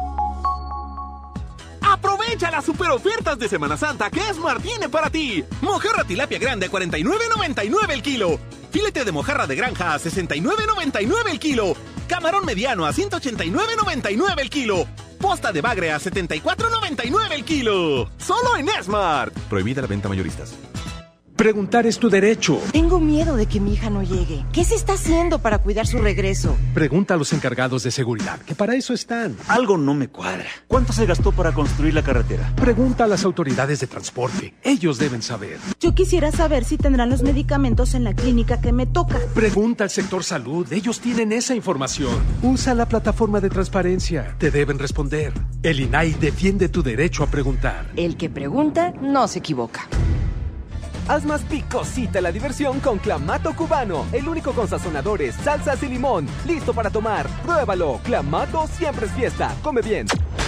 Aprovecha las super ofertas de Semana Santa que Esmar tiene para ti. Mojarra tilapia grande a cuarenta y nueve noventa y nueve el kilo. Filete de mojarra de granja a sesenta y nueve noventa y nueve el kilo. Camarón mediano a ciento ochenta y nueve noventa y nueve el kilo. Posta de bagre a setenta y cuatro noventa y nueve el kilo. Solo en Esmar. Prohibida la venta mayoristas. Preguntar es tu derecho. Tengo miedo de que mi hija no llegue. ¿Qué se está haciendo para cuidar su regreso? Pregunta a los encargados de seguridad, que para eso están. Algo no me cuadra. ¿Cuánto se gastó para construir la carretera? Pregunta a las autoridades de transporte. Ellos deben saber. Yo quisiera saber si tendrán los medicamentos en la clínica que me toca. Pregunta al sector salud. Ellos tienen esa información. Usa la plataforma de transparencia. Te deben responder. El I N A I defiende tu derecho a preguntar. El que pregunta no se equivoca. Haz más picosita la diversión con Clamato Cubano, el único con sazonadores, salsas y limón. Listo para tomar. Pruébalo. Clamato siempre es fiesta. Come bien.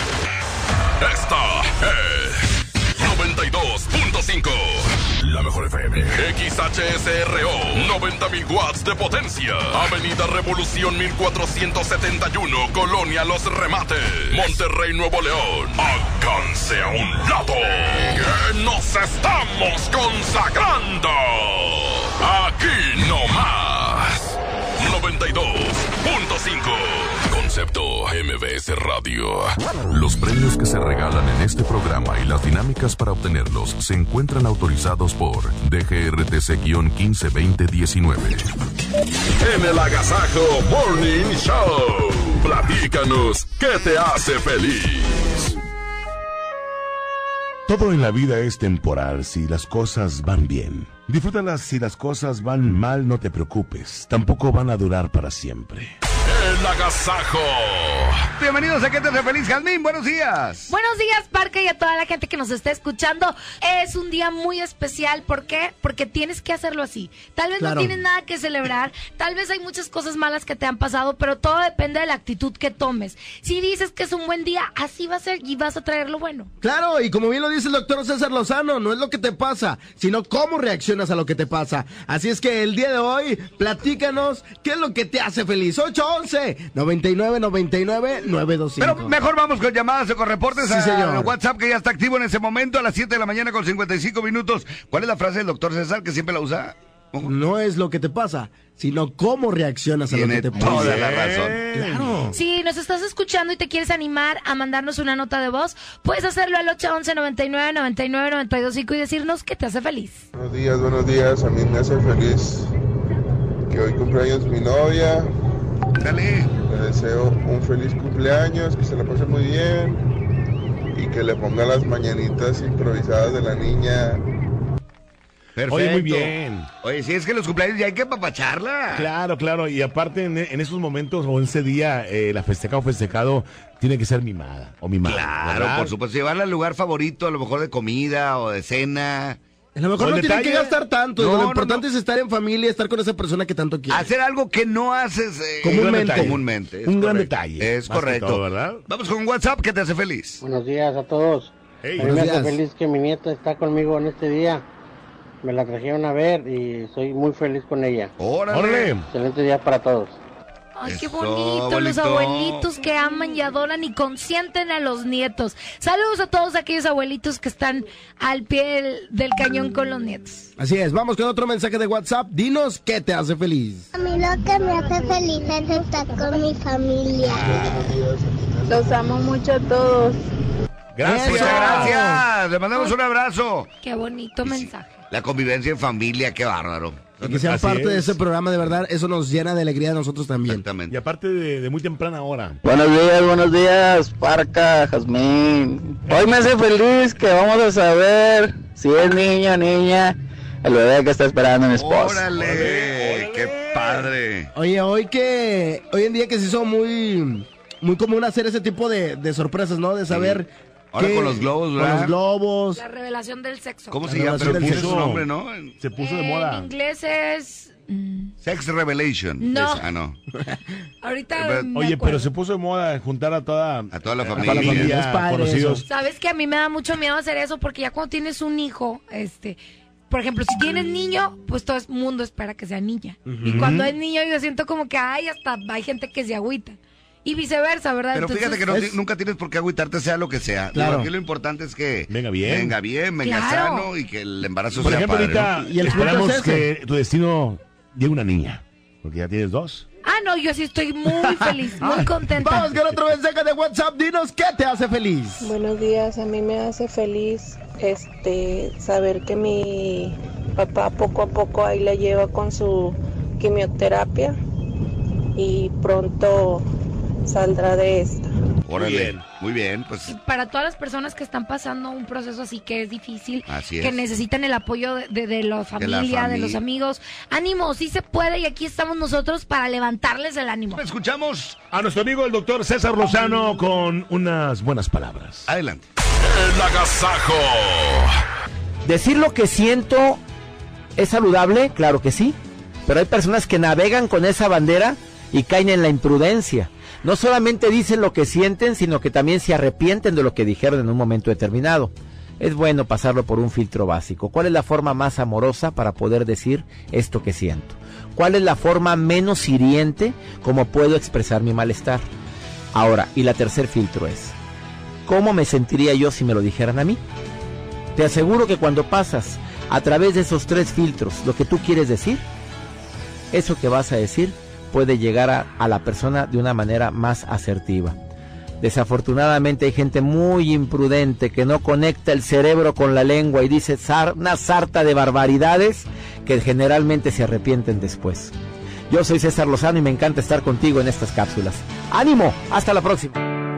Esta es noventa y dos punto cinco. La mejor F M. X H S R O. noventa mil watts de potencia. Avenida Revolución mil cuatrocientos setenta y uno. Colonia Los Remates. Monterrey, Nuevo León. Alcance a un lado. Que nos estamos consagrando. Aquí no más. noventa y dos punto cinco. Concepto M V S Radio. Los premios que se regalan en este programa y las dinámicas para obtenerlos se encuentran autorizados por D G R T C quince veinte diecinueve. En el Agasajo Morning Show. Platícanos, ¿qué te hace feliz? Todo en la vida es temporal si las cosas van bien. Disfrútalas si las cosas van mal, no te preocupes. Tampoco van a durar para siempre. El Agasajo. Bienvenidos a ¿Qué te hace feliz, Jazmín? Buenos días. Buenos días, Parca, y a toda la gente que nos está escuchando. Es un día muy especial. ¿Por qué? Porque tienes que hacerlo así. Tal vez claro. no tienes nada que celebrar. Tal vez hay muchas cosas malas que te han pasado, pero todo depende de la actitud que tomes. Si dices que es un buen día, así va a ser y vas a traer lo bueno. Claro, y como bien lo dice el doctor César Lozano, no es lo que te pasa, sino cómo reaccionas a lo que te pasa. Así es que el día de hoy, platícanos qué es lo que te hace feliz. ocho once, noventa y nueve, noventa y nueve, nueve dos cinco. Pero mejor vamos con llamadas o con reportes sí, a señor. WhatsApp, que ya está activo en ese momento a las siete de la mañana con cincuenta y cinco minutos. ¿Cuál es la frase del doctor César que siempre la usa? No es lo que te pasa, sino cómo reaccionas a Tiene lo que te pasa. Toda la razón. Claro. Si nos estás escuchando y te quieres animar a mandarnos una nota de voz, puedes hacerlo al ocho once, noventa y nueve, noventa y nueve, noventa y dos cinco y decirnos qué te hace feliz. Buenos días, buenos días. A mí me hace feliz que hoy cumpleaños mi novia. Dale. Le deseo un feliz cumpleaños, que se la pase muy bien y que le ponga las mañanitas improvisadas de la niña. Perfecto. Oye, muy bien. Oye, si es que los cumpleaños ya hay que papacharla. Claro, claro. Y aparte, en, en esos momentos o en ese día, eh, la festeja o festejado tiene que ser mimada o mimada. Claro, ¿verdad? por supuesto. Llevarla al lugar favorito, a lo mejor de comida o de cena. A lo mejor no tiene detalle? que gastar tanto. No, lo no, importante no. es estar en familia, estar con esa persona que tanto quieres. Hacer algo que no haces eh, comúnmente. comúnmente. Un gran correcto. detalle. Es correcto. Todo, ¿verdad? Vamos con WhatsApp, ¿qué te hace feliz? Buenos días a todos. Hey, a mí me hace feliz que mi nieta está conmigo en este día. Me la trajeron a ver y soy muy feliz con ella. ¡Órale! Excelente día para todos. Ay, qué Eso, bonito, bonito, los abuelitos que aman y adoran y consienten a los nietos. Saludos a todos aquellos abuelitos que están al pie del, del cañón con los nietos. Así es, vamos con otro mensaje de WhatsApp. Dinos qué te hace feliz. A mí lo que me hace feliz es estar con mi familia. Los amo mucho a todos. Gracias, Eso, gracias. Le mandamos un abrazo. Qué bonito mensaje. La convivencia en familia, qué bárbaro. Y que sean Así parte es. de ese programa, de verdad, eso nos llena de alegría a nosotros también. Exactamente. Y aparte de, de muy temprana hora. Buenos días, buenos días, Parca, Jazmín. Hoy me hace feliz que vamos a saber si es niño o niña el bebé que está esperando mi esposa. ¡Órale! ¡Órale! ¡Qué padre! Oye, hoy que hoy en día que se hizo muy, muy común hacer ese tipo de, de sorpresas, ¿no? De saber... Sí. Ahora con los globos, ¿verdad? Con los globos. La revelación del sexo. ¿Cómo se llama? Pero puso su nombre, ¿no? Se puso eh, de moda. En inglés es... Sex Revelation. No. Es, ah, no. Ahorita me Oye, acuerdo. pero se puso de moda juntar a toda... A toda la a familia. toda la familia, Es padre conocidos. eso. Sabes que a mí me da mucho miedo hacer eso porque ya cuando tienes un hijo, este... Por ejemplo, si tienes niño, pues todo el mundo espera que sea niña. Uh-huh. Y cuando es niño yo siento como que, ay, hasta hay gente que se agüita. Y viceversa, ¿verdad? Pero Entonces, fíjate que no, es... nunca tienes por qué agüitarte, sea lo que sea. Claro. Aquí lo importante es que venga bien, venga bien, venga claro. sano y que el embarazo por sea ejemplo, padre. Ahorita, ¿no? y el esperamos es que tu destino llegue una niña, porque ya tienes dos. Ah, no, yo sí estoy muy feliz, muy contenta. Vamos con otro mensaje de WhatsApp. Dinos qué te hace feliz. Buenos días, a mí me hace feliz este saber que mi Papá poco a poco ahí la lleva con su quimioterapia y pronto saldrá de esta. Órale, muy bien, muy bien, pues. Para todas las personas que están pasando un proceso así que es difícil, así es. Que necesitan el apoyo de, de, de la familia, de, la familia. de los amigos, ánimo, sí se puede y aquí estamos nosotros para levantarles el ánimo. Escuchamos a nuestro amigo el doctor César Lozano con unas buenas palabras. Adelante. El agasajo. Decir lo que siento es saludable, claro que sí, pero hay personas que navegan con esa bandera y caen en la imprudencia. No solamente dicen lo que sienten, sino que también se arrepienten de lo que dijeron en un momento determinado. Es bueno pasarlo por un filtro básico. ¿Cuál es la forma más amorosa para poder decir esto que siento? ¿Cuál es la forma menos hiriente como puedo expresar mi malestar? Ahora, y la tercer filtro es, ¿cómo me sentiría yo si me lo dijeran a mí? Te aseguro que cuando pasas a través de esos tres filtros lo que tú quieres decir, eso que vas a decir puede llegar a, a la persona de una manera más asertiva. Desafortunadamente hay gente muy imprudente que no conecta el cerebro con la lengua y dice sar, una sarta de barbaridades que generalmente se arrepienten después. Yo soy César Lozano y me encanta estar contigo en estas cápsulas. ¡Ánimo! ¡Hasta la próxima!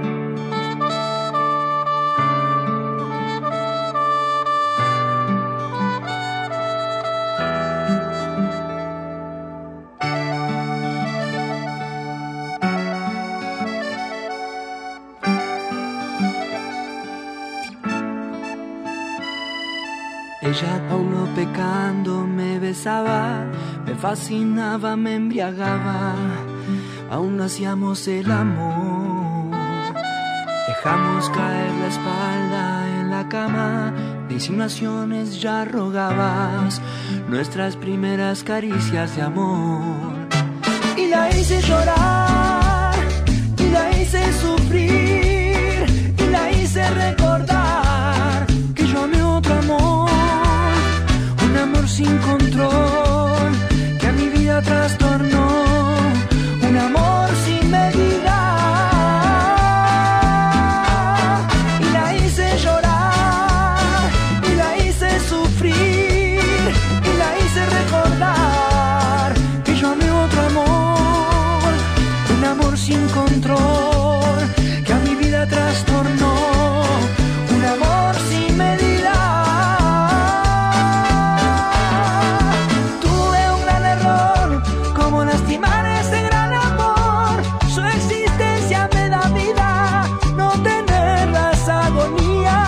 Ella aún no pecando me besaba, me fascinaba, me embriagaba, aún hacíamos el amor. Dejamos caer la espalda en la cama, de insinuaciones ya rogabas, nuestras primeras caricias de amor. Y la hice llorar, y la hice sufrir, y la hice recordar que yo amé otro amor. Un amor sin control que a mi vida trastornó, un amor sin medida. Y la hice llorar, y la hice sufrir, y la hice recordar que yo amé otro amor. Un amor sin control que a mi vida trastornó, un amor sin medida. Lastimar ese gran amor, su existencia me da vida, no tenerla es agonía.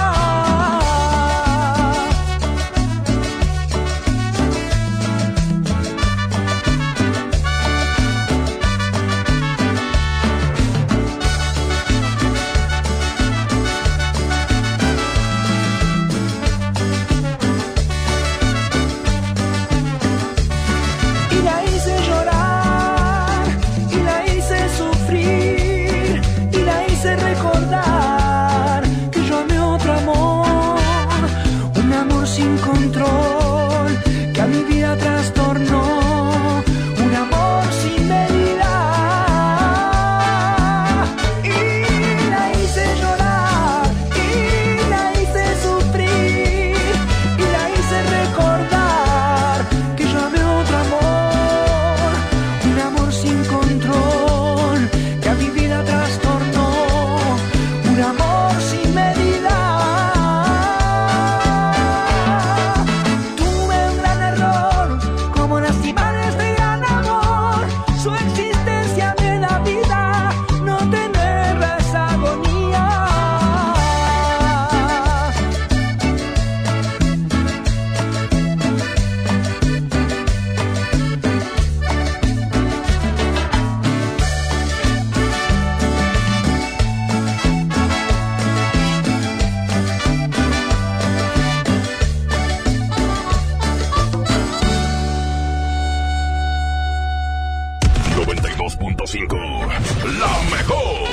Y la hice llorar, recordar que yo amé otro amor, un amor sin control que a mi vida trastornó, un amor sin medida. Y la hice llorar, y la hice sufrir, y la hice recordar que yo amé otro amor, un amor sin control que a mi vida trastornó, un amor sin medida. Tuve un gran error, como lastimar este gran amor, su existencia me da vida, no tenerla es agonía. noventa y dos punto cinco, la mejor.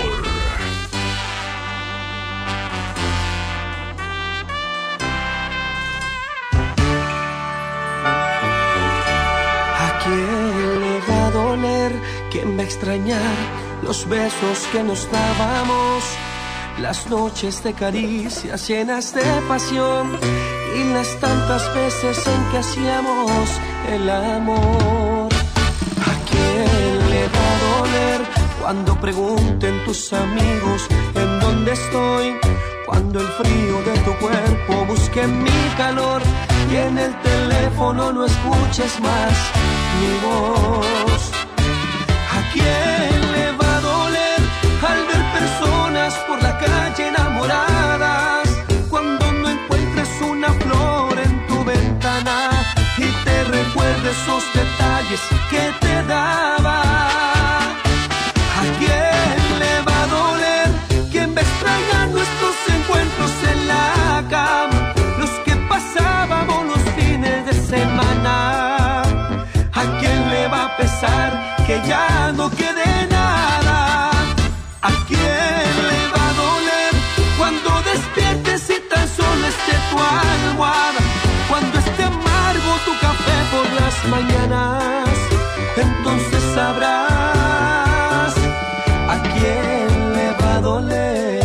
¿A quién le va a doler? ¿Quién va a extrañar los besos que nos dábamos? Las noches de caricias llenas de pasión y las tantas veces en que hacíamos el amor. ¿A quién le va a doler cuando pregunten tus amigos en dónde estoy? Cuando el frío de tu cuerpo busque mi calor y en el teléfono no escuches más mi voz. ¿A quién le va a doler al ver personas por la calle enamoradas? Cuando no encuentres una flor en tu ventana y te recuerde esos detalles que te daba. ¿A quién le va a doler quien me extraña nuestros encuentros en la cama, los que pasábamos los fines de semana? ¿A quién le va a pesar que ya no quede nada? ¿A quién le va a doler cuando despiertes y tan solo esté tu almohada? Cuando esté amargo tu café por las mañanas, entonces sabrás a quién le va a doler.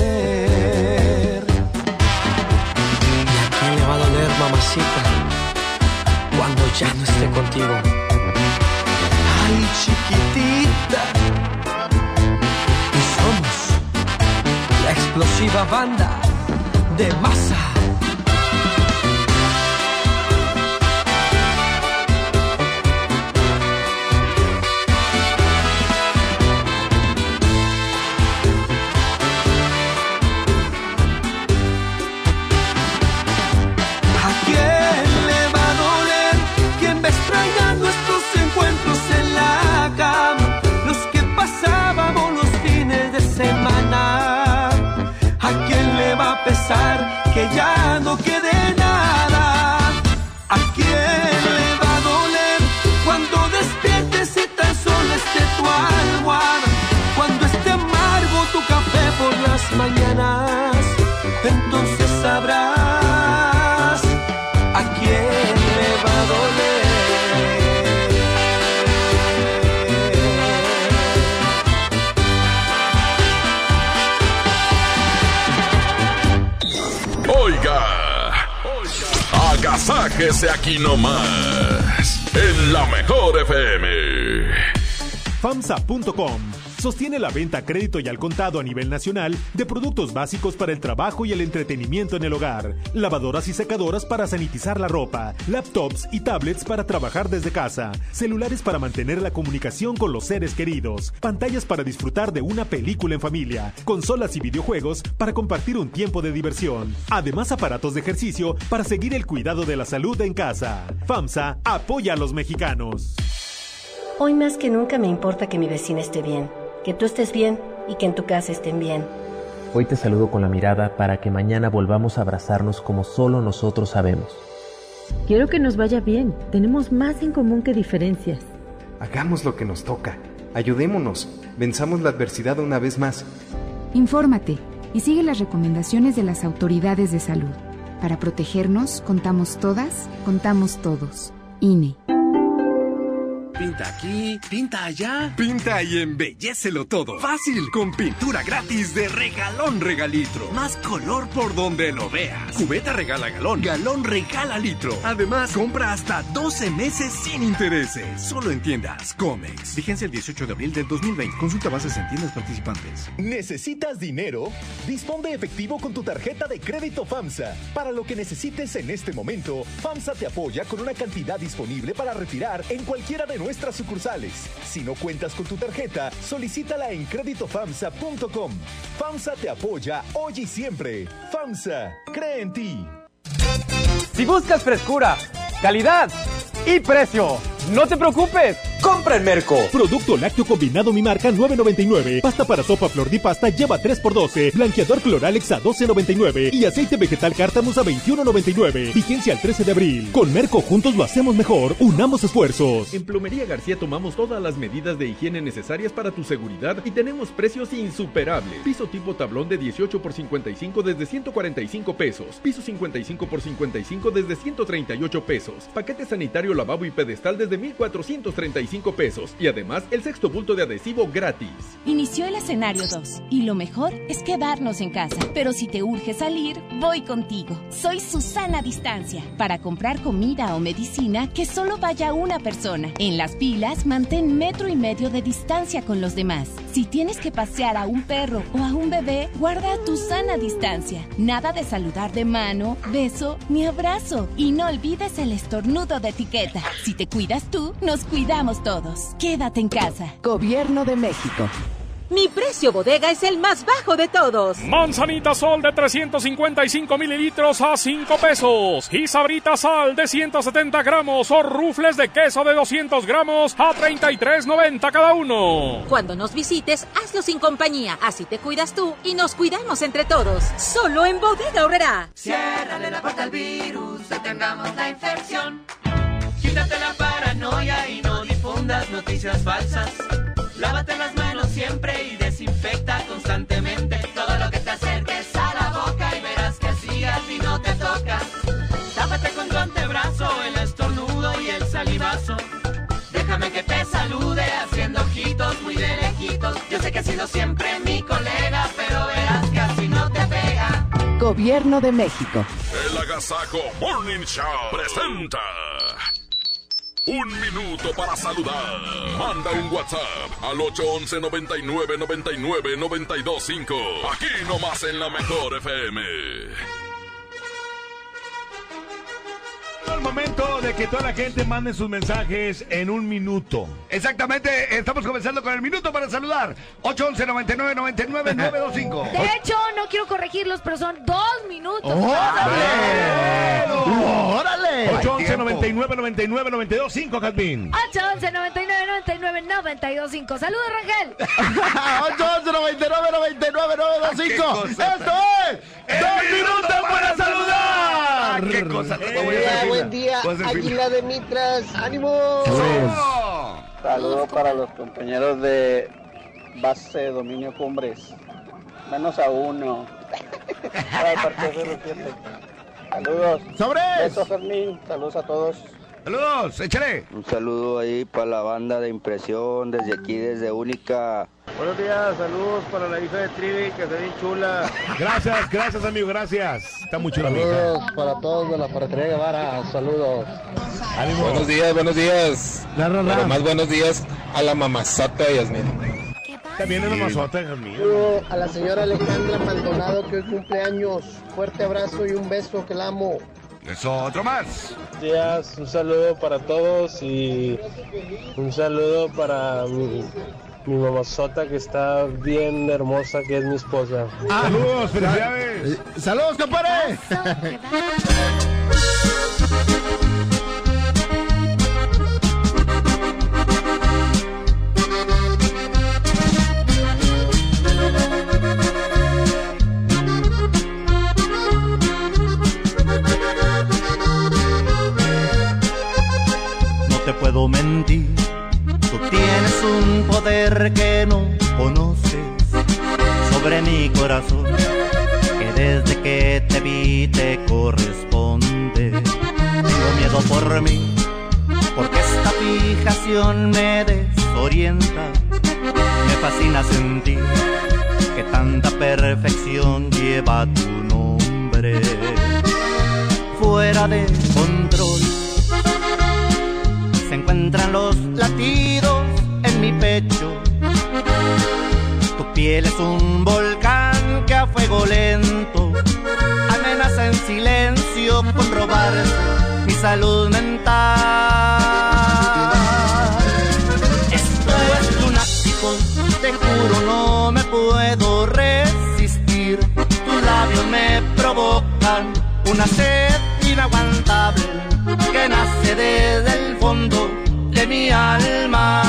¿Y a quién le va a doler, mamacita, cuando ya no esté contigo? Ay, chiquitita. Y somos la explosiva banda de Masa. Que ya no quede nada. ¿A quién le va a doler cuando despiertes y tan solo esté tu almohada? Cuando esté amargo tu café por las mañanas, entonces sabrás a quién le va a doler. Oiga, agasájese aquí nomás, en la mejor F M. FAMSA punto com sostiene la venta a crédito y al contado a nivel nacional de productos básicos para el trabajo y el entretenimiento en el hogar, lavadoras y secadoras para sanitizar la ropa, laptops y tablets para trabajar desde casa, celulares para mantener la comunicación con los seres queridos, pantallas para disfrutar de una película en familia, consolas y videojuegos para compartir un tiempo de diversión, además aparatos de ejercicio para seguir el cuidado de la salud en casa. FAMSA apoya a los mexicanos. Hoy más que nunca me importa que mi vecina esté bien, que tú estés bien y que en tu casa estén bien. Hoy te saludo con la mirada para que mañana volvamos a abrazarnos como solo nosotros sabemos. Quiero que nos vaya bien. Tenemos más en común que diferencias. Hagamos lo que nos toca. Ayudémonos. Venzamos la adversidad una vez más. Infórmate y sigue las recomendaciones de las autoridades de salud. Para protegernos, contamos todas, contamos todos. I N E. Pinta aquí, pinta allá, pinta y embellécelo todo. Fácil, con pintura gratis de Regalón Regalitro. Más color por donde lo veas. Cubeta regala galón, galón regala litro. Además, compra hasta doce meses sin intereses. Solo en tiendas Comex. Vigencia el dieciocho de abril del dos mil veinte. Consulta bases en tiendas participantes. ¿Necesitas dinero? Dispón de efectivo con tu tarjeta de crédito FAMSA. Para lo que necesites en este momento, FAMSA te apoya con una cantidad disponible para retirar en cualquiera de nuestras sucursales. Si no cuentas con tu tarjeta, solicítala en crédito famsa punto com. FAMSA te apoya hoy y siempre. FAMSA, cree en ti. Si buscas frescura, calidad y precio, no te preocupes. Compra en Merco. Producto lácteo combinado Mi Marca nueve noventa y nueve. Pasta para sopa Flor di Pasta lleva tres por doce. Blanqueador Cloralex a doce noventa y nueve. Y aceite vegetal Cártamus a veintiuno noventa y nueve. Vigencia al trece de abril. Con Merco juntos lo hacemos mejor. Unamos esfuerzos. En Plomería García tomamos todas las medidas de higiene necesarias para tu seguridad y tenemos precios insuperables. Piso tipo tablón de dieciocho por cincuenta y cinco desde ciento cuarenta y cinco pesos. Piso cincuenta y cinco por cincuenta y cinco desde ciento treinta y ocho pesos. Paquete sanitario lavabo y pedestal desde mil cuatrocientos treinta y y cinco pesos. Y además, el sexto bulto de adhesivo gratis. Inició el escenario dos. Y lo mejor es quedarnos en casa. Pero si te urge salir, voy contigo. Soy Susana Distancia. Para comprar comida o medicina, que solo vaya una persona. En las filas, mantén metro y medio de distancia con los demás. Si tienes que pasear a un perro o a un bebé, guarda tu sana distancia. Nada de saludar de mano, beso ni abrazo. Y no olvides el estornudo de etiqueta. Si te cuidas tú, nos cuidamos todos. Quédate en casa. Gobierno de México. Mi precio bodega es el más bajo de todos. Manzanita Sol de trescientos cincuenta y cinco mililitros a cinco pesos. Y Sabrita Sal de ciento setenta gramos o rufles de queso de doscientos gramos a treinta y tres noventa cada uno. Cuando nos visites, hazlo sin compañía. Así te cuidas tú y nos cuidamos entre todos. Solo en Bodega Aurrerá. Ciérrale la puerta al virus, detengamos la infección. Quítate la paranoia y no difundas noticias falsas. Lávate las manos siempre y desinfecta constantemente todo lo que te acerques a la boca y verás que sigas y no te tocas. Tápate con tu antebrazo el estornudo y el salivazo. Déjame que te salude haciendo ojitos muy de lejitos. Yo sé que has sido siempre mi colega, pero verás que así no te pega. Gobierno de México. El Agasajo Morning Show presenta Un Minuto para Saludar. Manda un WhatsApp al ocho once noventa y nueve noventa y nueve noventa y dos cinco. Aquí nomás en la Mejor F M. El momento de que toda la gente mande sus mensajes en un minuto. Exactamente, estamos comenzando con el minuto para saludar. ocho once noventa y nueve noventa y nueve nueve dos cinco. De hecho, no quiero corregirlos, pero son dos minutos. ¡Órale! ¡Órale! ocho once noventa y nueve noventa y nueve noventa y dos cinco, Jazmín. ocho once noventa y nueve noventa y nueve noventa y dos cinco. Saludos, Rangel. ocho once noventa y nueve noventa y nueve noventa y dos cinco. Esto es Dos Minutos para Saludar. ¡Qué cosa! Buen día, Águila de Mitras, ¡ánimo! Saludos para los compañeros de base de dominio Cumbres, menos a uno. Saludos. ¡Sobres! Besos, Fermín, saludos a todos. Saludos, échale. Un saludo ahí para la banda de impresión, desde aquí, desde Única. Buenos días, saludos para la hija de Trivi, que se ve bien chula. Gracias, gracias, amigo, gracias. Está muy chula, amiga. Saludos para todos de la Ferretería Guevara, saludos. Ánimo. Buenos días, buenos días. La, la, la. Pero más buenos días a la mamazota Yasmín. También es la mamazota, Yasmín. Saludos a la señora Alejandra Maldonado, que hoy cumple años. Fuerte abrazo y un beso, que la amo. Eso, otro más. Buenos días, un saludo para todos y un saludo para mi, mi mamazota, que está bien hermosa, que es mi esposa. Ah, saludos, felicidades. Eh, ¡Saludos, compadre! Te puedo mentir, tú tienes un poder que no conoces sobre mi corazón, que desde que te vi te corresponde. Tengo miedo por mí, porque esta fijación me desorienta. Me fascina sentir que tanta perfección lleva tu nombre. Fuera de control se encuentran los latidos en mi pecho. Tu piel es un volcán que a fuego lento amenaza en silencio con robarse mi salud mental. Esto es lunático, te juro no me puedo resistir. Tus labios me provocan una sed inaguantable que nace desde el fondo de mi alma.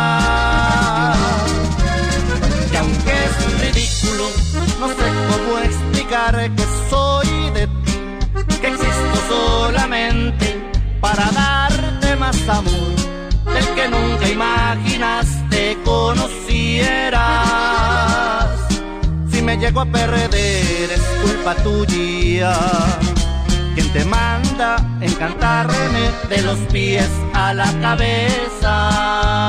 Y aunque es ridículo, no sé cómo explicar que soy de ti, que existo solamente para darte más amor del que nunca imaginaste conocieras. Si me llego a perder es culpa tuya. ¿Quién te manda encantarme de los pies a la cabeza?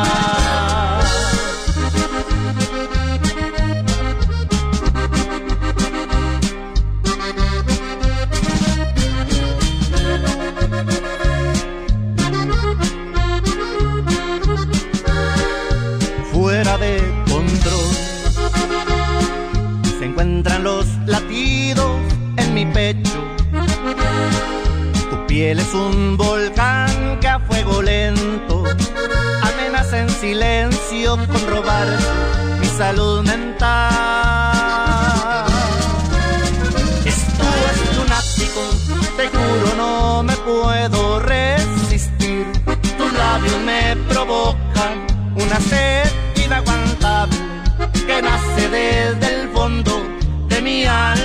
piel es un volcán que a fuego lento amenaza en silencio con robar mi salud mental. Esto es lunático, te juro no me puedo resistir. Tus labios me provocan una sed inaguantable que nace desde el fondo de mi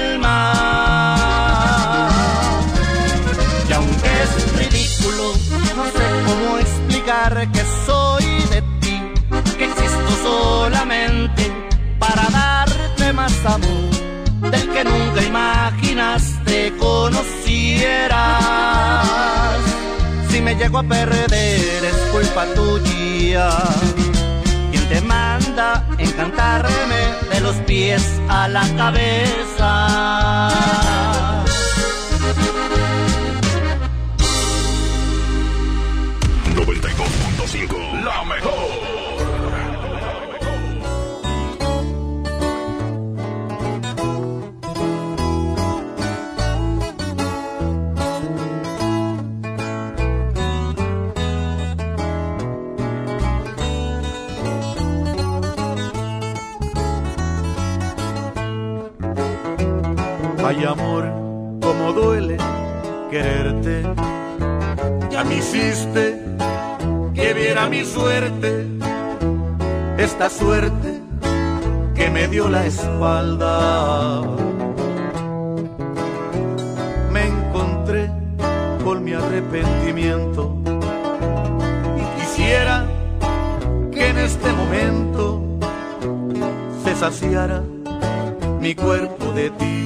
alma. Y aunque es ridículo, no sé cómo explicar que soy de ti, que existo solamente para darte más amor del que nunca imaginaste conocieras. Si me llego a perder es culpa tuya. ¿Quién te manda encantarme de los pies a la cabeza? noventa y dos punto cinco, la mejor. Ay, amor, cómo duele quererte. Ya me hiciste que viera mi suerte, esta suerte que me dio la espalda. Me encontré con mi arrepentimiento y quisiera que en este momento se saciara mi cuerpo de ti.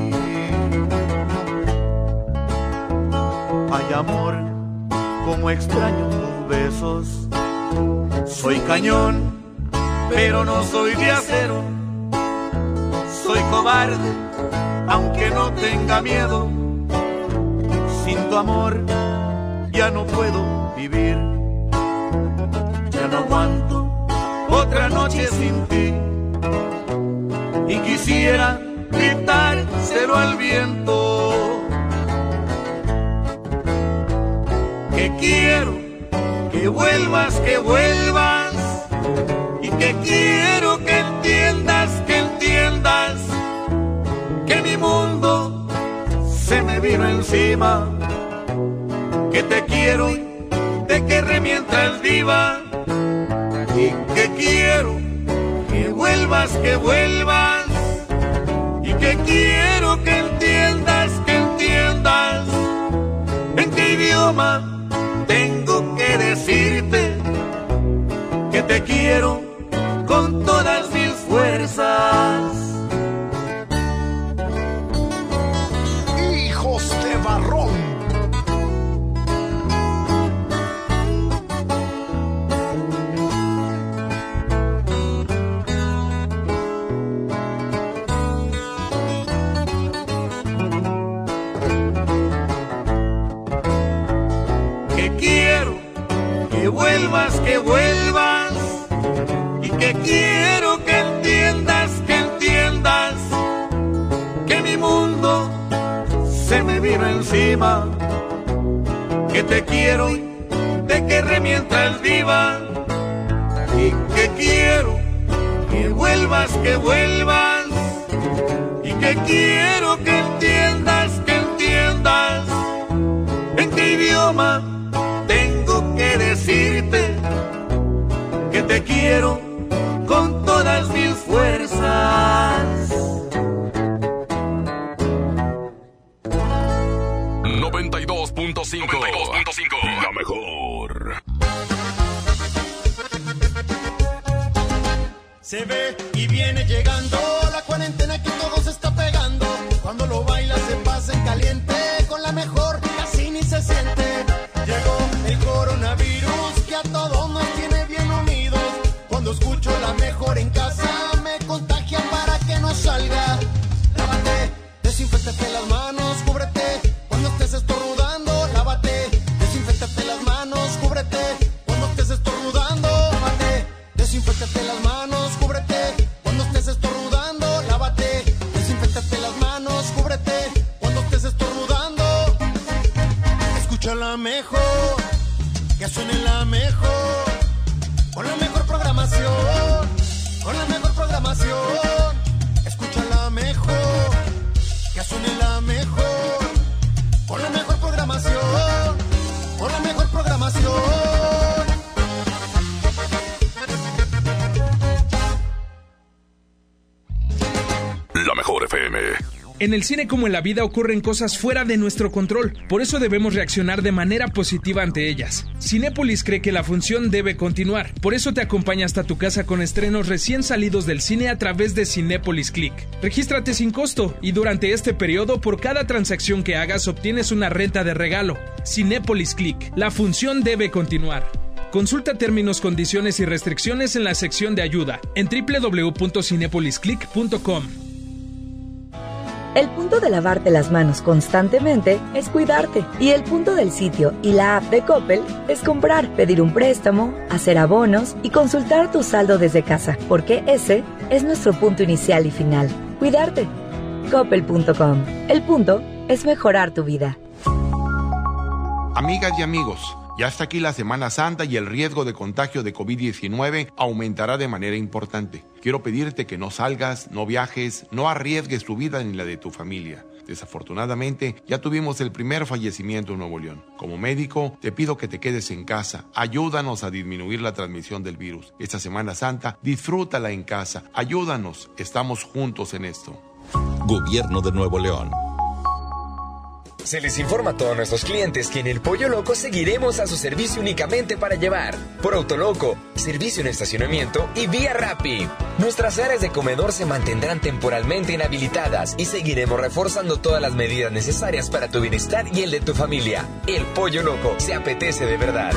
Ay, amor, como extraño tus besos. Soy cañón, pero no soy de acero. Soy cobarde, aunque no tenga miedo. Sin tu amor ya no puedo vivir. Ya no aguanto otra noche sin ti. Y quisiera gritárselo al viento, que quiero que vuelvas, que vuelvas, y que quiero que entiendas, que entiendas que mi mundo se me vino encima, que te quiero, te querré mientras viva, y que quiero que vuelvas, que vuelvas, y que quiero que entiendas, que entiendas en qué idioma tengo que decirte que te quiero con todas mis fuerzas. Hijos de Barrón. Que vuelvas, que vuelvas, y que quiero que entiendas, que entiendas que mi mundo se me vino encima, que te quiero, te querré mientras viva, y que quiero que vuelvas, que vuelvas, y que quiero que entiendas, que entiendas en qué idioma tengo que decirte que te quiero con todas mis fuerzas. noventa y dos punto cinco, la mejor. Se ve y viene llegando la cuarentena que todo se está pegando. Cuando lo bailas se pasa en caliente, con la mejor casi ni se siente. Llegó el coronavirus que a todos nos tiene bien unidos. Cuando escucho la mejor en casa me contagia para que no salga. Lávate, desinféctate las manos, cúbrete. Cuando estés estornudando, lávate, desinféctate las manos, cúbrete. Cuando estés estornudando, lávate, desinféctate las manos, cúbrete. Cuando estés estornudando, lávate, desinféctate las manos, cúbrete. Cuando estés estornudando, En el cine como en la vida ocurren cosas fuera de nuestro control, por eso debemos reaccionar de manera positiva ante ellas. Cinépolis cree que la función debe continuar, por eso te acompaña hasta tu casa con estrenos recién salidos del cine a través de Cinépolis Click. Regístrate sin costo y durante este periodo por cada transacción que hagas obtienes una renta de regalo. Cinépolis Click, la función debe continuar. Consulta términos, condiciones y restricciones en la sección de ayuda en doble u doble u doble u punto cinépolis click punto com. El punto de lavarte las manos constantemente es cuidarte. Y el punto del sitio y la app de Coppel es comprar, pedir un préstamo, hacer abonos y consultar tu saldo desde casa. Porque ese es nuestro punto inicial y final. Cuidarte. Coppel punto com. El punto es mejorar tu vida. Amigas y amigos, ya está aquí la Semana Santa y el riesgo de contagio de covid diecinueve aumentará de manera importante. Quiero pedirte que no salgas, no viajes, no arriesgues tu vida ni la de tu familia. Desafortunadamente, ya tuvimos el primer fallecimiento en Nuevo León. Como médico, te pido que te quedes en casa. Ayúdanos a disminuir la transmisión del virus. Esta Semana Santa, disfrútala en casa. Ayúdanos, estamos juntos en esto. Gobierno de Nuevo León. Se les informa a todos nuestros clientes que en el Pollo Loco seguiremos a su servicio únicamente para llevar. Por Autoloco, servicio en estacionamiento y vía Rappi. Nuestras áreas de comedor se mantendrán temporalmente inhabilitadas y seguiremos reforzando todas las medidas necesarias para tu bienestar y el de tu familia. El Pollo Loco se apetece de verdad.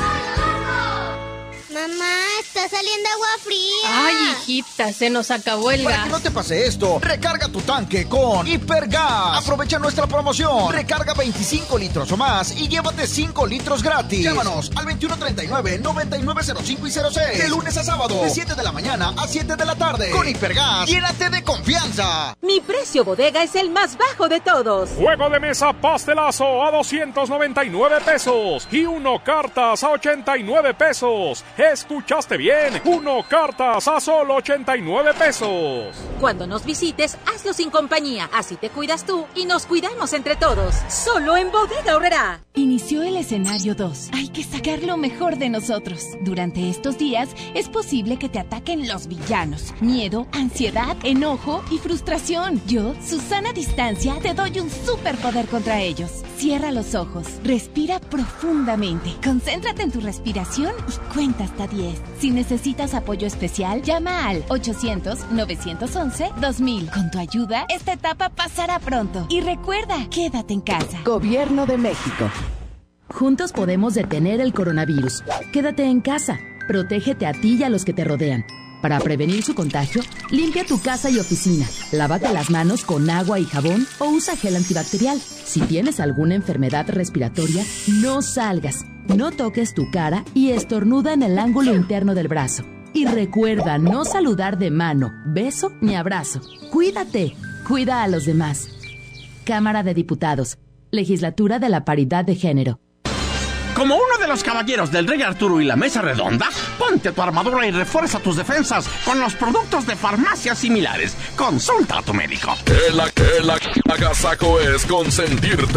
Mamá, está saliendo agua fría. Ay, hijita, se nos acabó el Para gas. que no te pase esto, recarga tu tanque con Hipergas. Aprovecha nuestra promoción. Recarga veinticinco litros o más y llévate cinco litros gratis. Llámanos al veintiuno treinta y nueve, noventa y nueve cero cinco y cero seis. De lunes a sábado, de siete de la mañana a siete de la tarde. Con Hipergas, llénate de confianza. Mi precio bodega es el más bajo de todos. Juego de mesa pastelazo a doscientos noventa y nueve pesos y uno cartas a ochenta y nueve pesos. Escuchaste bien, uno cartas a solo ochenta y nueve pesos. Cuando nos visites, hazlo sin compañía, así te cuidas tú y nos cuidamos entre todos. Solo en Bodega Aurrerá. Inició el escenario dos. Hay que sacar lo mejor de nosotros. Durante estos días es posible que te ataquen los villanos. Miedo, ansiedad, enojo y frustración. Yo, Susana Distancia, te doy un superpoder contra ellos. Cierra los ojos, respira profundamente, concéntrate en tu respiración y cuenta hasta diez. Si necesitas apoyo especial, llama al ochocientos, novecientos once, dos mil. Con tu ayuda, esta etapa pasará pronto. Y recuerda, quédate en casa. Gobierno de México. Juntos podemos detener el coronavirus. Quédate en casa. Protégete a ti y a los que te rodean. Para prevenir su contagio, limpia tu casa y oficina. Lávate las manos con agua y jabón o usa gel antibacterial. Si tienes alguna enfermedad respiratoria, no salgas. No toques tu cara y estornuda en el ángulo interno del brazo. Y recuerda no saludar de mano, beso ni abrazo. Cuídate. Cuida a los demás. Cámara de Diputados. Legislatura de la Paridad de Género. Como uno de los caballeros del Rey Arturo y la Mesa Redonda, ponte tu armadura y refuerza tus defensas con los productos de farmacias similares. Consulta a tu médico. El, el, el agasajo es consentirte.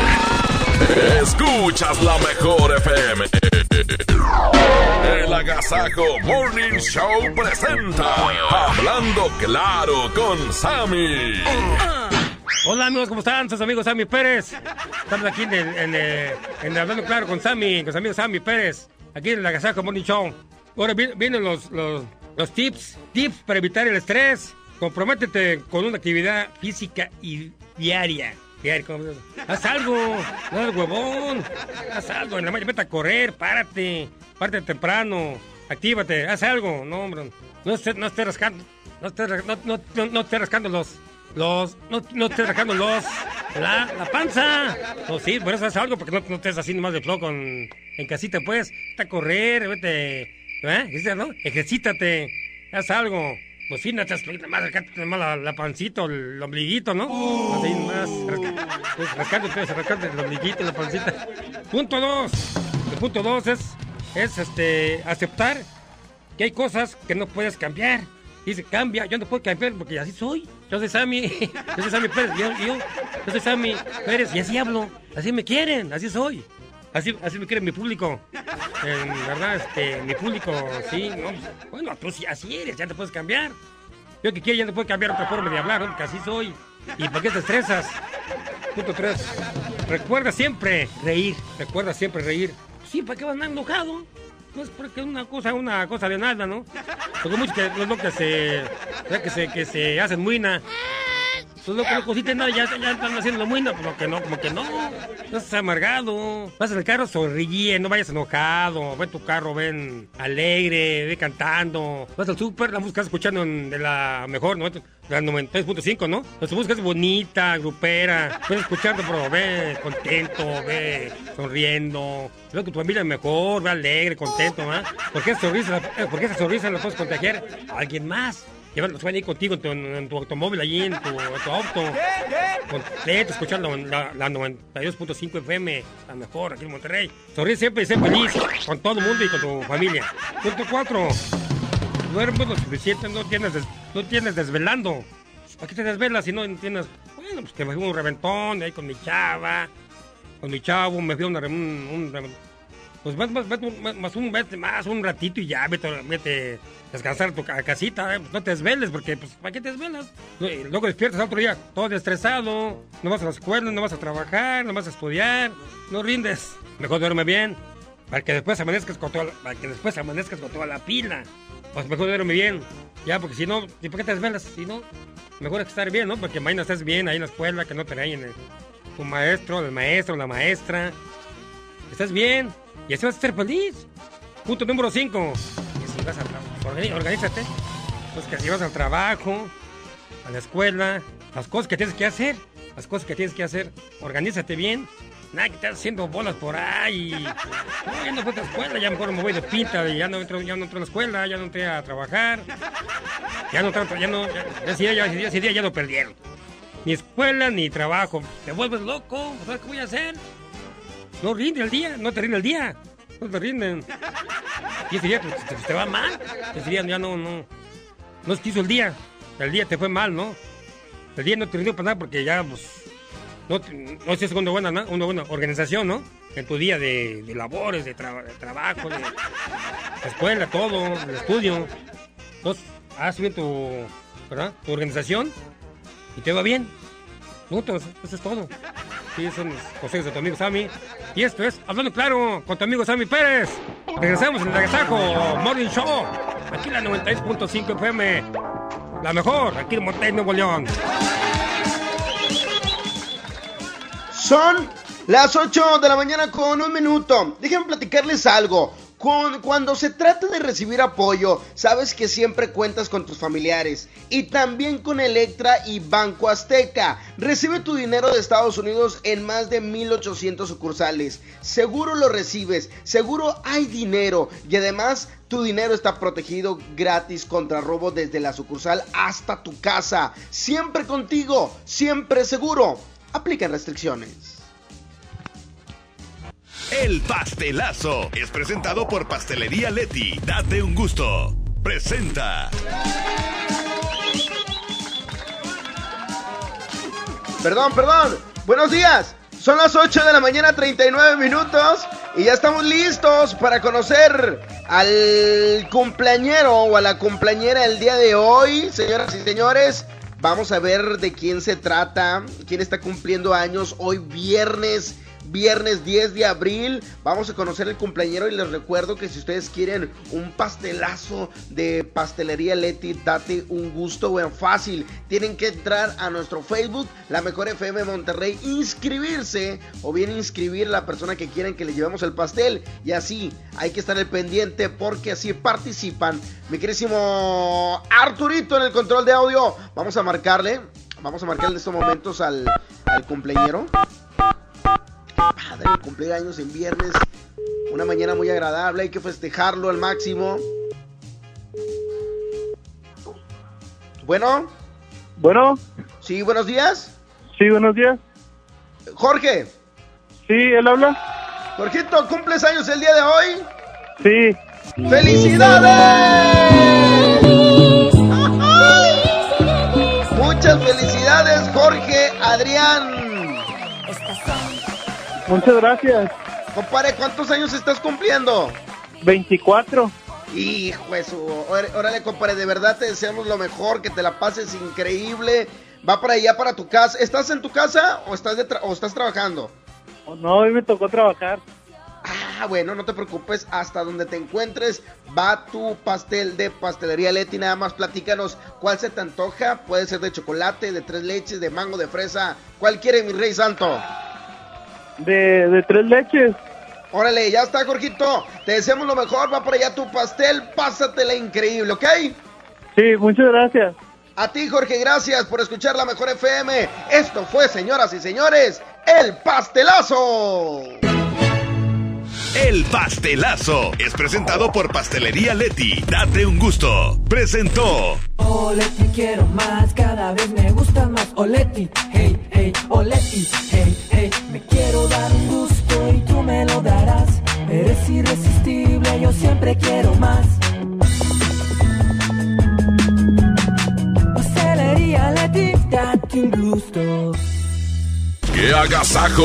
Escuchas la mejor F M. El Agasajo Morning Show presenta Hablando Claro con Sammy. Hola amigos, ¿cómo están? Sus amigos Sammy Pérez. Estamos aquí en, el, en, el, en el Hablando Claro con Sammy, con sus amigos Sammy Pérez. Aquí en el Agasajo Morning Show. Ahora vienen los, los, los tips, tips para evitar el estrés. Comprométete con una actividad física y diaria. Diaria, ¿cómo se hace? Haz algo, no eres huevón. Haz algo, en la mañana vete a correr, párate, párate temprano, actívate, haz algo. No, hombre, no estés, no estés rascando, no estés, no, no, no, no estés rascando los, los, no, no estés rascando los, la, la panza. No, sí, por eso haz algo, porque no, no estés así nomás de flojo con, en casita, pues. Vete a correr, vete, ¿eh? ¿No? Ejercítate, haz algo. Pues sí, no te más, más la, la pancita, el ombliguito, ¿no? Uh. Así más, rascando, rascándote, rascando el ombliguito, la pancita. Punto dos. El punto dos es, es este, aceptar que hay cosas que no puedes cambiar. Dice, cambia, yo no puedo cambiar porque así soy. Yo soy Sammy, yo soy Sammy Pérez, yo, yo, yo soy Sammy Pérez y así hablo, así me quieren, así soy. Así, así me quiere mi público. En verdad, este, mi público, sí, no, bueno, tú sí, así eres, ya te puedes cambiar. Yo que quiero ya no puedo cambiar otra forma de hablar, ¿no? Porque así soy. ¿Y por qué te estresas? Punto tres. Recuerda siempre reír. Recuerda siempre reír. Sí, ¿para qué vas a andar enojado? No es porque es una cosa, una cosa de nada, ¿no? Porque muchos que los locos se, que se, que se hacen muina. Los locos no cositas nada, ya, ya están haciendo muina, pero que no, como que no. No estás amargado. Vas en el carro, sonríe, no vayas enojado. Ve tu carro, ven alegre, ve cantando. Vas al súper, la música estás escuchando en, de la mejor, ¿no? La noventa y tres punto cinco, ¿no? La música es bonita, grupera. Ves escuchando, pero ve contento, ve sonriendo. Ve que tu familia es mejor, ve alegre, contento, ¿no? Porque esa sonrisa, porque esa sonrisa la puedes contagiar a alguien más. Llévalos, van ahí contigo en tu, en tu automóvil, allí en tu, en tu auto. Contento, escuchando la, la noventa y dos punto cinco F M, la mejor aquí en Monterrey. Sonríe siempre y sé feliz con todo el mundo y con tu familia. Punto cuatro. Duermes lo suficiente, no tienes, des, no tienes desvelando. ¿Para qué te desvelas si no tienes? Bueno, pues que me fui un reventón ahí con mi chava, con mi chavo, me fui a una, un, un, pues más, más, más, más, un, más un ratito y ya, vete, vete a descansar a tu casita, eh, pues no te desveles, porque, pues, ¿para qué te desvelas? Luego despiertas al otro día, todo estresado, no vas a la escuela, no vas a trabajar, no vas a estudiar, no rindes. Mejor duerme bien, para que después amanezcas con toda la, para que después amanezcas con toda la pila. Pues mejor duerme bien, ya, porque si no, ¿y por qué te desvelas? Si no, mejor es estar bien, ¿no? Porque mañana estés bien ahí en la escuela, que no te regañen el, tu maestro, el maestro, la maestra. Estás bien, y así vas a ser feliz. Punto número cinco. Si vas a tra- organízate. Pues que si vas al trabajo, a la escuela, las cosas que tienes que hacer, las cosas que tienes que hacer, organízate bien. Nada que estás haciendo bolas por ahí. No, ya no fui a la escuela, ya mejor me voy de pinta, ya no entro, ya no entro a la escuela, ya no entré a trabajar. Ya no entro, ya no, ya, ese día, ya, ese día ya lo perdieron. Ni escuela, ni trabajo. Te vuelves loco, ¿sabes qué voy a hacer? No rinde el día, no te rinde el día. No te rinden. Y ese día te, te va mal. Ese día ya no, no. No se te hizo el día. El día te fue mal, ¿no? El día no te rindió para nada porque ya, pues. No, no sé si es una buena, ¿no? Una buena organización, ¿no? En tu día de, de labores, de, tra- de trabajo, de, de escuela, todo, de estudio. Entonces, haz bien tu, ¿verdad? Tu organización y te va bien. Puntos, eso es todo. Sí, esos son los consejos de tu amigo Sammy. Y esto es Hablando Claro con tu amigo Sammy Pérez. Regresamos en el Agasajo Morning Show. Aquí en la noventa y seis punto cinco F M. La mejor, aquí en Monterrey, Nuevo León. Son las ocho de la mañana con un minuto. Déjenme platicarles algo. Con, cuando se trata de recibir apoyo, sabes que siempre cuentas con tus familiares. Y también con Electra y Banco Azteca. Recibe tu dinero de Estados Unidos en más de mil ochocientos sucursales. Seguro lo recibes, seguro hay dinero. Y además, tu dinero está protegido gratis contra robo desde la sucursal hasta tu casa. Siempre contigo, siempre seguro. Aplican restricciones. El pastelazo es presentado por Pastelería Leti. Date un gusto. Presenta. Perdón, perdón. Buenos días. Son las ocho de la mañana, treinta y nueve minutos. Y ya estamos listos para conocer al cumpleañero o a la cumpleañera el día de hoy. Señoras y señores, vamos a ver de quién se trata. Quién está cumpliendo años hoy viernes. Viernes diez de abril, vamos a conocer el cumpleañero y les recuerdo que si ustedes quieren un pastelazo de Pastelería Leti, date un gusto, bueno, fácil, tienen que entrar a nuestro Facebook, La Mejor F M Monterrey, inscribirse o bien inscribir a la persona que quieran que le llevemos el pastel y así hay que estar al pendiente porque así participan. Mi querísimo Arturito en el control de audio, vamos a marcarle, vamos a marcarle en estos momentos al, al cumpleañero. Padre, cumpleaños en viernes, una mañana muy agradable, hay que festejarlo al máximo. Bueno. Bueno. Sí, buenos días. Sí, buenos días. Jorge. Sí, él habla. Jorgito, ¿cumples años el día de hoy? Sí. ¡Felicidades! Muchas felicidades, Jorge Adrián. Muchas gracias. Compadre, ¿cuántos años estás cumpliendo? veinticuatro. Hijo de su... Órale, compadre, de verdad te deseamos lo mejor, que te la pases increíble. va para allá, para tu casa. ¿Estás en tu casa o estás, de tra- o estás trabajando? No, hoy me tocó trabajar. Ah, bueno, no te preocupes, hasta donde te encuentres va tu pastel de Pastelería Leti. Nada más platícanos cuál se te antoja. Puede ser de chocolate, de tres leches, de mango, de fresa. ¿Cuál quiere, mi rey santo? De, de tres leches. Órale, ya está, Jorgito. Te deseamos lo mejor, va por allá tu pastel. Pásatela increíble, ¿ok? Sí, muchas gracias. A ti, Jorge, gracias por escuchar la Mejor F M. Esto fue, señoras y señores, El Pastelazo. El Pastelazo es presentado por Pastelería Leti. Date un gusto. Presentó. Oh, Leti, quiero más, cada vez me gusta más. Oh, Leti, hey, hey, oh, Leti, hey, hey. Me quiero dar un gusto y tú me lo darás. Eres irresistible, yo siempre quiero más. Pastelería Leti, date un gusto. ¡Qué agasajo!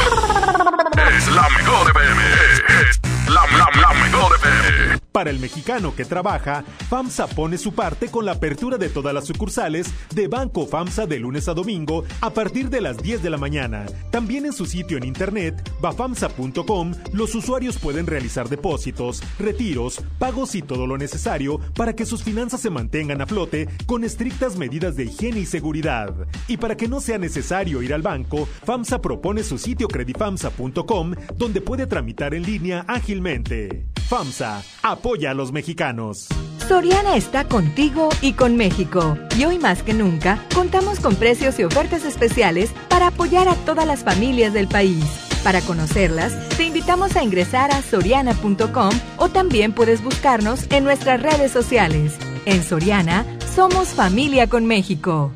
Es la mejor F M. Es la, la, la mejor F M. Para el mexicano que trabaja, FAMSA pone su parte con la apertura de todas las sucursales de Banco FAMSA de lunes a domingo a partir de las diez de la mañana. También en su sitio en internet, bafamsa punto com, los usuarios pueden realizar depósitos, retiros, pagos y todo lo necesario para que sus finanzas se mantengan a flote con estrictas medidas de higiene y seguridad. Y para que no sea necesario ir al banco, FAMSA propone su sitio credifamsa punto com, donde puede tramitar en línea ágilmente. FAMSA, apoya a los mexicanos. Soriana está contigo y con México. Y hoy más que nunca, contamos con precios y ofertas especiales para apoyar a todas las familias del país. Para conocerlas, te invitamos a ingresar a soriana punto com o también puedes buscarnos en nuestras redes sociales. En Soriana, somos familia con México.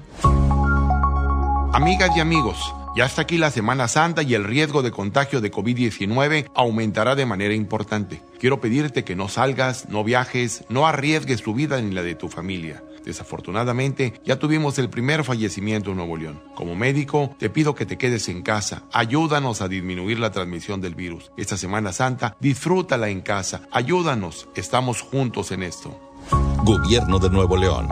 Amigas y amigos, ya está aquí la Semana Santa y el riesgo de contagio de COVID diecinueve aumentará de manera importante. Quiero pedirte que no salgas, no viajes, no arriesgues tu vida ni la de tu familia. Desafortunadamente, ya tuvimos el primer fallecimiento en Nuevo León. Como médico, te pido que te quedes en casa. Ayúdanos a disminuir la transmisión del virus. Esta Semana Santa, disfrútala en casa. Ayúdanos, estamos juntos en esto. Gobierno de Nuevo León.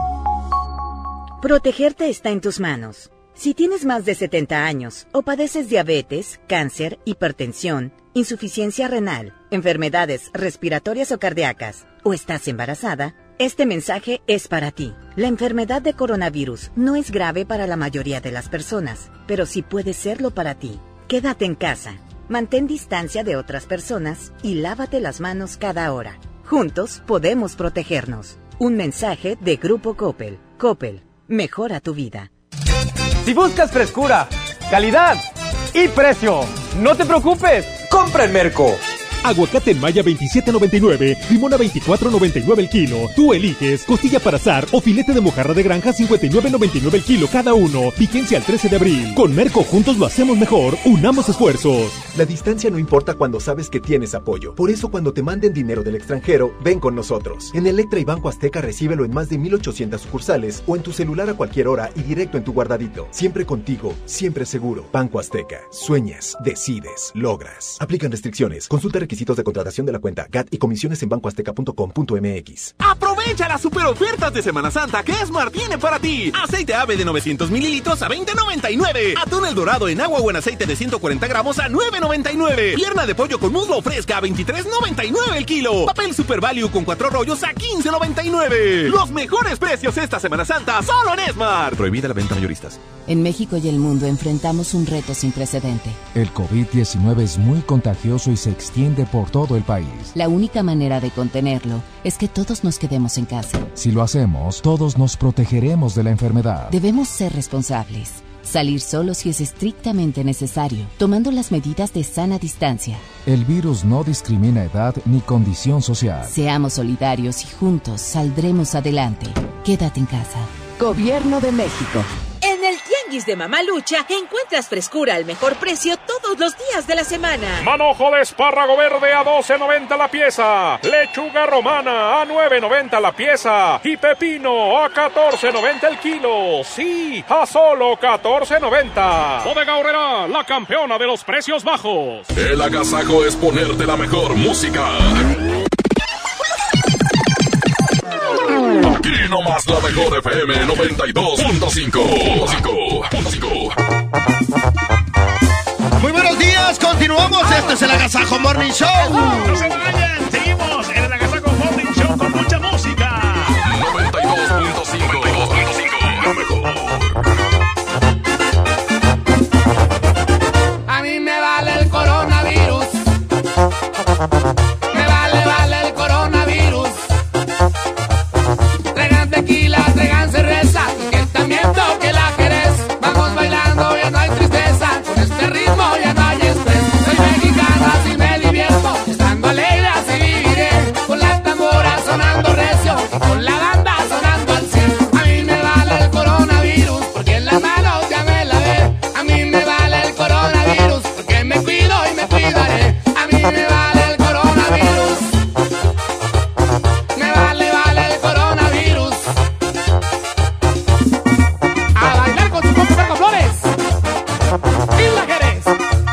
Protegerte está en tus manos. Si tienes más de setenta años o padeces diabetes, cáncer, hipertensión, insuficiencia renal, enfermedades respiratorias o cardíacas, o estás embarazada, este mensaje es para ti. La enfermedad de coronavirus no es grave para la mayoría de las personas, pero sí puede serlo para ti. Quédate en casa, mantén distancia de otras personas y lávate las manos cada hora. Juntos podemos protegernos. Un mensaje de Grupo Coppel. Coppel, mejora tu vida. Si buscas frescura, calidad y precio, no te preocupes, compra en Merco. Aguacate en Maya veintisiete noventa y nueve, limón a veinticuatro noventa y nueve el kilo. Tú eliges costilla para asar o filete de mojarra de granja cincuenta y nueve noventa y nueve el kilo cada uno. Vigencia al trece de abril. Con Merco juntos lo hacemos mejor. Unamos esfuerzos. La distancia no importa cuando sabes que tienes apoyo. Por eso cuando te manden dinero del extranjero, ven con nosotros. En Electra y Banco Azteca recíbelo en más de mil ochocientas sucursales o en tu celular a cualquier hora y directo en tu guardadito. Siempre contigo, siempre seguro. Banco Azteca. Sueñas, decides, logras. Aplican restricciones. Consulta requisitos de contratación de la cuenta G A T y comisiones en banco azteca punto com punto m x. Aprovecha las super ofertas de Semana Santa que Esmar tiene para ti. Aceite ave de novecientos mililitros a veinte noventa y nueve. Atún El Dorado en agua o en aceite de ciento cuarenta gramos a nueve noventa y nueve. Pierna de pollo con muslo fresca a veintitrés noventa y nueve el kilo. Papel Super Value con cuatro rollos a quince noventa y nueve. Los mejores precios esta Semana Santa solo en Esmar. Prohibida la venta mayoristas. En México y el mundo enfrentamos un reto sin precedente. El COVID diecinueve es muy contagioso y se extiende por todo el país. La única manera de contenerlo es que todos nos quedemos en casa. Si lo hacemos, todos nos protegeremos de la enfermedad. Debemos ser responsables. Salir solo si es estrictamente necesario, tomando las medidas de sana distancia. El virus no discrimina edad ni condición social. Seamos solidarios y juntos saldremos adelante. Quédate en casa. Gobierno de México. En el Tianguis de Mamalucha encuentras frescura al mejor precio todos los días de la semana. Manojo de espárrago verde a doce noventa la pieza. Lechuga romana a nueve noventa la pieza. Y pepino a catorce noventa el kilo. Sí, a solo catorce noventa. Bodega Aurrera, la campeona de los precios bajos. El agasajo es ponerte la mejor música. Aquí nomás la mejor F M noventa y dos punto cinco. Muy buenos días, continuamos. Este es el Agasajo Morning Show. No se vayan, seguimos en el Agasajo Morning Show con mucha música. noventa y dos punto cinco. Lo mejor. A mí me vale el coronavirus. Me vale, vale el coronavirus. Traigan tequila, traigan cerveza, y que también toque la Jerez. Vamos bailando, ya no hay tristeza. Con este ritmo ya no hay estrés. Soy mexicana, así me divierto. Estando alegre así viviré. Con las tamboras sonando recio y con la banda sonando al cien. A mí me vale el coronavirus, porque en las manos ya me lavé. A mí me vale el coronavirus, porque me cuido y me cuidaré. A mí me vale el coronavirus. Me vale, vale el coronavirus. A bailar con su compa con flores. Y la Jerez.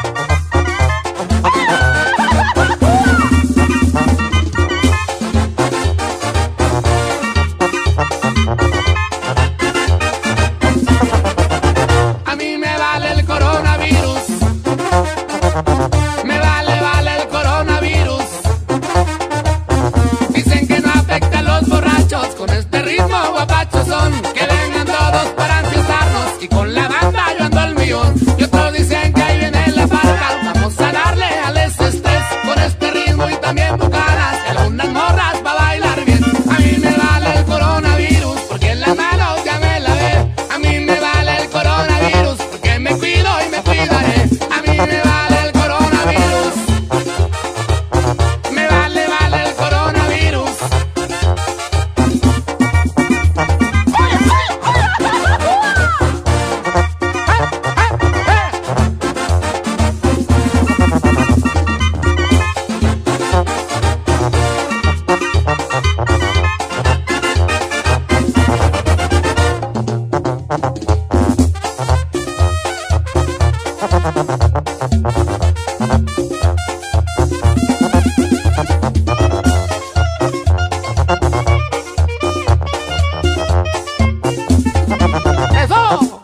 A mí me vale el coronavirus. Me vale, vale el coronavirus. Dicen que no afecta a los borrachos. Con este ritmo guapachos son. Que vengan todos para enfiestarnos. Y con la banda yo ando al millón. Y otros dicen que ahí viene la parca. Vamos a darle al estrés. Con este ritmo y también bucanas. Y algunas morras pa' bailar bien. A mí me vale el coronavirus, porque en las manos ya me lavé. A mí me vale el coronavirus, porque me cuido y me cuidaré. A mí me vale el coronavirus. Me vale, vale el coronavirus. ¡Eso!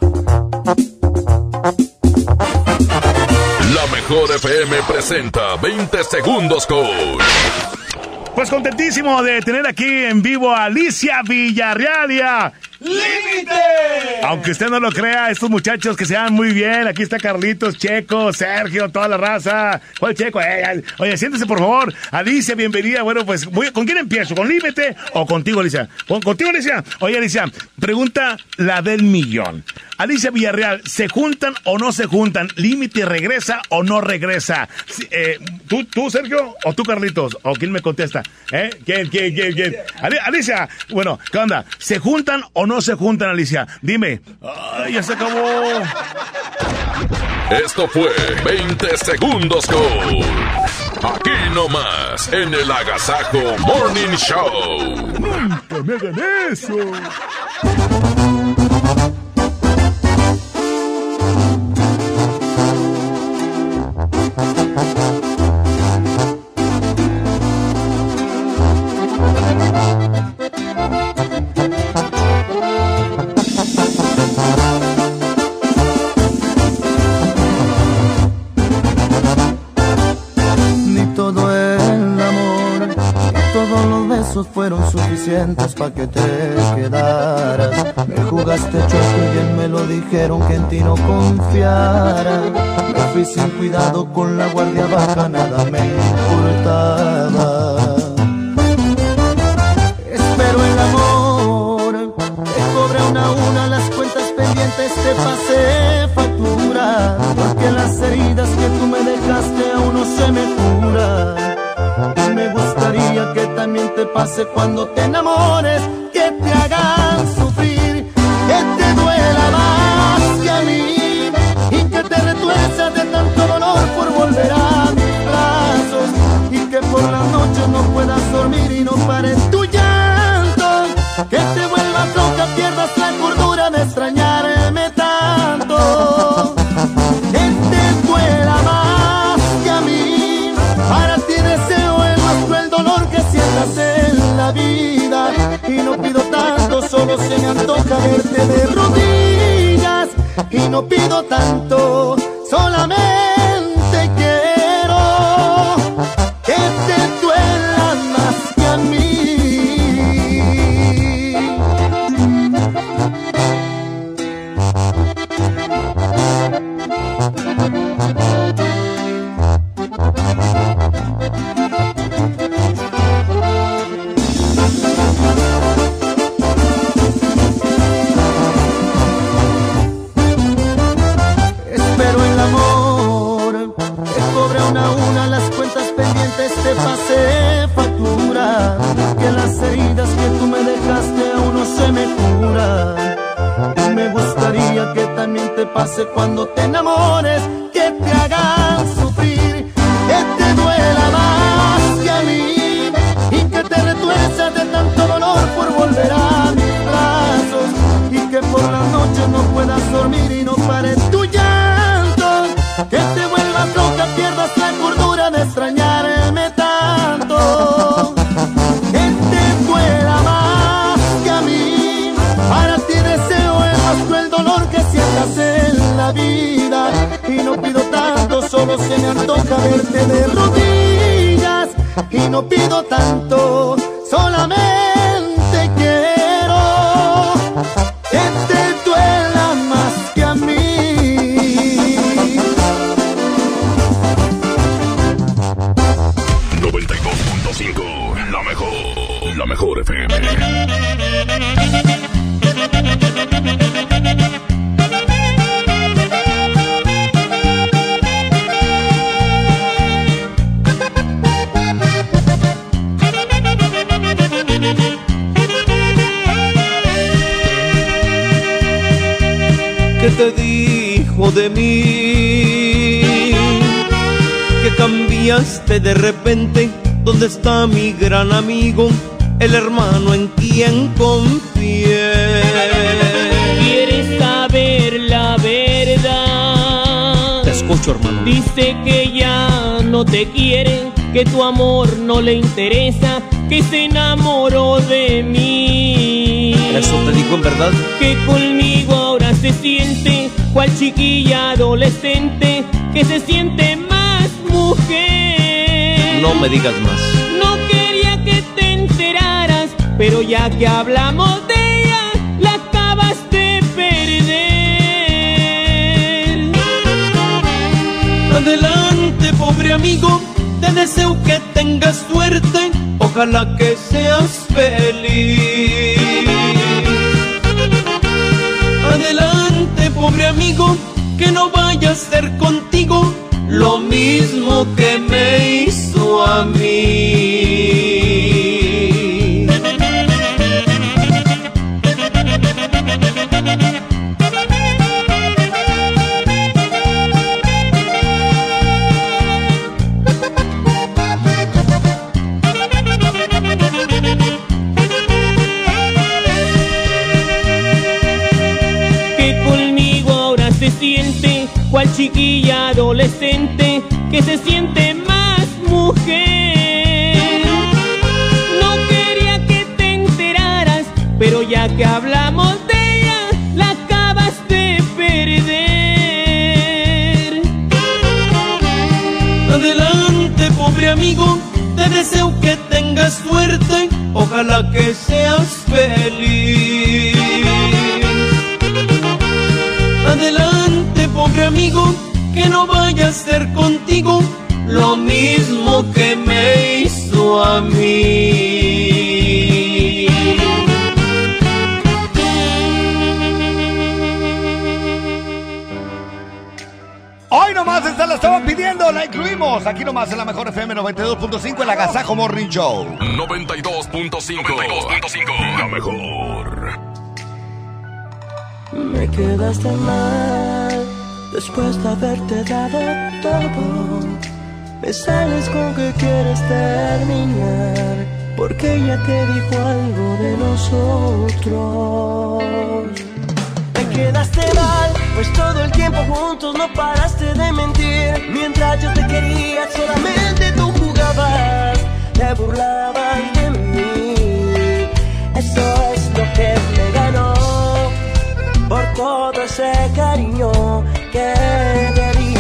La mejor F M presenta veinte segundos coach. Pues contentísimo de tener aquí en vivo a Alicia Villarreal y a ¡Límite! Aunque usted no lo crea, estos muchachos que se dan muy bien. Aquí está Carlitos, Checo, Sergio, toda la raza. ¿Cuál Checo? Eh, oye, siéntese por favor. Alicia, bienvenida. Bueno, pues, voy, ¿con quién empiezo? ¿Con Límite o contigo, Alicia? ¿Con, ¿Contigo, Alicia? Oye, Alicia, pregunta la del millón. Alicia Villarreal, ¿se juntan o no se juntan? ¿Límite regresa o no regresa? Eh, ¿tú, ¿Tú, Sergio, o tú, Carlitos? ¿O quién me contesta? ¿Eh? ¿Quién, quién, quién, quién? Alicia, bueno, ¿qué onda? ¿Se juntan o no se juntan, Alicia? Dime. Ay, ya se acabó. Esto fue veinte segundos coach. Aquí nomás, en el Agasajo Morning Show. ¡Nunca me hagan eso! Fueron suficientes para que te quedaras. Me jugaste chueco y bien me lo dijeron que en ti no confiara. Me fui sin cuidado con la guardia baja, nada me importaba. Espero el amor, te cobré una a una las cuentas pendientes, te pasé factura, porque las heridas que tú me dejaste aún no se me curan. Y me gustaría que también te pase cuando te enamores, que te hagan sufrir, que te duela más que a mí, y que te retuerzas de tanto dolor por volver a mis brazos, y que por las noches no puedas dormir y no pares tu llanto, que te vuelvas loca, pierdas la cordura de extrañarme tanto, que te duela más que a mí. Para ti deseo el más cruel dolor que sientas en la vida, y no pido tanto, solo se me antoja verte de rodillas. Y no pido tanto, solamente quiero que te duela más que a mí. Te pasé factura, que las heridas que tú me dejaste aún no se me curan. Y me gustaría que también te pase cuando te enamores, que te hagan sufrir, que te duela más que a mí, y que te retuerzas de tanto dolor por volver a mis brazos, y que por las noches no puedas dormir y no pares tu llanto, que te vuelvas loca, pierdas la cordura de extrañarme tanto, que te duela más que a mí. Para ti deseo el más cruel dolor que sientas en la vida, y no pido tanto, solo se me antoja verte de rodillas. Y no pido tanto, solamente quiero que te duela más que a mí. noventa y dos punto cinco, la mejor, la mejor F M. ¿Qué te dijo de mí? Que cambiaste de repente. ¿Dónde está mi gran amigo, el hermano en quien confié? ¿Quieres saber la verdad? Te escucho, hermano. Dice que ya no te quiere, que tu amor no le interesa, que se enamoró de mí. ¿Eso te dijo en verdad? Que conmigo ahora se siente cual chiquilla adolescente, que se siente más mujer. No me digas más. No quería que te enteraras, pero ya que hablamos de ella, la acabas de perder. Adelante, pobre amigo, te deseo que tengas suerte, ojalá que seas feliz. Adelante, pobre amigo, que no vaya a ser contigo lo mismo que me hizo a mí. Que conmigo ahora se siente cual chiquilla adolescente, que se siente más mujer. No quería que te enteraras, pero ya que hablamos de ella, la acabas de perder. Adelante, pobre amigo, te deseo que tengas suerte, ojalá que seas feliz. Adelante, pobre amigo, que no vaya a ser contigo lo mismo que me hizo a mí. Hoy nomás esta la estaban pidiendo, la incluimos. Aquí nomás en la mejor F M noventa y dos punto cinco, el Agasajo Morning Show. noventa y dos punto cinco. La mejor. Me quedaste mal después de haberte dado todo. Me sales con que quieres terminar, porque ella te dijo algo de nosotros. Me quedaste mal, pues todo el tiempo juntos no paraste de mentir. Mientras yo te quería, solamente tú jugabas, te burlabas de mí. Eso es lo que me ese cariño que te di.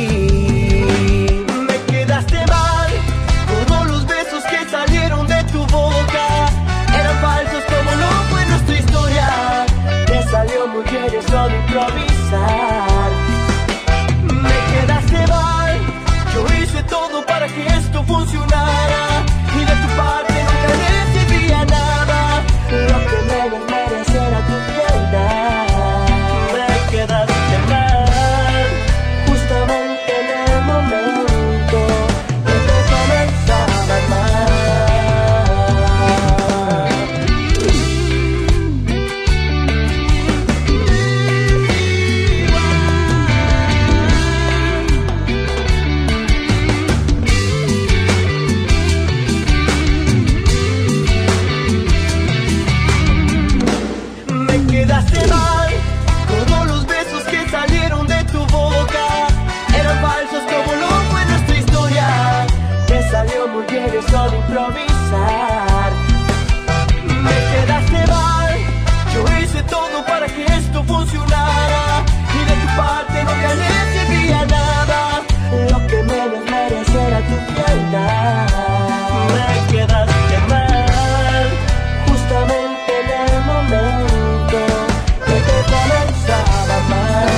Me quedaste mal, todos los besos que salieron de tu boca eran falsos como no fue nuestra historia. Te salió muy bien eso de improvisar. Me quedaste mal, yo hice todo para que esto funcionara y de tu parte nunca recibía nada. Lo que menos merece era tu fidelidad. Me quedaste mal, justamente en el momento que te comenzaba a amar. Me quedaste mal, todos los besos que salieron de tu boca eran falsos como no fue nuestra historia. Te salió muy bien eso de improvisar. Me quedaste mal, yo hice todo para que esto funcionara y de tu parte nunca recibía nada. Lo que menos merece era tu fidelidad. Me quedaste mal, justamente en el momento que te comenzaba a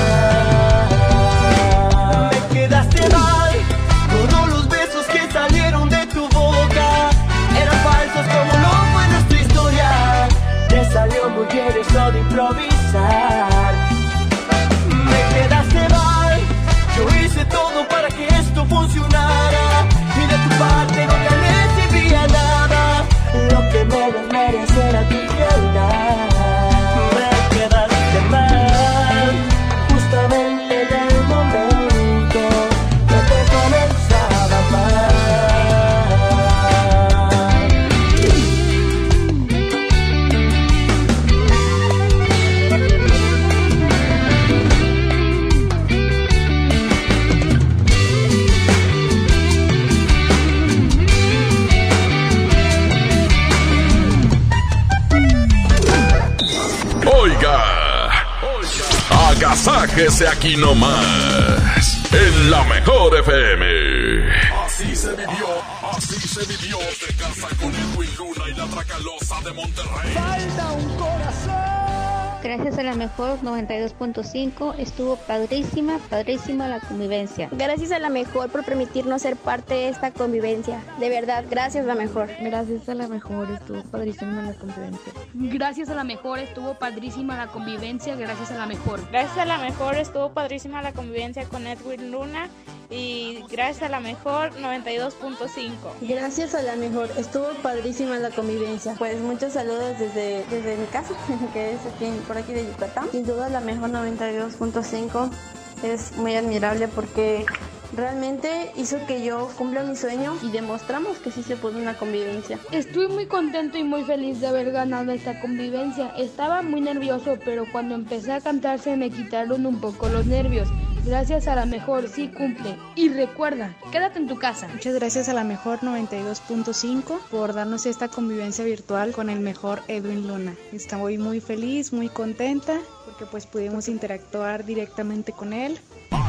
amar. Me quedaste mal, todos los besos que salieron de tu boca eran falsos como no fue nuestra historia. Te salió muy bien eso de improvisar. Me quedaste mal, yo hice todo para que esto funcionara y de tu parte nunca recibía nada. Lo que menos merece era tu fidelidad. Me quedaste mal, justamente en el momento que te comenzaba a amar. Oiga, agasájese aquí nomás, en la mejor F M. Así se vivió, así se vivió de casa con Edwin Luna y la Tracalosa de Monterrey. Falta un corazón. Gracias a la mejor noventa y dos punto cinco estuvo padrísima, padrísima la convivencia. Gracias a la mejor por permitirnos ser parte de esta convivencia. De verdad, gracias a la mejor. Gracias a la mejor estuvo padrísima la convivencia. Gracias a la mejor estuvo padrísima la convivencia. Gracias a la mejor. Gracias a la mejor estuvo padrísima la convivencia con Edwin Luna. Y gracias a la mejor noventa y dos punto cinco. Gracias a la mejor estuvo padrísima la convivencia. Pues muchos saludos desde, desde mi casa, que es aquí, por aquí de Yucatán. Sin duda la mejor noventa y dos punto cinco es muy admirable porque realmente hizo que yo cumpla mi sueño y demostramos que sí se puede una convivencia. Estoy muy contento y muy feliz de haber ganado esta convivencia. Estaba muy nervioso, pero cuando empecé a cantar se me quitaron un poco los nervios. Gracias a la mejor, sí cumple. Y recuerda, quédate en tu casa. Muchas gracias a la mejor noventa y dos punto cinco por darnos esta convivencia virtual con el mejor Edwin Luna. Estoy muy feliz, muy contenta porque pues pudimos interactuar directamente con él.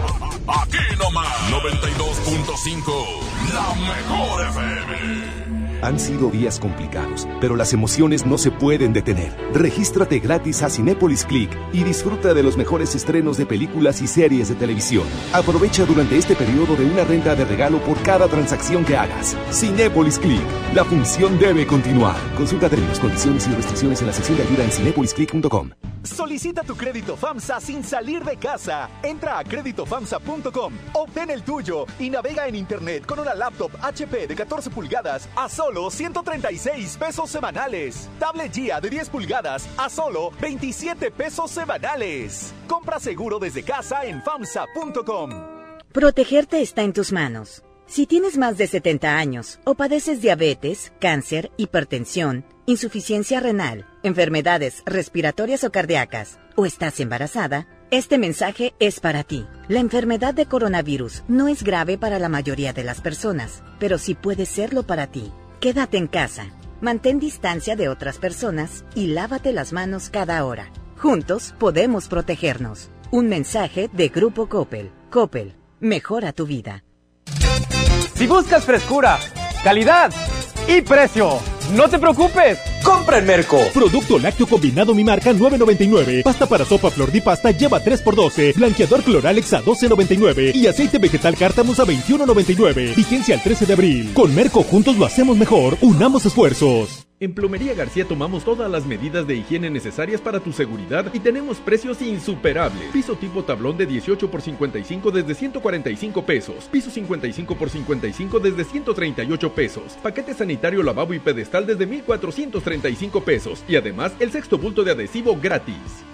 Aquí nomás, noventa y dos punto cinco, la mejor F M. Han sido días complicados, pero las emociones no se pueden detener. Regístrate gratis a Cinépolis Click y disfruta de los mejores estrenos de películas y series de televisión. Aprovecha durante este periodo de una renta de regalo por cada transacción que hagas. Cinépolis Click. La función debe continuar. Consulta términos, condiciones y restricciones en la sección de ayuda en cinépolis click punto com. Solicita tu crédito FAMSA sin salir de casa. Entra a crédito famsa punto com, obtén el tuyo y navega en internet con una laptop H P de catorce pulgadas a solo ciento treinta y seis pesos semanales. Tablet G I A de diez pulgadas a solo veintisiete pesos semanales. Compra seguro desde casa en famsa punto com. Protegerte está en tus manos. Si tienes más de setenta años o padeces diabetes, cáncer, hipertensión, insuficiencia renal, enfermedades respiratorias o cardíacas, o estás embarazada, este mensaje es para ti. La enfermedad de coronavirus no es grave para la mayoría de las personas, pero sí puede serlo para ti. Quédate en casa, mantén distancia de otras personas y lávate las manos cada hora. Juntos podemos protegernos. Un mensaje de Grupo Coppel. Coppel, mejora tu vida. Si buscas frescura, calidad y precio, no te preocupes. Compra en Merco. Producto lácteo combinado Mi Marca nueve noventa y nueve. Pasta para sopa Flor di Pasta lleva tres por doce. Blanqueador Cloralex a doce noventa y nueve. Y aceite vegetal Cártamus a veintiuno noventa y nueve. Vigencia al trece de abril. Con Merco juntos lo hacemos mejor. Unamos esfuerzos. En Plomería García tomamos todas las medidas de higiene necesarias para tu seguridad y tenemos precios insuperables. Piso tipo tablón de dieciocho por cincuenta y cinco desde ciento cuarenta y cinco pesos. Piso cincuenta y cinco por cincuenta y cinco desde ciento treinta y ocho pesos. Paquete sanitario, lavabo y pedestal desde mil cuatrocientos treinta y cinco pesos. Y además el sexto bulto de adhesivo gratis.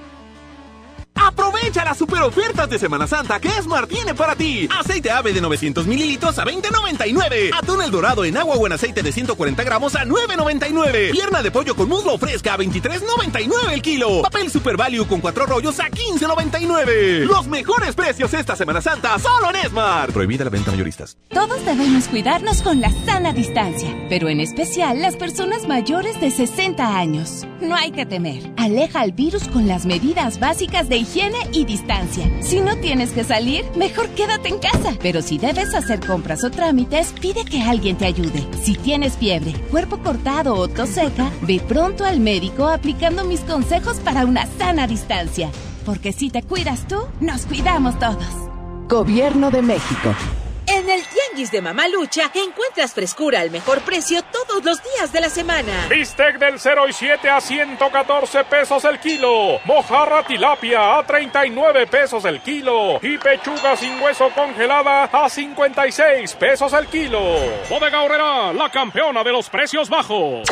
Aprovecha las super ofertas de Semana Santa que Esmar tiene para ti. Aceite ave de novecientos mililitros a veinte noventa y nueve. Atún El Dorado en agua o en aceite de ciento cuarenta gramos a nueve noventa y nueve. Pierna de pollo con muslo fresca a veintitrés noventa y nueve el kilo. Papel Super Value con cuatro rollos a quince noventa y nueve. Los mejores precios esta Semana Santa solo en Esmar. Prohibida la venta mayoristas. Todos debemos cuidarnos con la sana distancia, pero en especial las personas mayores de sesenta años. No hay que temer. Aleja al virus con las medidas básicas de higiene y distancia. Si no tienes que salir, mejor quédate en casa. Pero si debes hacer compras o trámites, pide que alguien te ayude. Si tienes fiebre, cuerpo cortado o tos seca, ve pronto al médico aplicando mis consejos para una sana distancia. Porque si te cuidas tú, nos cuidamos todos. Gobierno de México. En el Tianguis de Mamalucha encuentras frescura al mejor precio todos los días de la semana. Bistec del cero y siete a ciento catorce pesos el kilo. Mojarra tilapia a treinta y nueve pesos el kilo. Y pechuga sin hueso congelada a cincuenta y seis pesos el kilo. Bodega Aurrerá, la campeona de los precios bajos.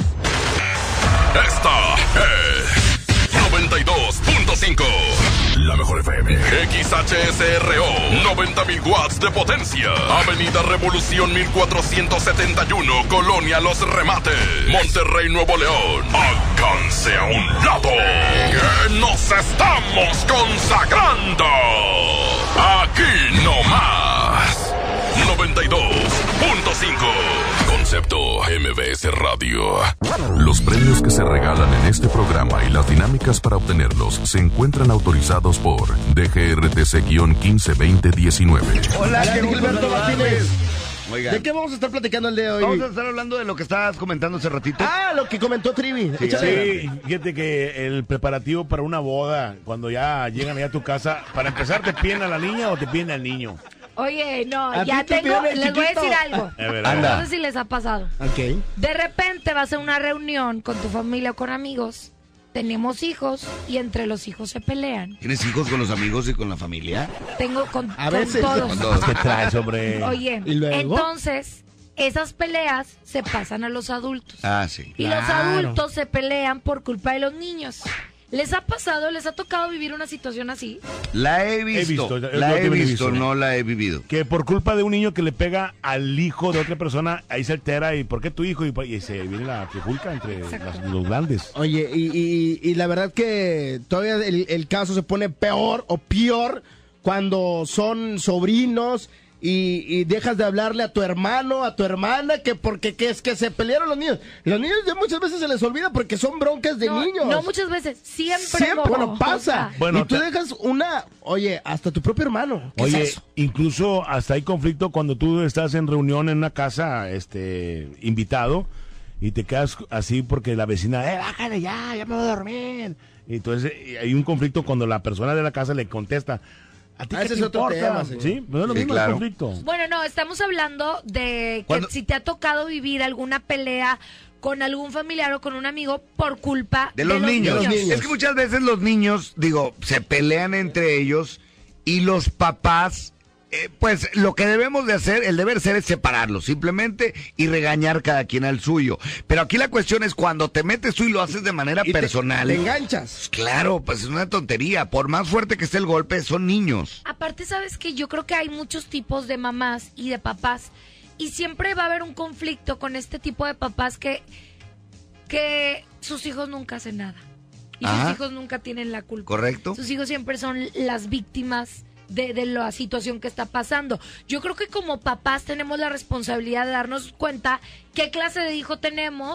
Esta es noventa y dos punto cinco. La mejor F M. X H S R O. noventa mil watts de potencia. Avenida Revolución mil cuatrocientos setenta y uno. Colonia Los Remates. Monterrey, Nuevo León. Alcance a un lado. Que nos estamos consagrando. Aquí no más. noventa y dos punto cinco. Concepto M B S Radio. Los premios que se regalan en este programa y las dinámicas para obtenerlos se encuentran autorizados por D G R T C quince veinte diecinueve. Hola, Gilberto Martínez. Oigan. ¿De qué vamos a estar platicando el día de hoy? Vamos a estar hablando de lo que estabas comentando hace ratito. Ah, lo que comentó Trivi. Sí, sí, fíjate que el preparativo para una boda, cuando ya llegan allá a tu casa, para empezar, ¿te piden a la niña o te piden al niño? Oye, no, ¿A ya ti te tengo, piden el les voy a chiquito? decir algo. Es verdad. No sé si les ha pasado. Ok. De repente vas a una reunión con tu familia o con amigos, tenemos hijos y entre los hijos se pelean. ¿Tienes hijos con los amigos y con la familia? Tengo con, A con veces. todos. Con todos. ¿Qué traes, hombre? Oye, ¿Y luego? entonces esas peleas se pasan a los adultos. Ah, sí. Y los Claro. adultos se pelean por culpa de los niños. ¿Les ha pasado, les ha tocado vivir una situación así? La he visto. He visto, yo la he también he visto, visto. no la he vivido. Que por culpa de un niño que le pega al hijo de otra persona, ahí se altera y ¿por qué tu hijo? Y, y se viene la trifulca entre las, los grandes. Oye, y, y, y la verdad que todavía el, el caso se pone peor o peor cuando son sobrinos y, y dejas de hablarle a tu hermano, a tu hermana, que porque que es que se pelearon los niños. Los niños ya muchas veces se les olvida porque son broncas de no, niños. No muchas veces, siempre. Siempre, bueno, pasa. Bueno, y tú te... dejas una, oye, hasta tu propio hermano. ¿Qué Oye, es eso? incluso hasta hay conflicto cuando tú estás en reunión en una casa, este, invitado, y te quedas así porque la vecina, eh, bájale ya, ya me voy a dormir. Y entonces hay un conflicto cuando la persona de la casa le contesta, ¿a ti Ah, qué ese te es otro importa? tema, señor. Sí, no es lo Sí, mismo claro. el conflicto. Bueno, no, estamos hablando de que Cuando- si te ha tocado vivir alguna pelea con algún familiar o con un amigo por culpa De los, niños. Es que muchas veces los niños, digo, se pelean entre ellos y los papás, eh, pues lo que debemos de hacer, el deber ser es separarlos, simplemente, y regañar cada quien al suyo. Pero aquí la cuestión es cuando te metes tú y lo haces de manera Y te- personal. te enganchas. Claro, pues es una tontería. Por más fuerte que esté el golpe, son niños. Aparte, sabes que yo creo que hay muchos tipos de mamás y de papás y siempre va a haber un conflicto con este tipo de papás que, que sus hijos nunca hacen nada y Ajá. sus hijos nunca tienen la culpa. Correcto. Sus hijos siempre son las víctimas de, de la situación que está pasando. Yo creo que como papás tenemos la responsabilidad de darnos cuenta qué clase de hijo tenemos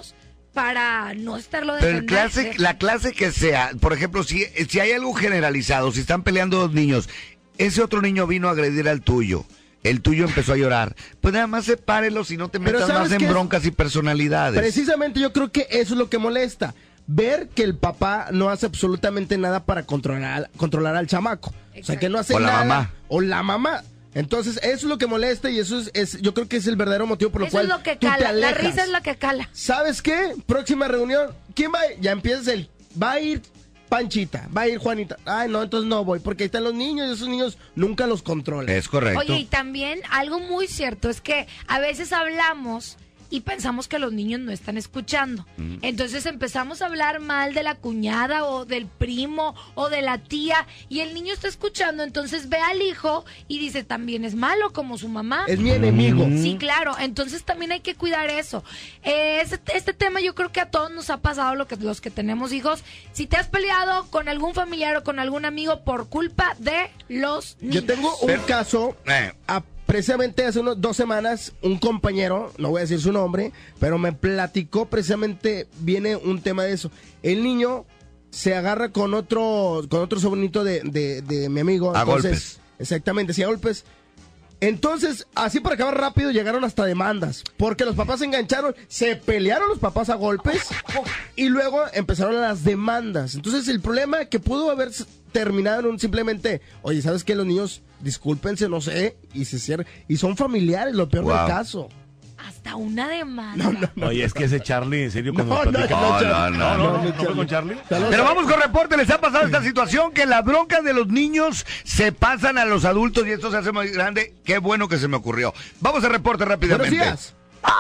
para no estarlo Pero el defendiendo. clase, la clase que sea, por ejemplo, si, si hay algo generalizado, si están peleando dos niños, ese otro niño vino a agredir al tuyo, el tuyo empezó a llorar, pues nada más sepárelos y no te Pero metas más en qué? broncas y personalidades. Precisamente yo creo que eso es lo que molesta. Ver que el papá no hace absolutamente nada para controlar, controlar al chamaco. Exacto. O sea, que no hace o nada. la mamá. O la mamá. Entonces, eso es lo que molesta y eso es, es yo creo que es el verdadero motivo por lo Eso cual es lo que tú te cala, la alejas. risa es la que cala. ¿Sabes qué? Próxima reunión, ¿quién va? Ya empiezas el, va a ir Panchita, va a ir Juanita. Ay, no, entonces no voy, porque ahí están los niños y esos niños nunca los controlan. Es correcto. Oye, y también algo muy cierto es que a veces hablamos y pensamos que los niños no están escuchando. Mm. Entonces empezamos a hablar mal de la cuñada o del primo o de la tía y el niño está escuchando, entonces ve al hijo y dice, también es malo como su mamá. Es mi enemigo. Sí, claro, entonces también hay que cuidar eso. Eh, este, este tema yo creo que a todos nos ha pasado, lo que, los que tenemos hijos. Si te has peleado con algún familiar o con algún amigo por culpa de los niños. Yo tengo un Pero, caso... Eh. A Precisamente hace unos dos semanas, un compañero, no voy a decir su nombre, pero me platicó precisamente, viene un tema de eso. El niño se agarra con otro con otro sobrinito de, de, de mi amigo. A entonces, golpes. Exactamente, sí, a golpes. Entonces, así para acabar rápido, llegaron hasta demandas. Porque los papás se engancharon, se pelearon los papás a golpes y luego empezaron las demandas. Entonces, el problema que pudo haber terminado en un simplemente, oye, ¿sabes qué? Los niños, discúlpense, no sé, y se cierran. Y son familiares, lo peor wow. del caso. Hasta una demanda. No, no, no, Oye, es que ese Charlie, en serio, cuando no, no, no, platica... no, no, no, no, no, no, no, no, con Charlie. Pero vamos con reporte, les ha pasado esta situación que las broncas de los niños se pasan a los adultos y esto se hace muy grande. Qué bueno que se me ocurrió. Vamos a reporte rápidamente. Buenos días.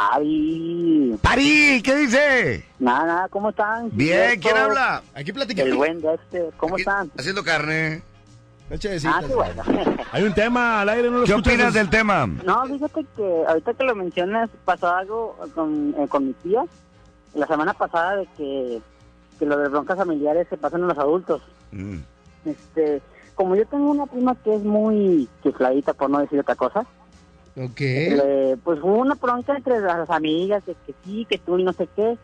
Pari. Pari, ¿qué dice? Nada, nada, ¿cómo están? Bien, ¿quién habla? Aquí platicamos. El buen de este, ¿cómo Aquí, están? Haciendo carne. Ah, qué bueno. Hay un tema al aire, ¿no lo ¿Qué escuchas? opinas del tema? No, fíjate que ahorita que lo mencionas, pasó algo con, eh, con mi tía, la semana pasada, de que, que lo de broncas familiares se pasan a los adultos. Mm. Este, como yo tengo una prima que es muy chifladita, por no decir otra cosa. Ok. Eh, pues hubo una bronca entre las amigas, de que sí, que tú y no sé qué.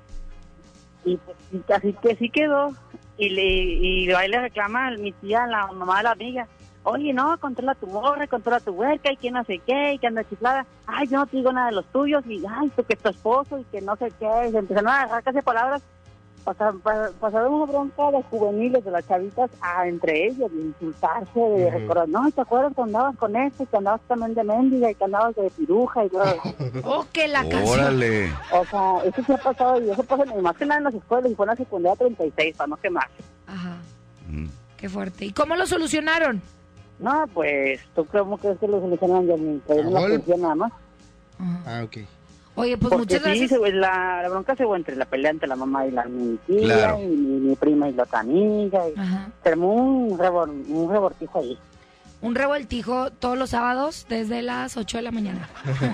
Y pues así que sí quedó. Y le y ahí le reclama a mi tía, la mamá de la amiga, oye, no, controla tu morra, controla tu huerca, y que no sé qué, y que anda chiflada. Ay, yo no te digo nada de los tuyos, y ay, tú que es tu esposo, y que no sé qué. Y se empezaron a agarrar casi palabras. Pasaron, pasaron una bronca de juveniles, de las chavitas, a entre ellos, de insultarse, de uh-huh. recordar, no, ¿te acuerdas que andabas con este, que andabas también de mendiga, y que andabas de piruja, y todo? ¡Oh, que la canción! ¡Órale! O sea, eso se ha pasado, y eso pasa más que nada en las escuelas, y fue en la secundaria treinta y seis, para no quemar. Ajá. Mm. Qué fuerte. ¿Y cómo lo solucionaron? No, pues, ¿tú cómo crees que lo solucionaron? Ya ni trajeron la policía nada más. Uh-huh. Ah, ok. Oye, pues porque muchas gracias. Sí, la, la bronca se fue entre la pelea entre la mamá y la mi tía, claro. y mi, mi prima y la otra amiga. Y se armó un, rebor, un revoltijo ahí. Un revoltijo todos los sábados desde las ocho de la mañana.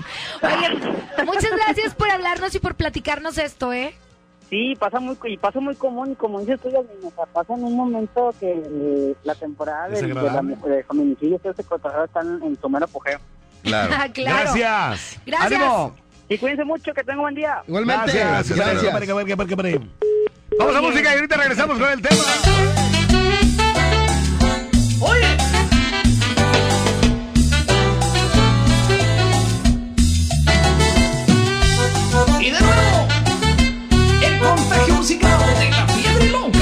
Oye, muchas gracias por hablarnos y por platicarnos esto, ¿eh? Sí, pasa muy y pasa muy común, y como dices tú, o sea, pasa en un momento que eh, la temporada de, de, la, de feminicidio, este controlado están en su mero apogeo. Claro. Claro. Gracias. Gracias. ¡Ánimo! Y cuídense mucho, que tengan buen día. Igualmente. Gracias. Gracias. Gracias. Vamos a música y ahorita regresamos con el tema. Oye. Y de nuevo, el contagio musical de la Fiebre Loca.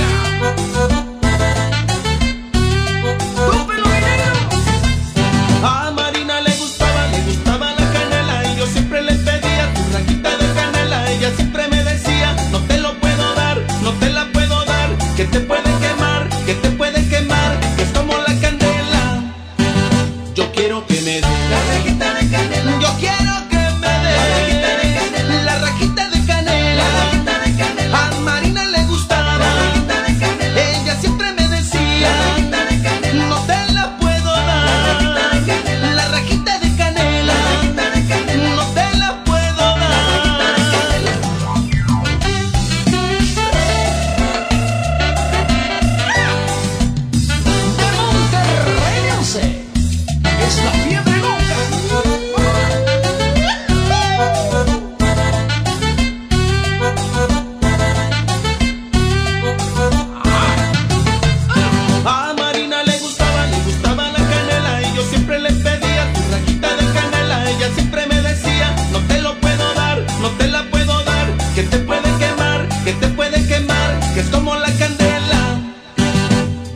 A Marina le gustaba, le gustaba la canela, y yo siempre le pedía tu rajita de canela. Ella siempre me decía, no te lo puedo dar, no te la puedo dar, que te puede quemar.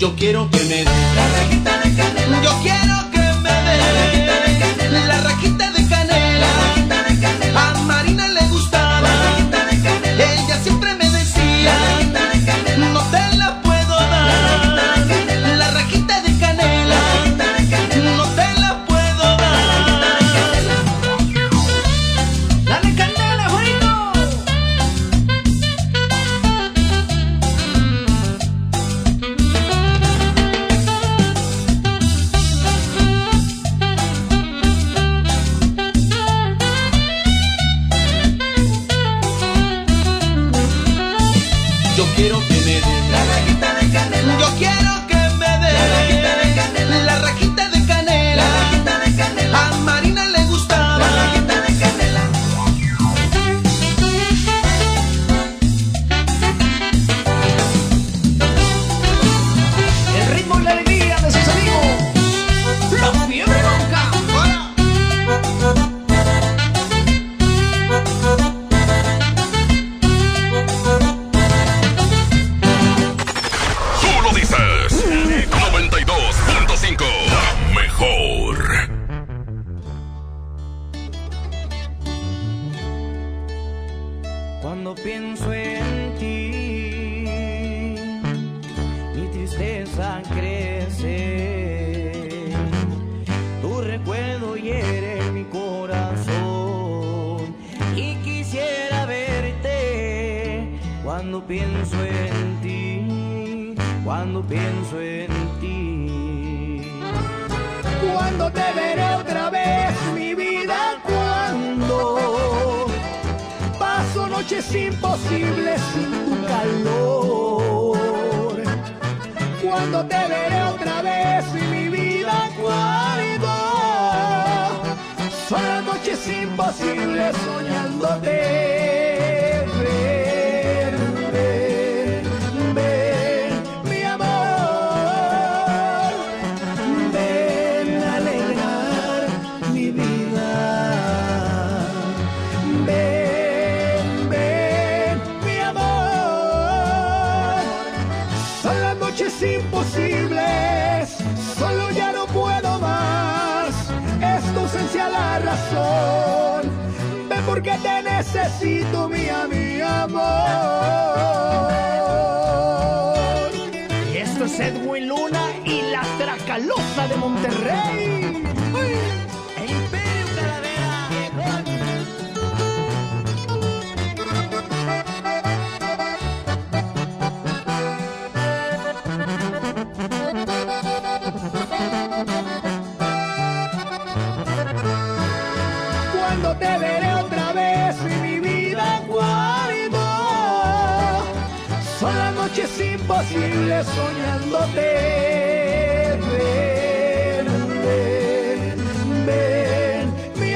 Yo quiero que me dé la rajita de canela. Yo quiero que me dé la rajita de canela. A Marina le gustaba, ella siempre me decía, no te la puedo dar. La rajita de canela, no te la puedo dar. Dale canela, Juanito. Yo quiero que me dé la rajita de canela. Yo quiero que me dé la rajita de canela. A Marina le gustaba la rajita de canela. El ritmo y la alegría de sus amigos. La fiebre loca. Tú lo dices. noventa y dos punto cinco. La mejor. Cuando pienso en ti, mi tristeza crece. Tu recuerdo hiere mi corazón y quisiera verte. Cuando pienso en ti, cuando pienso en ti. Cuando te veré otra vez, mi vida, cuando paso noches imposibles sin tu calor. Cuando te veré otra vez, mi vida, cuando son las noches imposibles soñándote. Ven, ven, ven, mi amor. Ven a alegrar mi vida. Ven, ven, mi amor. Son las noches imposibles, solo ya no puedo más. Es tu ausencia la razón. Ven porque te necesito, mía, mi amor. Y esto es Edwin Luna y la Tracalosa de Monterrey. ¡Uy! El Imperio Calavera. Cuando te veré otra vez, mi vida, cuando son las noches imposibles soñándote. Ven, ven, ven, mi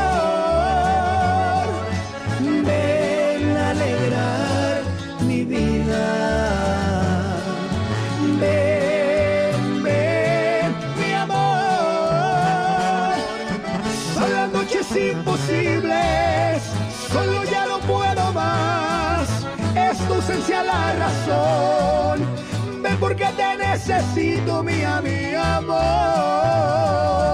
amor. Ven a alegrar mi vida. Ven, ven, mi amor. Son las noches imposibles, solo ya no puedo más. Es tu ausencia la razón. Ven porque te necesito, mía, mi amor.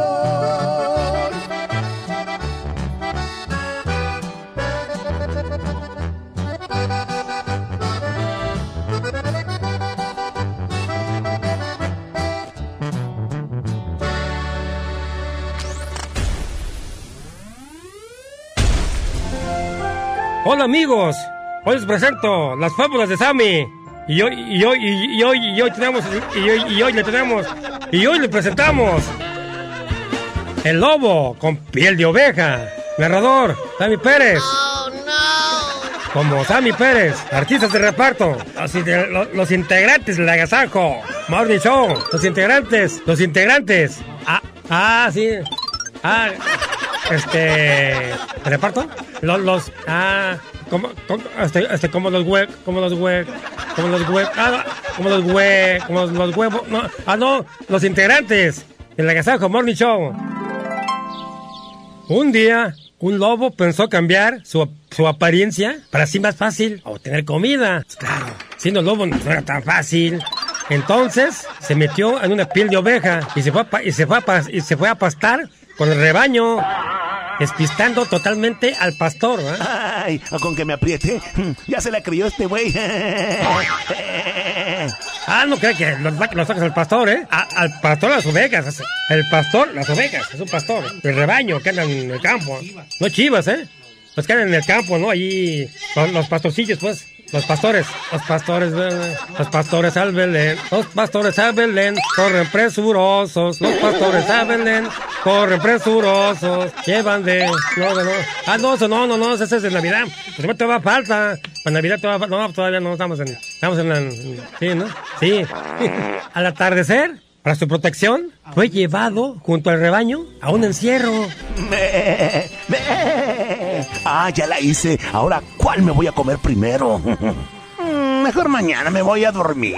Hola amigos, hoy les presento las fábulas de Sammy. Y hoy, y hoy, y hoy, y hoy tenemos, y hoy, y hoy le tenemos, y hoy le presentamos El Lobo con piel de oveja. Narrador, Sammy Pérez. Oh, no. Como Sammy Pérez, artistas de reparto, los, los, los integrantes del Agasajo Morning Show, los integrantes, los integrantes. Ah, ah, sí. Ah, este, ¿de reparto? Los, los, ah, como, como, este, este, como los hue, como los hue, como los hue, ah, como los hue, como los, los huevos, no, ah, no, los integrantes del Agasajo Morning Show. Un día, un lobo pensó cambiar su, su apariencia para así más fácil obtener comida. Claro, siendo lobo no era tan fácil. Entonces se metió en una piel de oveja y se fue a, pa- y se fue a, pa- y se fue a pastar con el rebaño, despistando totalmente al pastor, ¿eh? Ay, con que me apriete, ya se la crió este güey. Ah, no cree que los, los sacas al pastor, ¿eh? A- al pastor las ovejas. El pastor, las ovejas, es un pastor. El rebaño que andan en el campo. No chivas, ¿eh? Los que andan en el campo, ¿no? Allí, los, los pastorcillos, pues. Los pastores, los pastores, los pastores al Belén, los pastores al Belén, corren presurosos, los pastores al Belén, corren presurosos, llevan de, no, no, no, ah, no, eso no, no, no, ese es de Navidad, pues te va falta, para Navidad te va falta, no, todavía no, estamos en, estamos en la, en, sí, ¿no? Sí, al atardecer, para su protección, fue llevado junto al rebaño a un encierro. Me, me. Ah, ya la hice. Ahora, ¿cuál me voy a comer primero? Mm, Mejor mañana me voy a dormir.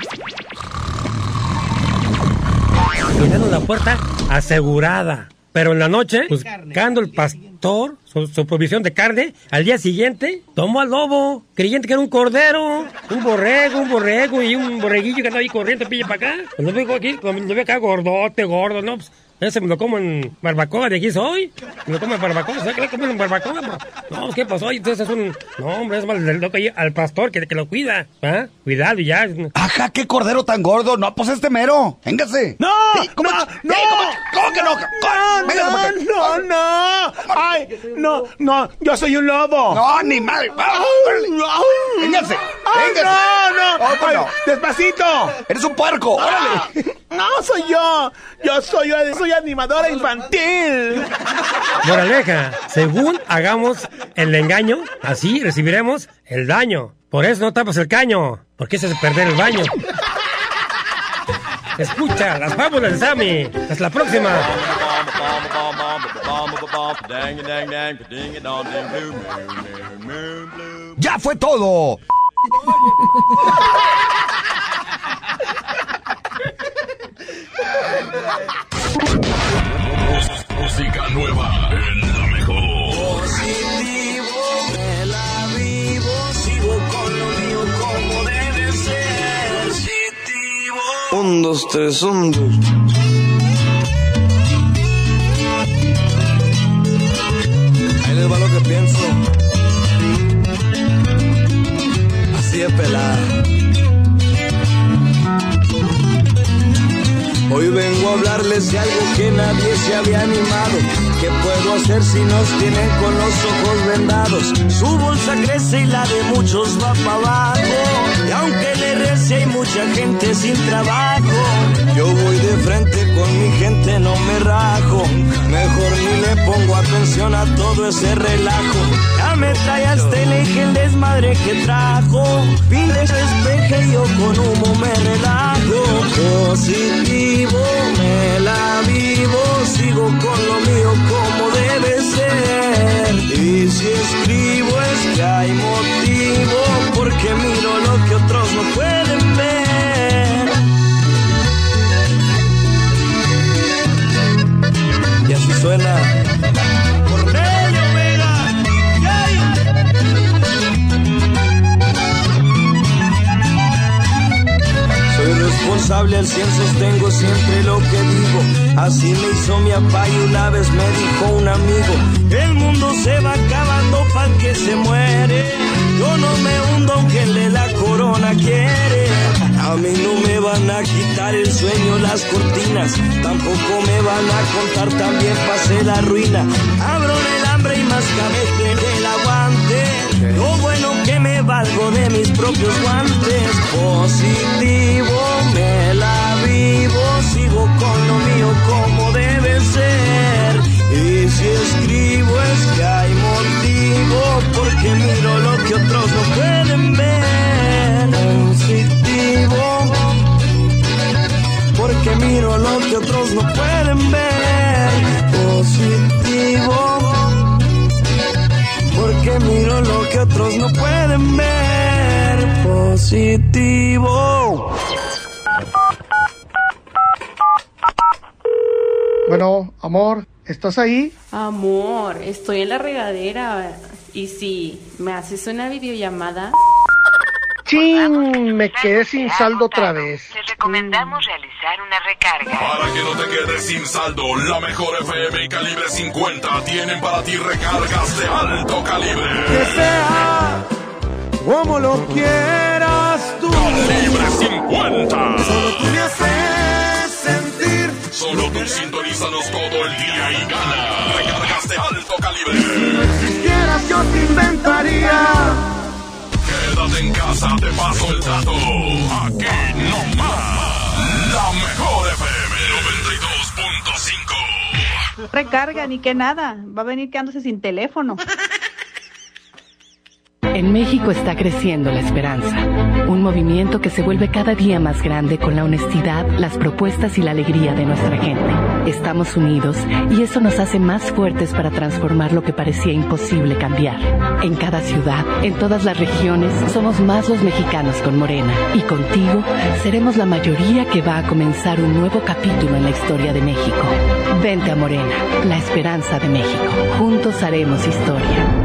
Cuidando la puerta asegurada. Pero en la noche, buscando el pastor, su, su provisión de carne, al día siguiente, tomó al lobo, creyente que era un cordero, un borrego, un borrego y un borreguillo que andaba ahí corriendo, pilla para acá. Cuando lo veo aquí, cuando lo veo acá gordote, gordo, ¿no? Pues, ese me lo como en barbacoa de aquí soy. Me lo como en barbacoa. ¿Sabes qué le comen en barbacoa? No, ¿qué pasó? Entonces es un... No, hombre, es mal del loco ahí al pastor que, que lo cuida. ¿Ah? Cuidado y ya. Ajá, qué cordero tan gordo. No, pues este mero. Véngase. ¡No! Sí, ¿cómo, ¡No! ch- ¡No! Sí, ¿cómo, ch- ¿Cómo que no? ¡No! Véngase para acá. ¡No! ¡No! ¡Ay! ¡No! ¡No! ¡Yo soy un lobo! No, ni madre. Vamos, órale. Véngase. ¡Ay, Véngase. no! ¡No! Oh, pues Ay, no. ¡Despacito! Eres un puerco. Órale. ¡No, soy yo! ¡Yo soy, soy animadora infantil! Moraleja, según hagamos el engaño, así recibiremos el daño. Por eso no tapas el caño, porque eso es perder el baño. Escucha las fábulas de Sammy. Hasta la próxima. Ya fue todo. Música nueva en la mejor. Positivo, me la vivo, sigo con lo mío como debe ser. Positivo. Un, dos, tres, un, dos. Ahí les va lo que pienso. Así de pelada. Hoy vengo a hablarles de algo que nadie se había animado. ¿Qué puedo hacer si nos tienen con los ojos vendados? Su bolsa crece y la de muchos va para abajo. Y aunque le rece hay mucha gente sin trabajo. Yo voy de frente con mi gente, no me rajo. Mejor ni le pongo atención a todo ese relajo. Ya me trae hasta el eje el desmadre que trajo. Fin de despeje y yo con humo me relajo. Positivo, me la vivo, sigo con lo mío como debe ser. Y si escribo es que hay motivo, porque miro lo que otros no pueden ver. Y así suena Cornelio Vega. ¡Yay! Soy responsable al cien, sostengo siempre lo que digo. Así me hizo mi papá y una vez me dijo un amigo: el mundo se va acabando pa'l que se muere. Yo no me hundo aunque el de la corona quiere. A mí no me van a quitar el sueño, las cortinas. Tampoco me van a contar, también pasé la ruina. Abro el hambre y más cabeza el aguante. Lo bueno que me valgo de mis propios guantes. Positivo, me la vivo, sigo con lo mío como debe ser. Y si escribo es que hay motivo, porque miro lo que otros no pueden ver. Positivo, porque miro lo que otros no pueden ver. Positivo, porque miro lo que otros no pueden ver. Positivo. Bueno, amor, ¿estás ahí? Amor, estoy en la regadera. ¿Y si me haces una videollamada? Chin, me quedé sin saldo otra vez. Te recomendamos realizar una recarga. Para que no te quedes sin saldo, la mejor F M y Calibre cincuenta tienen para ti recargas de alto calibre. Que sea como lo quieras tú. Calibre cincuenta. Solo tú me haces sentir. Solo tú sintonízanos todo el día y gana recargas de alto calibre. Si quisieras yo te inventaría. Quédate en casa, te paso el dato. Aquí no más. La mejor F M noventa y dos punto cinco. Recarga, ni que nada. Va a venir quedándose sin teléfono. En México está creciendo la esperanza, un movimiento que se vuelve cada día más grande con la honestidad, las propuestas y la alegría de nuestra gente. Estamos unidos y eso nos hace más fuertes para transformar lo que parecía imposible cambiar. En cada ciudad, en todas las regiones, somos más los mexicanos con Morena y contigo seremos la mayoría que va a comenzar un nuevo capítulo en la historia de México. Vente a Morena, la esperanza de México. Juntos haremos historia.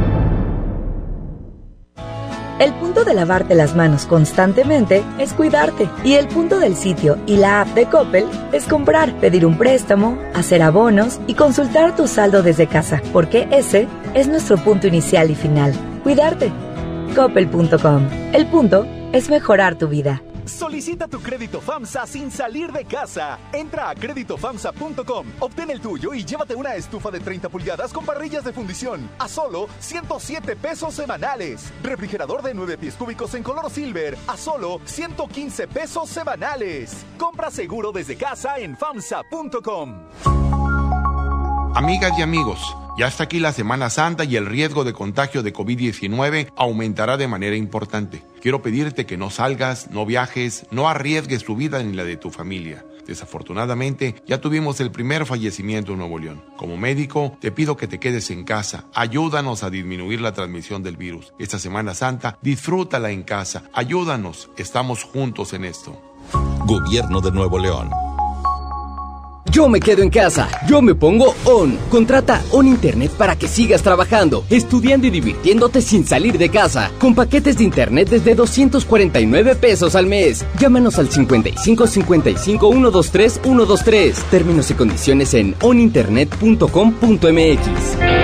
El punto de lavarte las manos constantemente es cuidarte. Y el punto del sitio y la app de Coppel es comprar, pedir un préstamo, hacer abonos y consultar tu saldo desde casa, porque ese es nuestro punto inicial y final. Cuidarte. Coppel punto com. El punto es mejorar tu vida. Solicita tu crédito FAMSA sin salir de casa. Entra a crédito famsa punto com, obtén el tuyo y llévate una estufa de treinta pulgadas con parrillas de fundición a solo ciento siete pesos semanales. Refrigerador de nueve pies cúbicos en color silver a solo ciento quince pesos semanales. Compra seguro desde casa en famsa punto com. Amigas y amigos, ya está aquí la Semana Santa y el riesgo de contagio de COVID diecinueve aumentará de manera importante. Quiero pedirte que no salgas, no viajes, no arriesgues tu vida ni la de tu familia. Desafortunadamente, ya tuvimos el primer fallecimiento en Nuevo León. Como médico, te pido que te quedes en casa. Ayúdanos a disminuir la transmisión del virus. Esta Semana Santa, disfrútala en casa. Ayúdanos, estamos juntos en esto. Gobierno de Nuevo León. Yo me quedo en casa, yo me pongo ON. Contrata ON Internet para que sigas trabajando, estudiando y divirtiéndote sin salir de casa. Con paquetes de internet desde doscientos cuarenta y nueve pesos al mes. Llámanos al cincuenta y cinco cincuenta y cinco, ciento veintitrés, ciento veintitrés. Términos y condiciones en on internet punto com punto m x.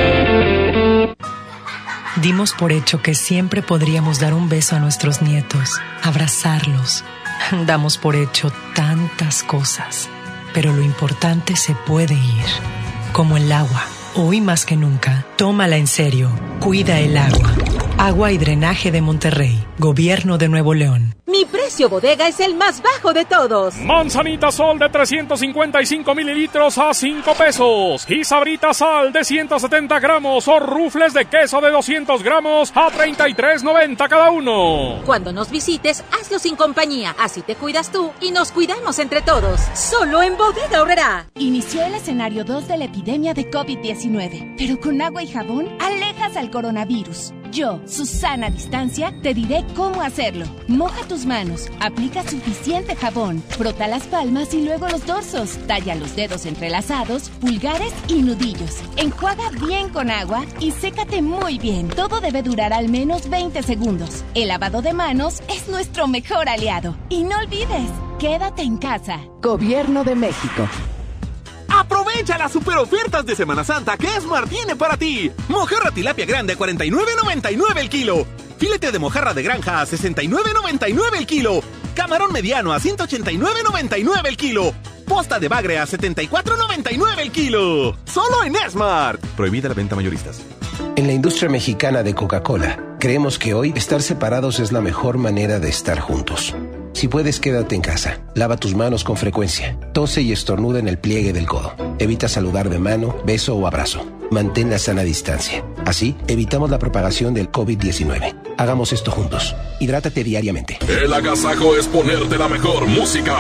Dimos por hecho que siempre podríamos dar un beso a nuestros nietos, abrazarlos. Damos por hecho tantas cosas. Pero lo importante se puede ir, como el agua. Hoy más que nunca, tómala en serio. Cuida el agua. Agua y Drenaje de Monterrey. Gobierno de Nuevo León. Mi precio bodega es el más bajo de todos. Manzanita Sol de trescientos cincuenta y cinco mililitros a cinco pesos. Y Sabrita Sal de ciento setenta gramos o rufles de queso de doscientos gramos a treinta y tres noventa cada uno. Cuando nos visites, hazlo sin compañía. Así te cuidas tú y nos cuidamos entre todos. Solo en Bodega Aurrerá. Inició el escenario dos de la epidemia de COVID diecinueve. Pero con agua y jabón alejas al coronavirus. Yo, Susana Distancia, te diré cómo hacerlo. Moja tus manos, aplica suficiente jabón, frota las palmas y luego los dorsos, talla los dedos entrelazados, pulgares y nudillos. Enjuaga bien con agua y sécate muy bien. Todo debe durar al menos veinte segundos. El lavado de manos es nuestro mejor aliado. Y no olvides, quédate en casa. Gobierno de México. Aprovecha las super ofertas de Semana Santa que Esmar tiene para ti. Mojarra tilapia grande a cuarenta y nueve noventa y nueve el kilo. Filete de mojarra de granja a sesenta y nueve noventa y nueve el kilo. Camarón mediano a ciento ochenta y nueve noventa y nueve el kilo. Posta de bagre a setenta y cuatro noventa y nueve el kilo. Solo en Esmar. Prohibida la venta mayoristas. En la industria mexicana de Coca-Cola, creemos que hoy estar separados es la mejor manera de estar juntos. Si puedes, quédate en casa. Lava tus manos con frecuencia. Tose y estornuda en el pliegue del codo. Evita saludar de mano, beso o abrazo. Mantén la sana distancia. Así, evitamos la propagación del COVID diecinueve. Hagamos esto juntos. Hidrátate diariamente. El agasajo es ponerte la mejor música.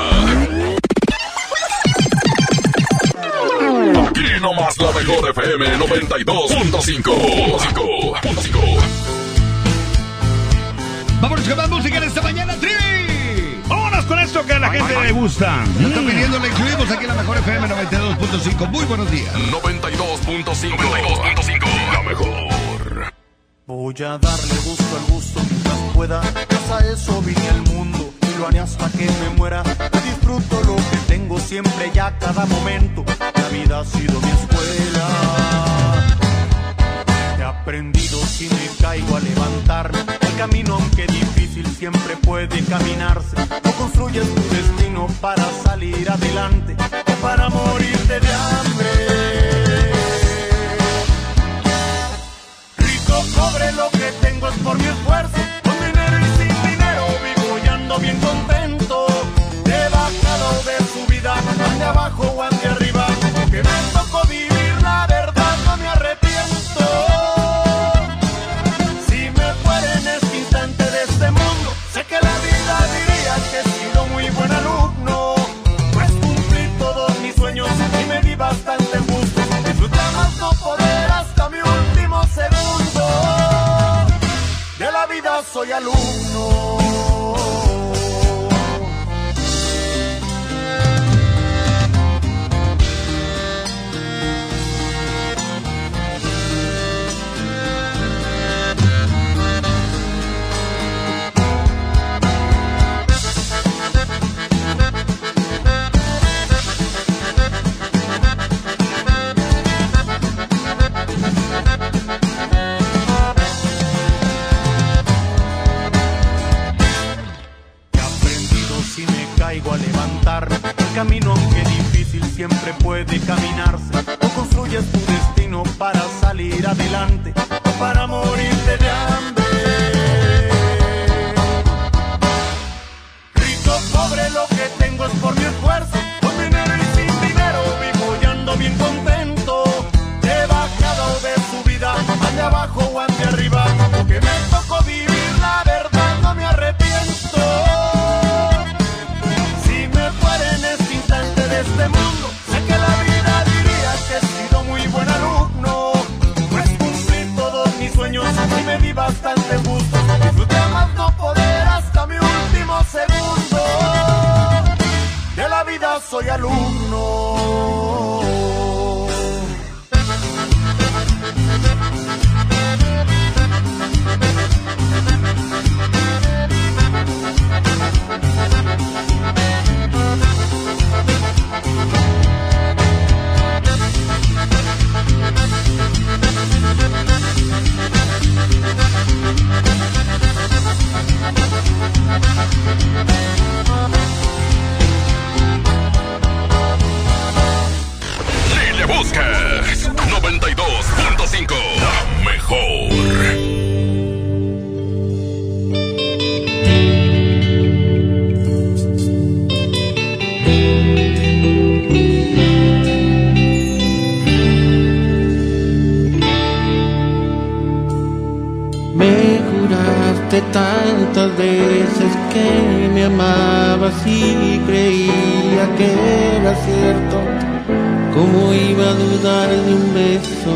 Aquí nomás la mejor F M noventa y dos punto cinco. Vámonos con más música en esta mañana, Trivi. Vámonos con esto que a la gente le gusta. Lo está pidiendo, le incluimos aquí en la mejor F M noventa y dos punto cinco. Muy buenos días. noventa y dos punto cinco. noventa y dos punto cinco. La mejor. Voy a darle gusto al gusto. mientras pueda. Pues a eso vine al mundo y lo haré hasta que me muera. Yo disfruto lo que tengo siempre y a cada momento. La vida ha sido mi escuela. He aprendido si me caigo a levantarme. El camino, aunque difícil, siempre puede caminarse. No construyes tu destino para salir adelante o para morirte de hambre. Rico, pobre, lo que tengo es por mi esfuerzo. Con dinero y sin dinero vivo y ando bien contento. He bajado de su vida, ande abajo o ande arriba. Que me tocó vivir, la verdad no me arrepiento. Si me fuera en este instante de este mundo, sé que la vida diría que he sido muy buen alumno. Pues cumplí todos mis sueños y me di bastante gusto. Disfruté más no poder hasta mi último segundo. De la vida soy alumno. A levantarme. El camino, aunque difícil, siempre puede caminarse. No construyes tu destino para salir adelante o para morirte de hambre. Rico, pobre, lo que tengo es por mi esfuerzo. Con dinero y sin dinero vivo y ando bien contento. He bajado de su vida, ande abajo o ande arriba. Porque me tocó vivir, la verdad no me arrepiento. Este mundo, sé que la vida diría que he sido muy buen alumno. Pues cumplí todos mis sueños y me di bastante gusto. Disfruté más no poder hasta mi último segundo. De la vida soy alumno. Ni le busques. noventa y dos punto cinco. La mejor. Me juraste tantas veces que me amabas y creía que era cierto. ¿Cómo iba a dudar de un beso?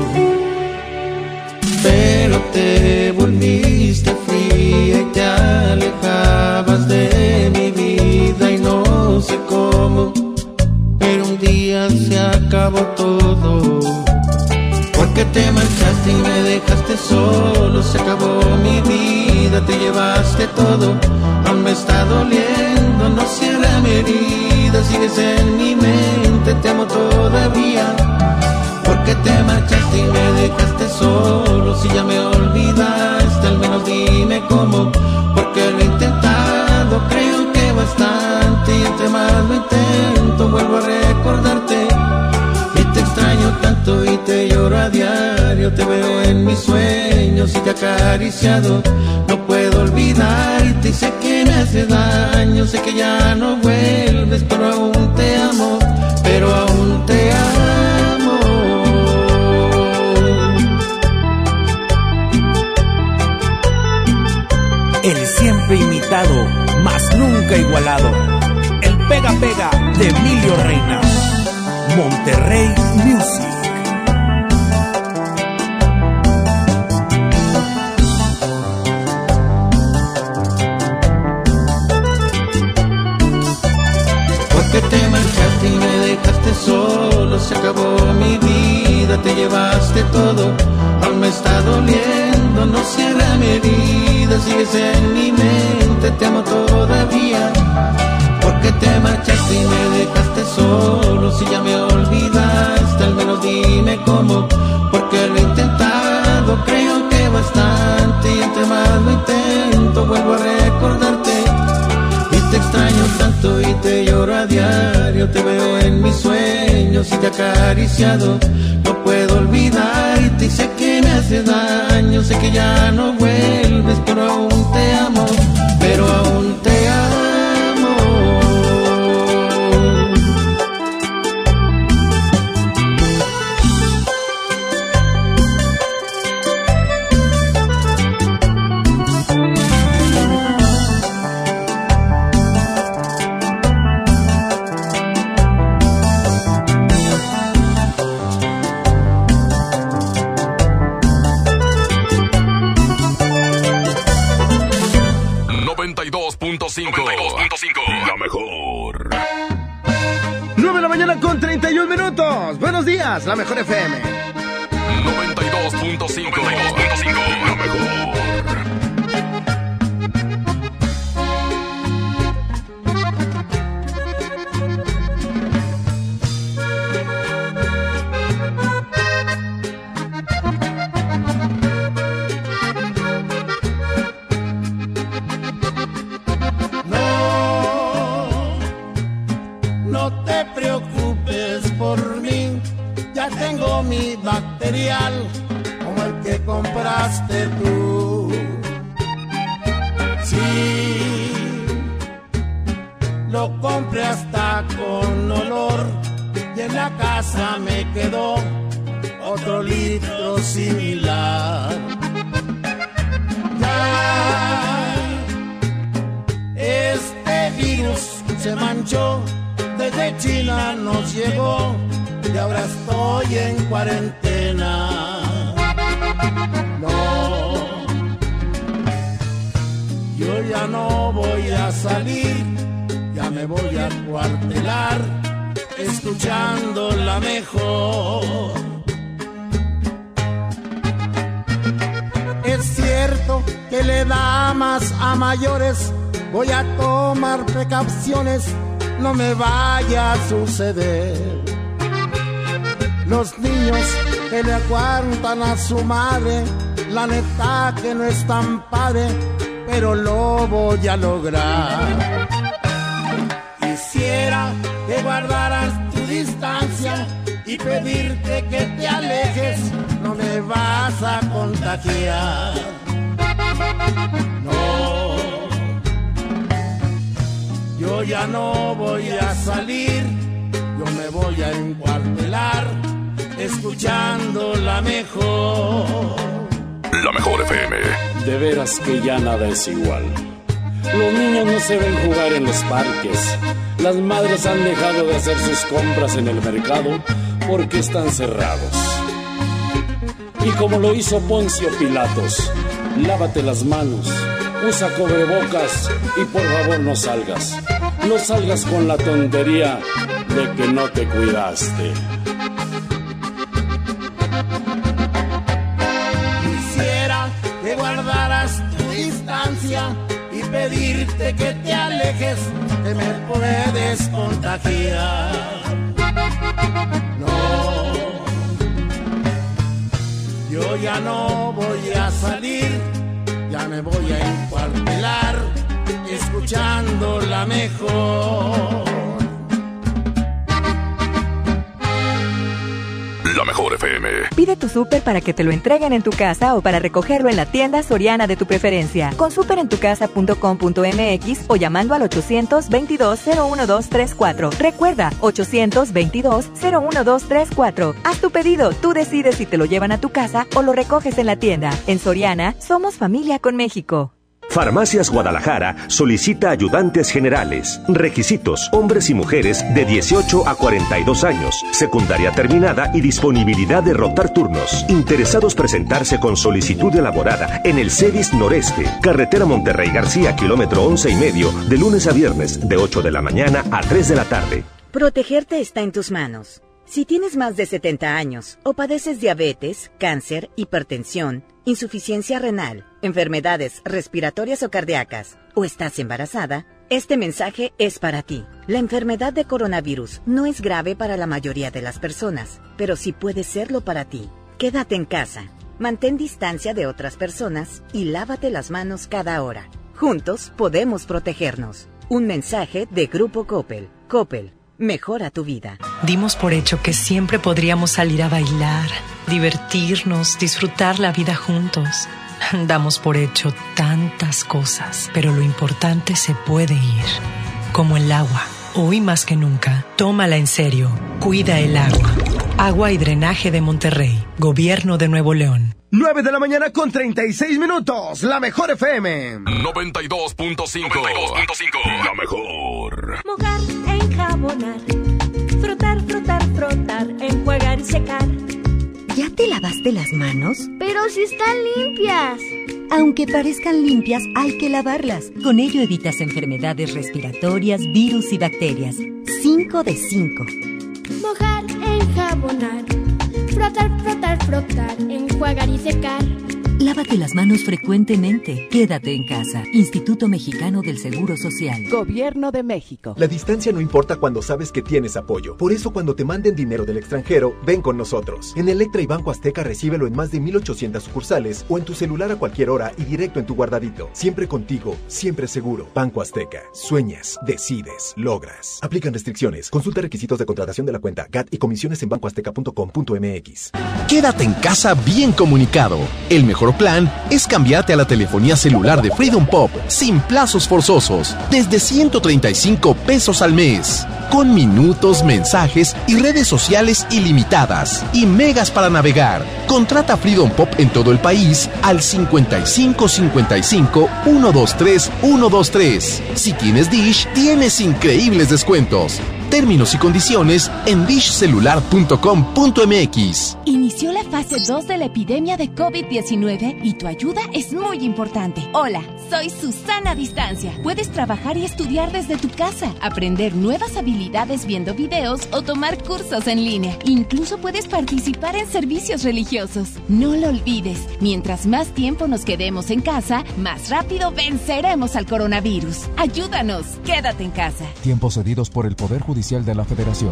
Pero te volviste fría y te alejabas de mi vida y no sé cómo, pero un día se acabó todo. Porque te marchaste y me dejaste solo, se acabó mi vida, te llevaste todo. Aún me está doliendo, no cierra mi herida, sigues en mi mente, te amo todavía. Porque te marchaste y me dejaste solo, si ya me olvidaste, al menos dime cómo. Porque lo he intentado, creo que bastante, y entre más lo intento, vuelvo a recordarte. Te extraño tanto y te lloro a diario. Te veo en mis sueños y te he acariciado. No puedo olvidarte y sé que me hace daño. Sé que ya no vuelves, pero aún te amo. Pero aún te amo. El siempre imitado, mas nunca igualado. El pega pega de Emilio Reina. Monterrey Music. Porque te marchaste y me dejaste solo, se acabó mi vida, te llevaste todo. Aún me está doliendo, no cierra mi herida. vida sigues en mi mente, te amo todavía. Porque te marchaste y me dejaste solo. Si ya me olvidaste, al menos dime cómo. Porque lo he intentado, creo que bastante. Y entre más lo intento, vuelvo a recordarte. Y te extraño tanto y te lloro a diario. Te veo en mis sueños y te he acariciado. No puedo olvidarte y sé que me haces daño. Sé que ya no vuelves, pero aún te amo. Pero aún te amo. noventa y dos punto cinco. La mejor. nueve de la mañana con treinta y un minutos. Buenos días, la mejor F M. noventa y dos punto cinco. La mejor. Como el que compraste tú. Sí, lo compré hasta con olor y en la casa me quedó otro litro similar. Ya, este virus se manchó, desde China nos llegó y ahora estoy en cuarentena. No, yo ya no voy a salir, ya me voy a cuartelar, escuchando la mejor. Es cierto que le da más a mayores, voy a tomar precauciones, no me vaya a suceder. Los niños que le aguantan a su madre, la neta que no es tan padre, pero lo voy a lograr. Quisiera que guardaras tu distancia y pedirte que te alejes, no me vas a contagiar. No, yo ya no voy a salir, yo me voy a encuartelar, escuchando la mejor. La mejor F M. De veras que ya nada es igual. Los niños no se ven jugar en los parques. Las madres han dejado de hacer sus compras en el mercado porque están cerrados. Y como lo hizo Poncio Pilatos, lávate las manos, usa cubrebocas y por favor no salgas. No salgas con la tontería de que no te cuidaste. Quisiera que guardaras tu distancia y pedirte que te alejes, que me puedes contagiar. No, yo ya no voy a salir, ya me voy a encuartelar, escuchando la mejor. La mejor F M. Pide tu súper para que te lo entreguen en tu casa o para recogerlo en la tienda Soriana de tu preferencia. Con super en tu casa punto com punto m x o llamando al ochocientos veintidós cero uno dos treinta y cuatro. Recuerda, ochocientos veintidós cero uno dos treinta y cuatro. Haz tu pedido, tú decides si te lo llevan a tu casa o lo recoges en la tienda. En Soriana, somos familia con México. Farmacias Guadalajara solicita ayudantes generales. Requisitos: hombres y mujeres de dieciocho a cuarenta y dos años, secundaria terminada y disponibilidad de rotar turnos. Interesados presentarse con solicitud elaborada en el CEDIS Noreste, carretera Monterrey García, kilómetro once y medio, de lunes a viernes, de ocho de la mañana a tres de la tarde. Protegerte está en tus manos. Si tienes más de setenta años o padeces diabetes, cáncer, hipertensión, insuficiencia renal, enfermedades respiratorias o cardíacas, o estás embarazada, este mensaje es para ti. La enfermedad de coronavirus no es grave para la mayoría de las personas, pero sí puede serlo para ti. Quédate en casa, mantén distancia de otras personas y lávate las manos cada hora. Juntos podemos protegernos. Un mensaje de Grupo Coppel. Coppel, mejora tu vida. Dimos por hecho que siempre podríamos salir a bailar, divertirnos, disfrutar la vida juntos. Damos por hecho tantas cosas, pero lo importante se puede ir. Como el agua. Hoy más que nunca, tómala en serio. Cuida el agua. Agua y Drenaje de Monterrey. Gobierno de Nuevo León. nueve de la mañana con treinta y seis minutos. La mejor F M. noventa y dos punto cinco. La mejor. Mojar, enjabonar. Frotar, frotar, frotar. Enjuagar y secar. ¿Ya te lavaste las manos? Pero si están limpias. Aunque parezcan limpias, hay que lavarlas. Con ello evitas enfermedades respiratorias, virus y bacterias. cinco de cinco. Mojar, enjabonar. Frotar, frotar, frotar. Enjuagar y secar. Lávate las manos frecuentemente. Quédate en casa. Instituto Mexicano del Seguro Social. Gobierno de México. La distancia no importa cuando sabes que tienes apoyo. Por eso cuando te manden dinero del extranjero, ven con nosotros. En Electra y Banco Azteca recíbelo en más de mil ochocientas sucursales o en tu celular a cualquier hora y directo en tu guardadito. Siempre contigo, siempre seguro. Banco Azteca. Sueñas, decides, logras. Aplican restricciones. Consulta requisitos de contratación de la cuenta, G A T y comisiones en banco azteca punto com punto m x. Quédate en casa bien comunicado. El mejor plan es cambiarte a la telefonía celular de Freedom Pop sin plazos forzosos, desde ciento treinta y cinco pesos al mes, con minutos, mensajes y redes sociales ilimitadas y megas para navegar. Contrata Freedom Pop en todo el país al cincuenta y cinco cincuenta y cinco, ciento veintitrés, ciento veintitrés. Si tienes Dish, tienes increíbles descuentos. Términos y condiciones en dish celular punto com punto m x. Inició la fase dos de la epidemia de COVID diecinueve y tu ayuda es muy importante. Hola, soy Susana Distancia. Puedes trabajar y estudiar desde tu casa, aprender nuevas habilidades viendo videos o tomar cursos en línea. Incluso puedes participar en servicios religiosos. No lo olvides, mientras más tiempo nos quedemos en casa, más rápido venceremos al coronavirus. Ayúdanos, quédate en casa. Tiempos cedidos por el Poder Judicial de la Federación.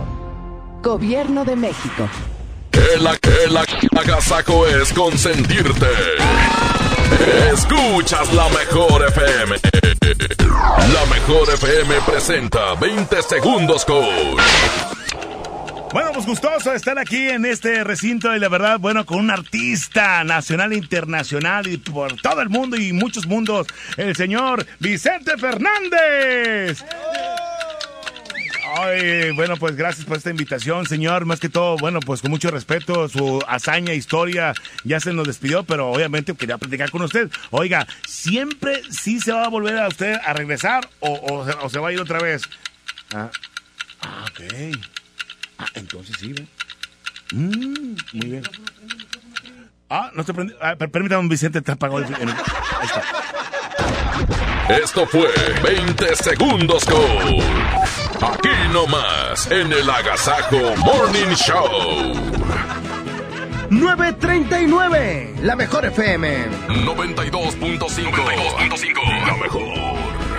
Gobierno de México. El, el agasajo es consentirte. Escuchas la mejor F M. La mejor F M presenta veinte segundos con... Bueno, pues gustoso estar aquí en este recinto y la verdad, bueno, con un artista nacional e internacional y por todo el mundo y muchos mundos, el señor Vicente Fernández. Ay, bueno, pues gracias por esta invitación, señor. Más que todo, bueno, pues con mucho respeto, su hazaña, historia, ya se nos despidió, pero obviamente quería platicar con usted. Oiga, ¿siempre sí se va a volver a usted a regresar o, o, o se va a ir otra vez? Ah, ah ok. Ah, entonces sí, ¿ve? Mm, muy bien. Ah, no se prende. Ah, permítame, Vicente, te apagó el... el ahí está. Esto fue veinte segundos con... Aquí nomás, en el Agasajo Morning Show. nueve treinta y nueve, la mejor F M. noventa y dos punto cinco. noventa y dos punto cinco. La mejor.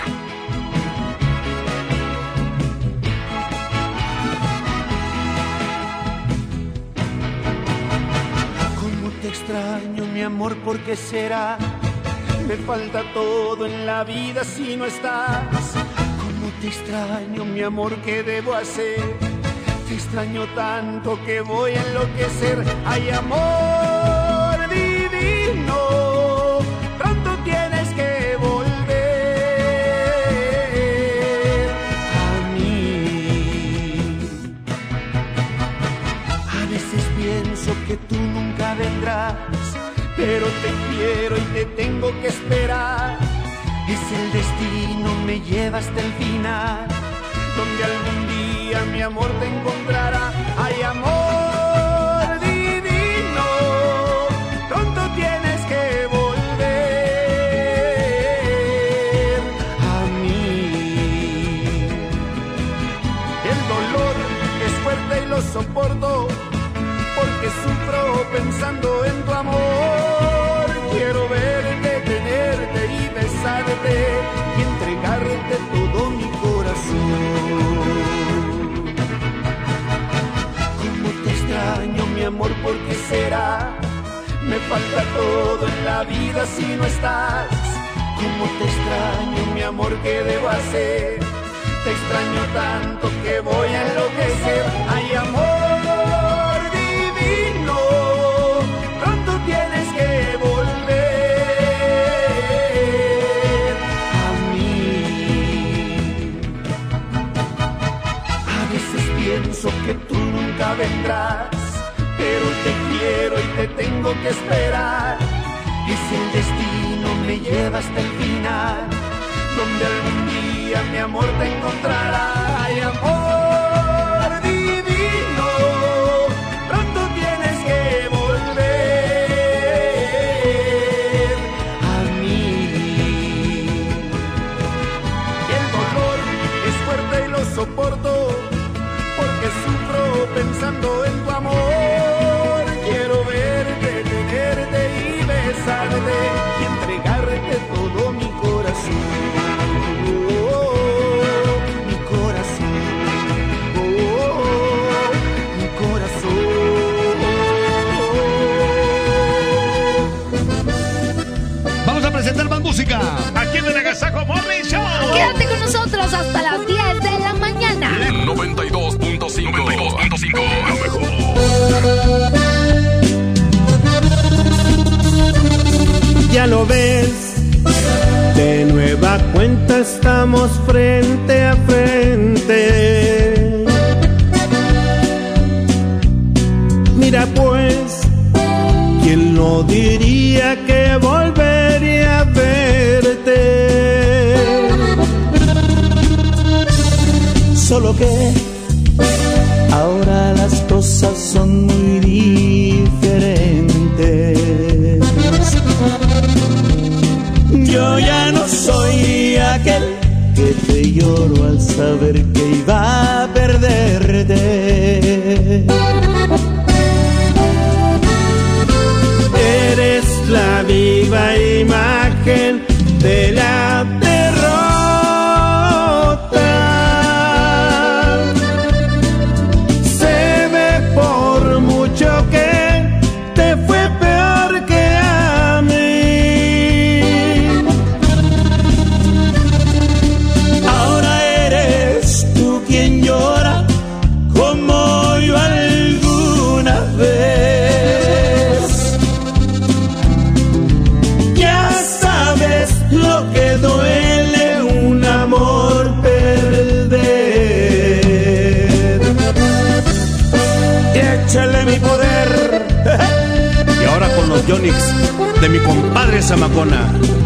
Cómo te extraño, mi amor, ¿por qué será? Me falta todo en la vida si no estás. Te extraño, mi amor, ¿qué debo hacer? Te extraño tanto que voy a enloquecer. Ay, amor divino, pronto tienes que volver a mí. A veces pienso que tú nunca vendrás, pero te quiero y te tengo que esperar. Es el destino, me lleva hasta el final, donde algún día mi amor te encontrará. Ay, amor divino, pronto tienes que volver a mí. El dolor es fuerte y lo lo soporto, porque sufro pensando en tu amor. Quiero verte, tenerte y besarte y entregarte todo mi corazón. Cómo te extraño, mi amor, ¿por qué será? Me falta todo en la vida si no estás. Cómo te extraño, mi amor, ¿qué debo hacer? Te extraño tanto que voy a enloquecer. Ay, amor divino, pronto tienes que volver a mí. A veces pienso que tú nunca vendrás, pero te quiero y te tengo que esperar. Y si el destino me lleva hasta el final, donde algún día mi amor te encontrará. Ay, amor divino, pronto tienes que volver a mí. El dolor es fuerte y lo soporto, porque sufro pensando en tu amor. Quiero verte, tenerte y besarte y entregarte todo mi corazón. Mi corazón, oh, mi corazón. Vamos a presentar más música aquí en el Agasajo Morning Show. Quédate con nosotros hasta las diez de la mañana. noventa y dos punto cinco. noventa y dos punto cinco. Lo mejor. Ya lo ves, de nueva cuenta estamos frente a frente. Mira pues, ¿quién no diría que volvería a verte? Solo que ahora las cosas son muy diferentes. Yo ya no soy aquel que te lloro al saber que iba a perderte. Eres la viva imagen de la derrota. Se ve por mucho que te fue peor que a mí. Ahora eres tú quien llora como yo alguna vez. Ya sabes lo que duele un amor perder. Y échale mi poder. Y ahora con los Yonix de mi compadre Zamacona.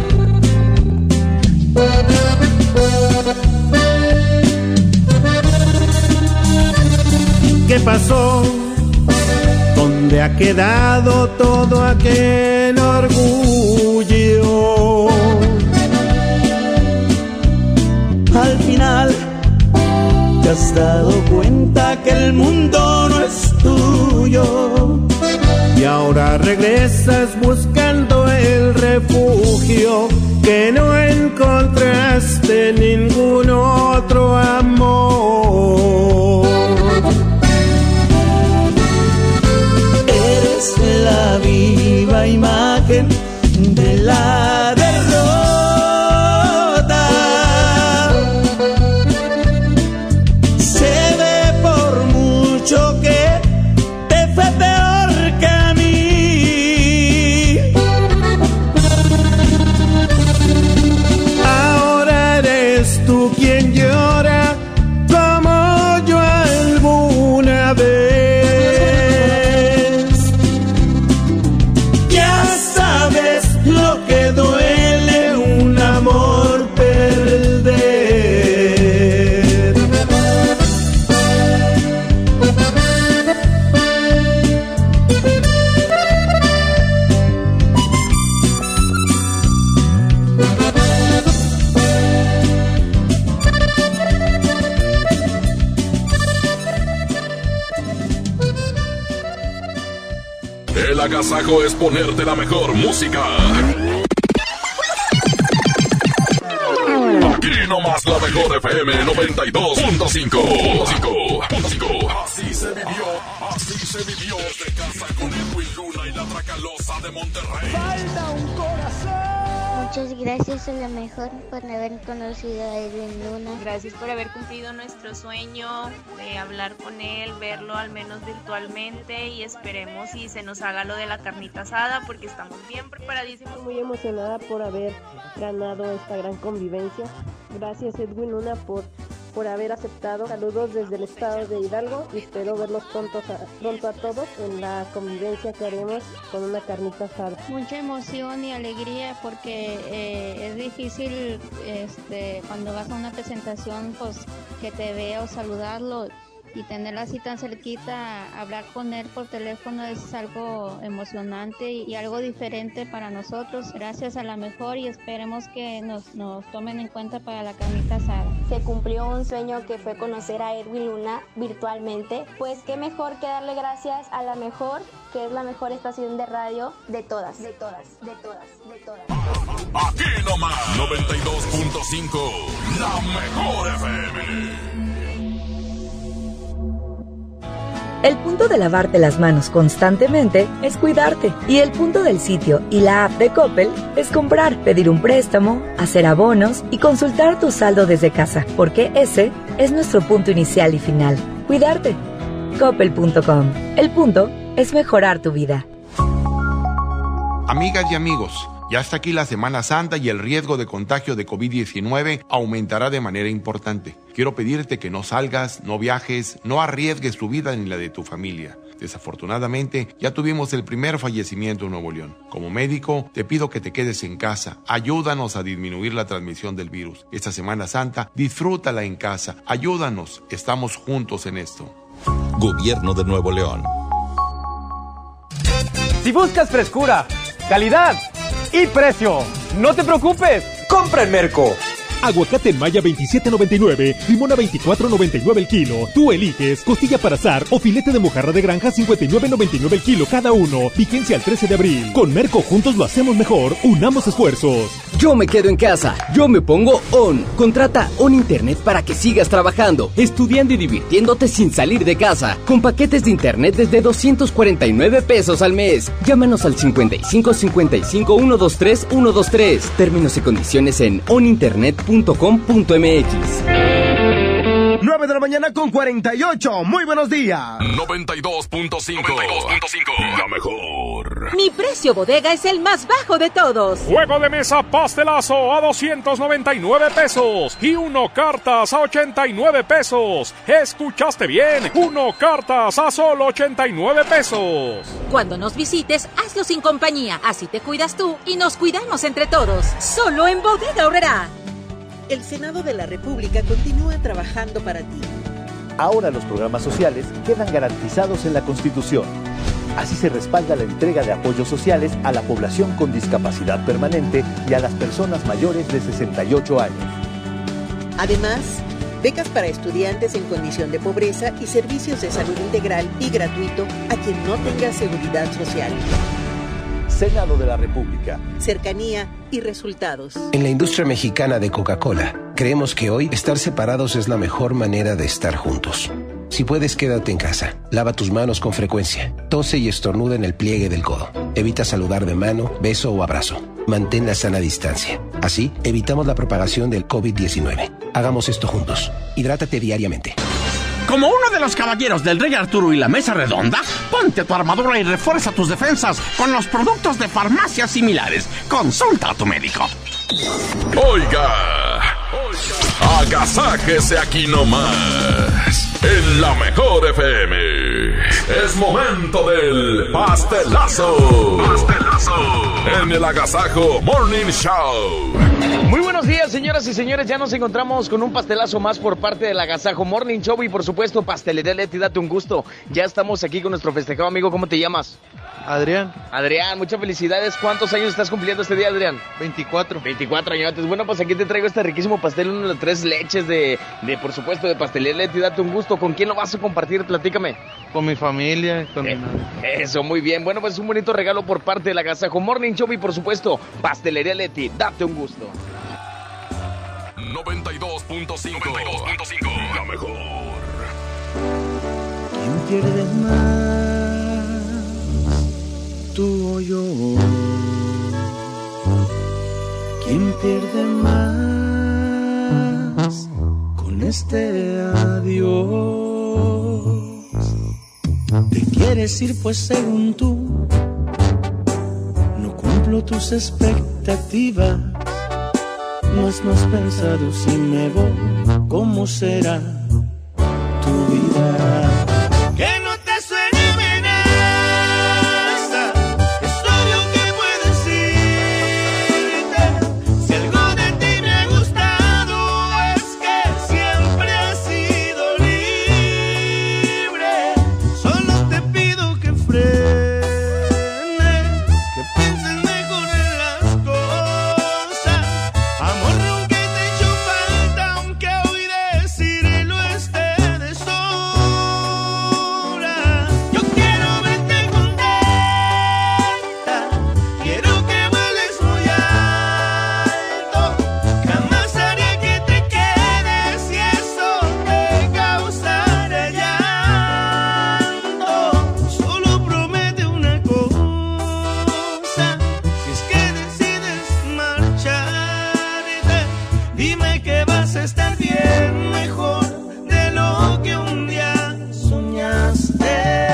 ¿Qué pasó? ¿Dónde ha quedado todo aquel orgullo? Al final te has dado cuenta que el mundo no es tuyo y ahora regresas buscando el refugio que no encontraste ningún otro amor. Eres la viva imagen de la derrota. Se ve por mucho que te fue peor que a mí. Ahora eres tú quien llora como yo el agasajo es ponerte la mejor música. Aquí nomás la mejor F M noventa y dos punto cinco. Así se vivió, así se vivió de casa con Edwin Luna y la Tracalosa de Monterrey. Falta un corazón. Muchas gracias a la mejor por haber conocido a Edwin Luna. Gracias por haber cumplido nuestro sueño de hablar con él, verlo al menos virtualmente y esperemos y se nos haga lo de la carnita asada porque estamos bien preparadísimos. Muy emocionada por haber ganado esta gran convivencia. Gracias Edwin Luna por, por haber aceptado. Saludos desde el estado de Hidalgo y espero verlos pronto a, pronto a todos en la convivencia que haremos con una carnita asada. Mucha emoción y alegría porque eh, es difícil este, cuando vas a una presentación pues que te vea o saludarlo y tenerla así tan cerquita, hablar con él por teléfono es algo emocionante y, y algo diferente para nosotros. Gracias a la mejor y esperemos que nos, nos tomen en cuenta para la carnita asada. Se cumplió un sueño que fue conocer a Edwin Luna virtualmente, pues qué mejor que darle gracias a la mejor, que es la mejor estación de radio de todas, de todas, de todas, de todas. Aquí nomás noventa y dos punto cinco, la mejor F M. El punto de lavarte las manos constantemente es cuidarte. Y el punto del sitio y la app de Coppel es comprar, pedir un préstamo, hacer abonos y consultar tu saldo desde casa. Porque ese es nuestro punto inicial y final. Cuidarte. Coppel punto com. El punto es mejorar tu vida. Amigas y amigos, ya está aquí la Semana Santa y el riesgo de contagio de COVID diecinueve aumentará de manera importante. Quiero pedirte que no salgas, no viajes, no arriesgues tu vida ni la de tu familia. Desafortunadamente, ya tuvimos el primer fallecimiento en Nuevo León. Como médico, te pido que te quedes en casa. Ayúdanos a disminuir la transmisión del virus. Esta Semana Santa, disfrútala en casa. Ayúdanos, estamos juntos en esto. Gobierno de Nuevo León. Si buscas frescura, calidad y precio, no te preocupes, compra en Merco. Aguacate en Maya veintisiete noventa y nueve, limón a veinticuatro noventa y nueve el kilo. Tú eliges costilla para asar o filete de mojarra de granja cincuenta y nueve noventa y nueve el kilo cada uno. Vigencia al trece de abril. Con Merco juntos lo hacemos mejor. Unamos esfuerzos. Yo me quedo en casa. Yo me pongo On. Contrata On Internet para que sigas trabajando, estudiando y divirtiéndote sin salir de casa. Con paquetes de internet desde doscientos cuarenta y nueve pesos al mes. Llámanos al cincuenta y cinco cincuenta y cinco ciento veintitrés ciento veintitrés. Términos y condiciones en oninternet punto com punto m x. nueve de la mañana con cuarenta y ocho. Muy buenos días. noventa y dos punto cinco. La mejor. Mi precio bodega es el más bajo de todos. Juego de mesa pastelazo a doscientos noventa y nueve pesos y uno cartas a ochenta y nueve pesos. ¿Escuchaste bien? Uno cartas a solo ochenta y nueve pesos. Cuando nos visites, hazlo sin compañía. Así te cuidas tú y nos cuidamos entre todos. Solo en Bodega Aurrerá. El Senado de la República continúa trabajando para ti. Ahora los programas sociales quedan garantizados en la Constitución. Así se respalda la entrega de apoyos sociales a la población con discapacidad permanente y a las personas mayores de sesenta y ocho años. Además, becas para estudiantes en condición de pobreza y servicios de salud integral y gratuito a quien no tenga seguridad social. Senado de la República. Cercanía y resultados. En la industria mexicana de Coca-Cola, creemos que hoy estar separados es la mejor manera de estar juntos. Si puedes, quédate en casa. Lava tus manos con frecuencia. Tose y estornuda en el pliegue del codo. Evita saludar de mano, beso o abrazo. Mantén la sana distancia. Así, evitamos la propagación del COVID diecinueve. Hagamos esto juntos. Hidrátate diariamente. Como uno de los caballeros del Rey Arturo y la Mesa Redonda, ponte tu armadura y refuerza tus defensas con los productos de farmacias similares. Consulta a tu médico. Oiga, agasáquese aquí nomás, en la mejor F M. Es momento del pastelazo. Pastelazo. En el Agasajo Morning Show. Muy buenos buenos días, señoras y señores. Ya nos encontramos con un pastelazo más por parte del Agasajo Morning Show y, por supuesto, Pastelería Leti, date un gusto. Ya estamos aquí con nuestro festejado amigo. ¿Cómo te llamas? Adrián. Adrián, muchas felicidades. ¿Cuántos años estás cumpliendo este día, Adrián? veinticuatro. veinticuatro años. Bueno, pues aquí te traigo este riquísimo pastel, uno de las tres leches de, de por supuesto, de Pastelería Leti, date un gusto. ¿Con quién lo vas a compartir? Platícame. Con mi familia. Con eh, mi madre. Eso, muy bien. Bueno, pues un bonito regalo por parte del Agasajo Morning Show y, por supuesto, Pastelería Leti, date un gusto. noventa y dos punto cinco. La mejor. ¿Quién pierde más? ¿Tú o yo? ¿Quién pierde más con este adiós? ¿Te quieres ir? Pues según tú no cumplo tus expectativas. No has más pensado si me voy, ¿cómo será tu vida? Que no te suene amenaza, es obvio que puedes irte. Si algo de ti me ha gustado es que siempre has sido libre. Solo te pido que frenes, que pienses mejor en las cosas. Amor, nunca te he hecho falta, aunque hoy decirlo esté de sobra. Yo quiero verte contenta, quiero que vueles muy alto. Jamás haría que te quedes si eso te causara llanto. Solo promete una cosa, si es que decides marcharte, dime que vas a estar bien, mejor de lo que un día soñaste.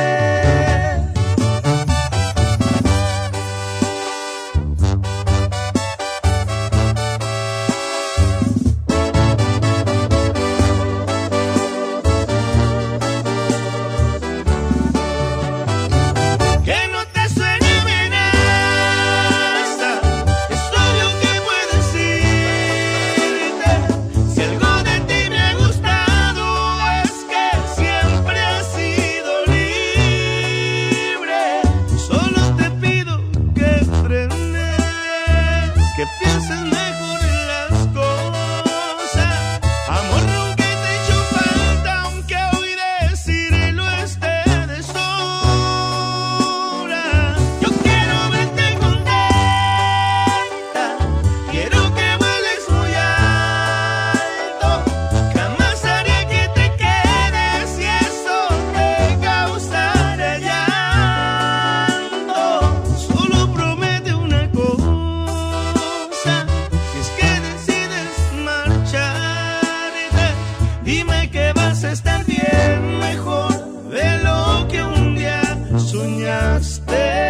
Que no te suene amenaza, es obvio que puedes irte. Si algo de ti me ha gustado es que siempre has sido libre. Solo te pido que frenes, que pienses mejor en las cosas. Amor, nunca te he hecho falta, aunque hoy decirlo esté de sobra. Yo quiero verte contenta, quiero que vueles muy alto. Jamás haría que te quedes si eso te causara llanto. Solo promete una cosa, si es que decides marcharte, dime que vas a estar bien, mejor de lo que un día soñaste.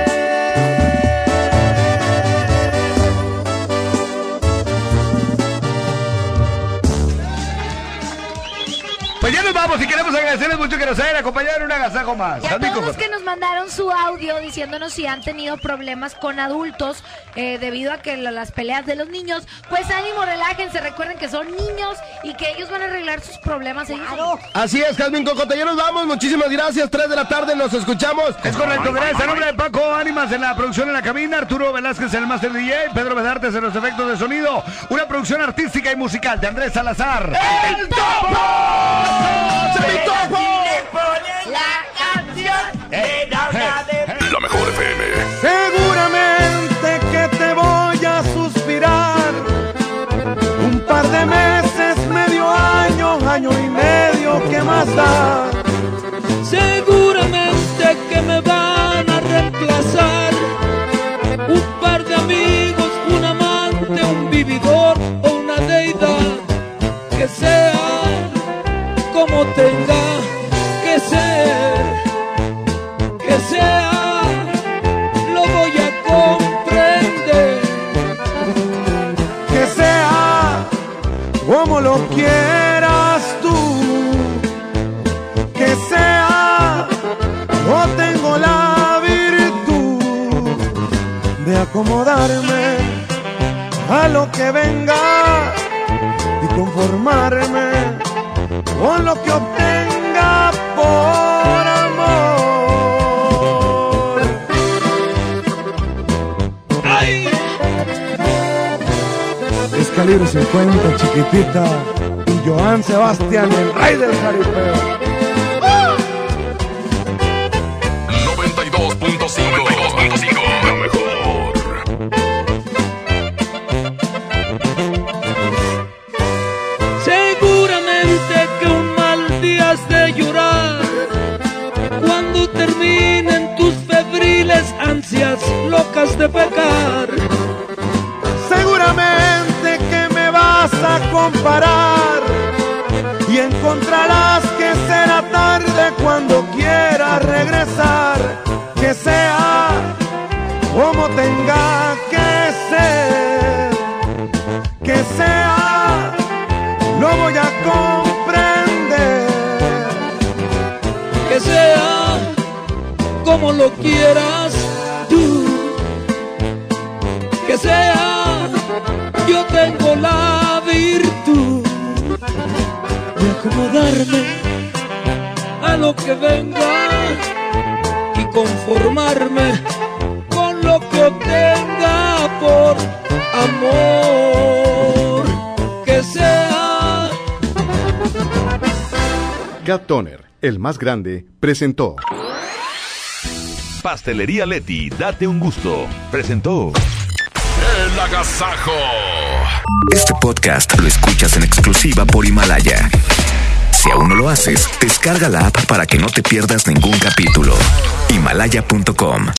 Pues ya nos vamos y queremos agradecerles mucho que nos hayan acompañado en un agasajo más. Y a Amigo, todos los que nos mandaron su audio diciéndonos si han tenido problemas con adultos eh, debido a que la- las peleas de los niños, pues ánimo, relájense, recuerden que son niños y que ellos van a arreglar sus problemas ellos solos. Así es, Jazmín Cocota, ya nos vamos, muchísimas gracias, tres de la tarde, nos escuchamos. Es correcto, gracias a nombre de Paco Ánimas en la producción en la cabina, Arturo Velázquez en el Master D J, Pedro Bedartes en los efectos de sonido, una producción artística y musical de Andrés Salazar. ¡El Topo! ¡El Topo! La canción Eh, La mejor F M. Seguramente que te voy a suspirar un par de meses, medio año, año y medio, ¿qué más da? Seguramente que me van a reemplazar un par de amigos, un amante, un vividor o una deidad, que sea como tenga que ser, que sea, lo voy a comprender, que sea como lo quieras tú, que sea, no tengo la virtud de acomodarme a lo que venga y conformarme con lo que obtenga por amor. ¡Ay! Es calibre cincuenta, chiquitita, y Joan Sebastián, el rey del jaripeo. noventa y dos punto cinco, la mejor. Seguramente que un mal día has de llorar cuando terminen tus febriles ansias locas de pecar. Seguramente que me vas a comparar y encontrarás que será tarde cuando quieras regresar. Que sea como tenga que ser, que sea, lo voy a comprender. Que sea como lo quieras tú, que sea, yo tengo la virtud de acomodarme a lo que venga y conformarme con lo que obtenga por amor. Que sea. Cat Toner, el más grande, presentó. Pastelería Leti, date un gusto. Presentó. El Agasajo. Este podcast lo escuchas en exclusiva por Himalaya. Si aún no lo haces, descarga la app para que no te pierdas ningún capítulo. Himalaya punto com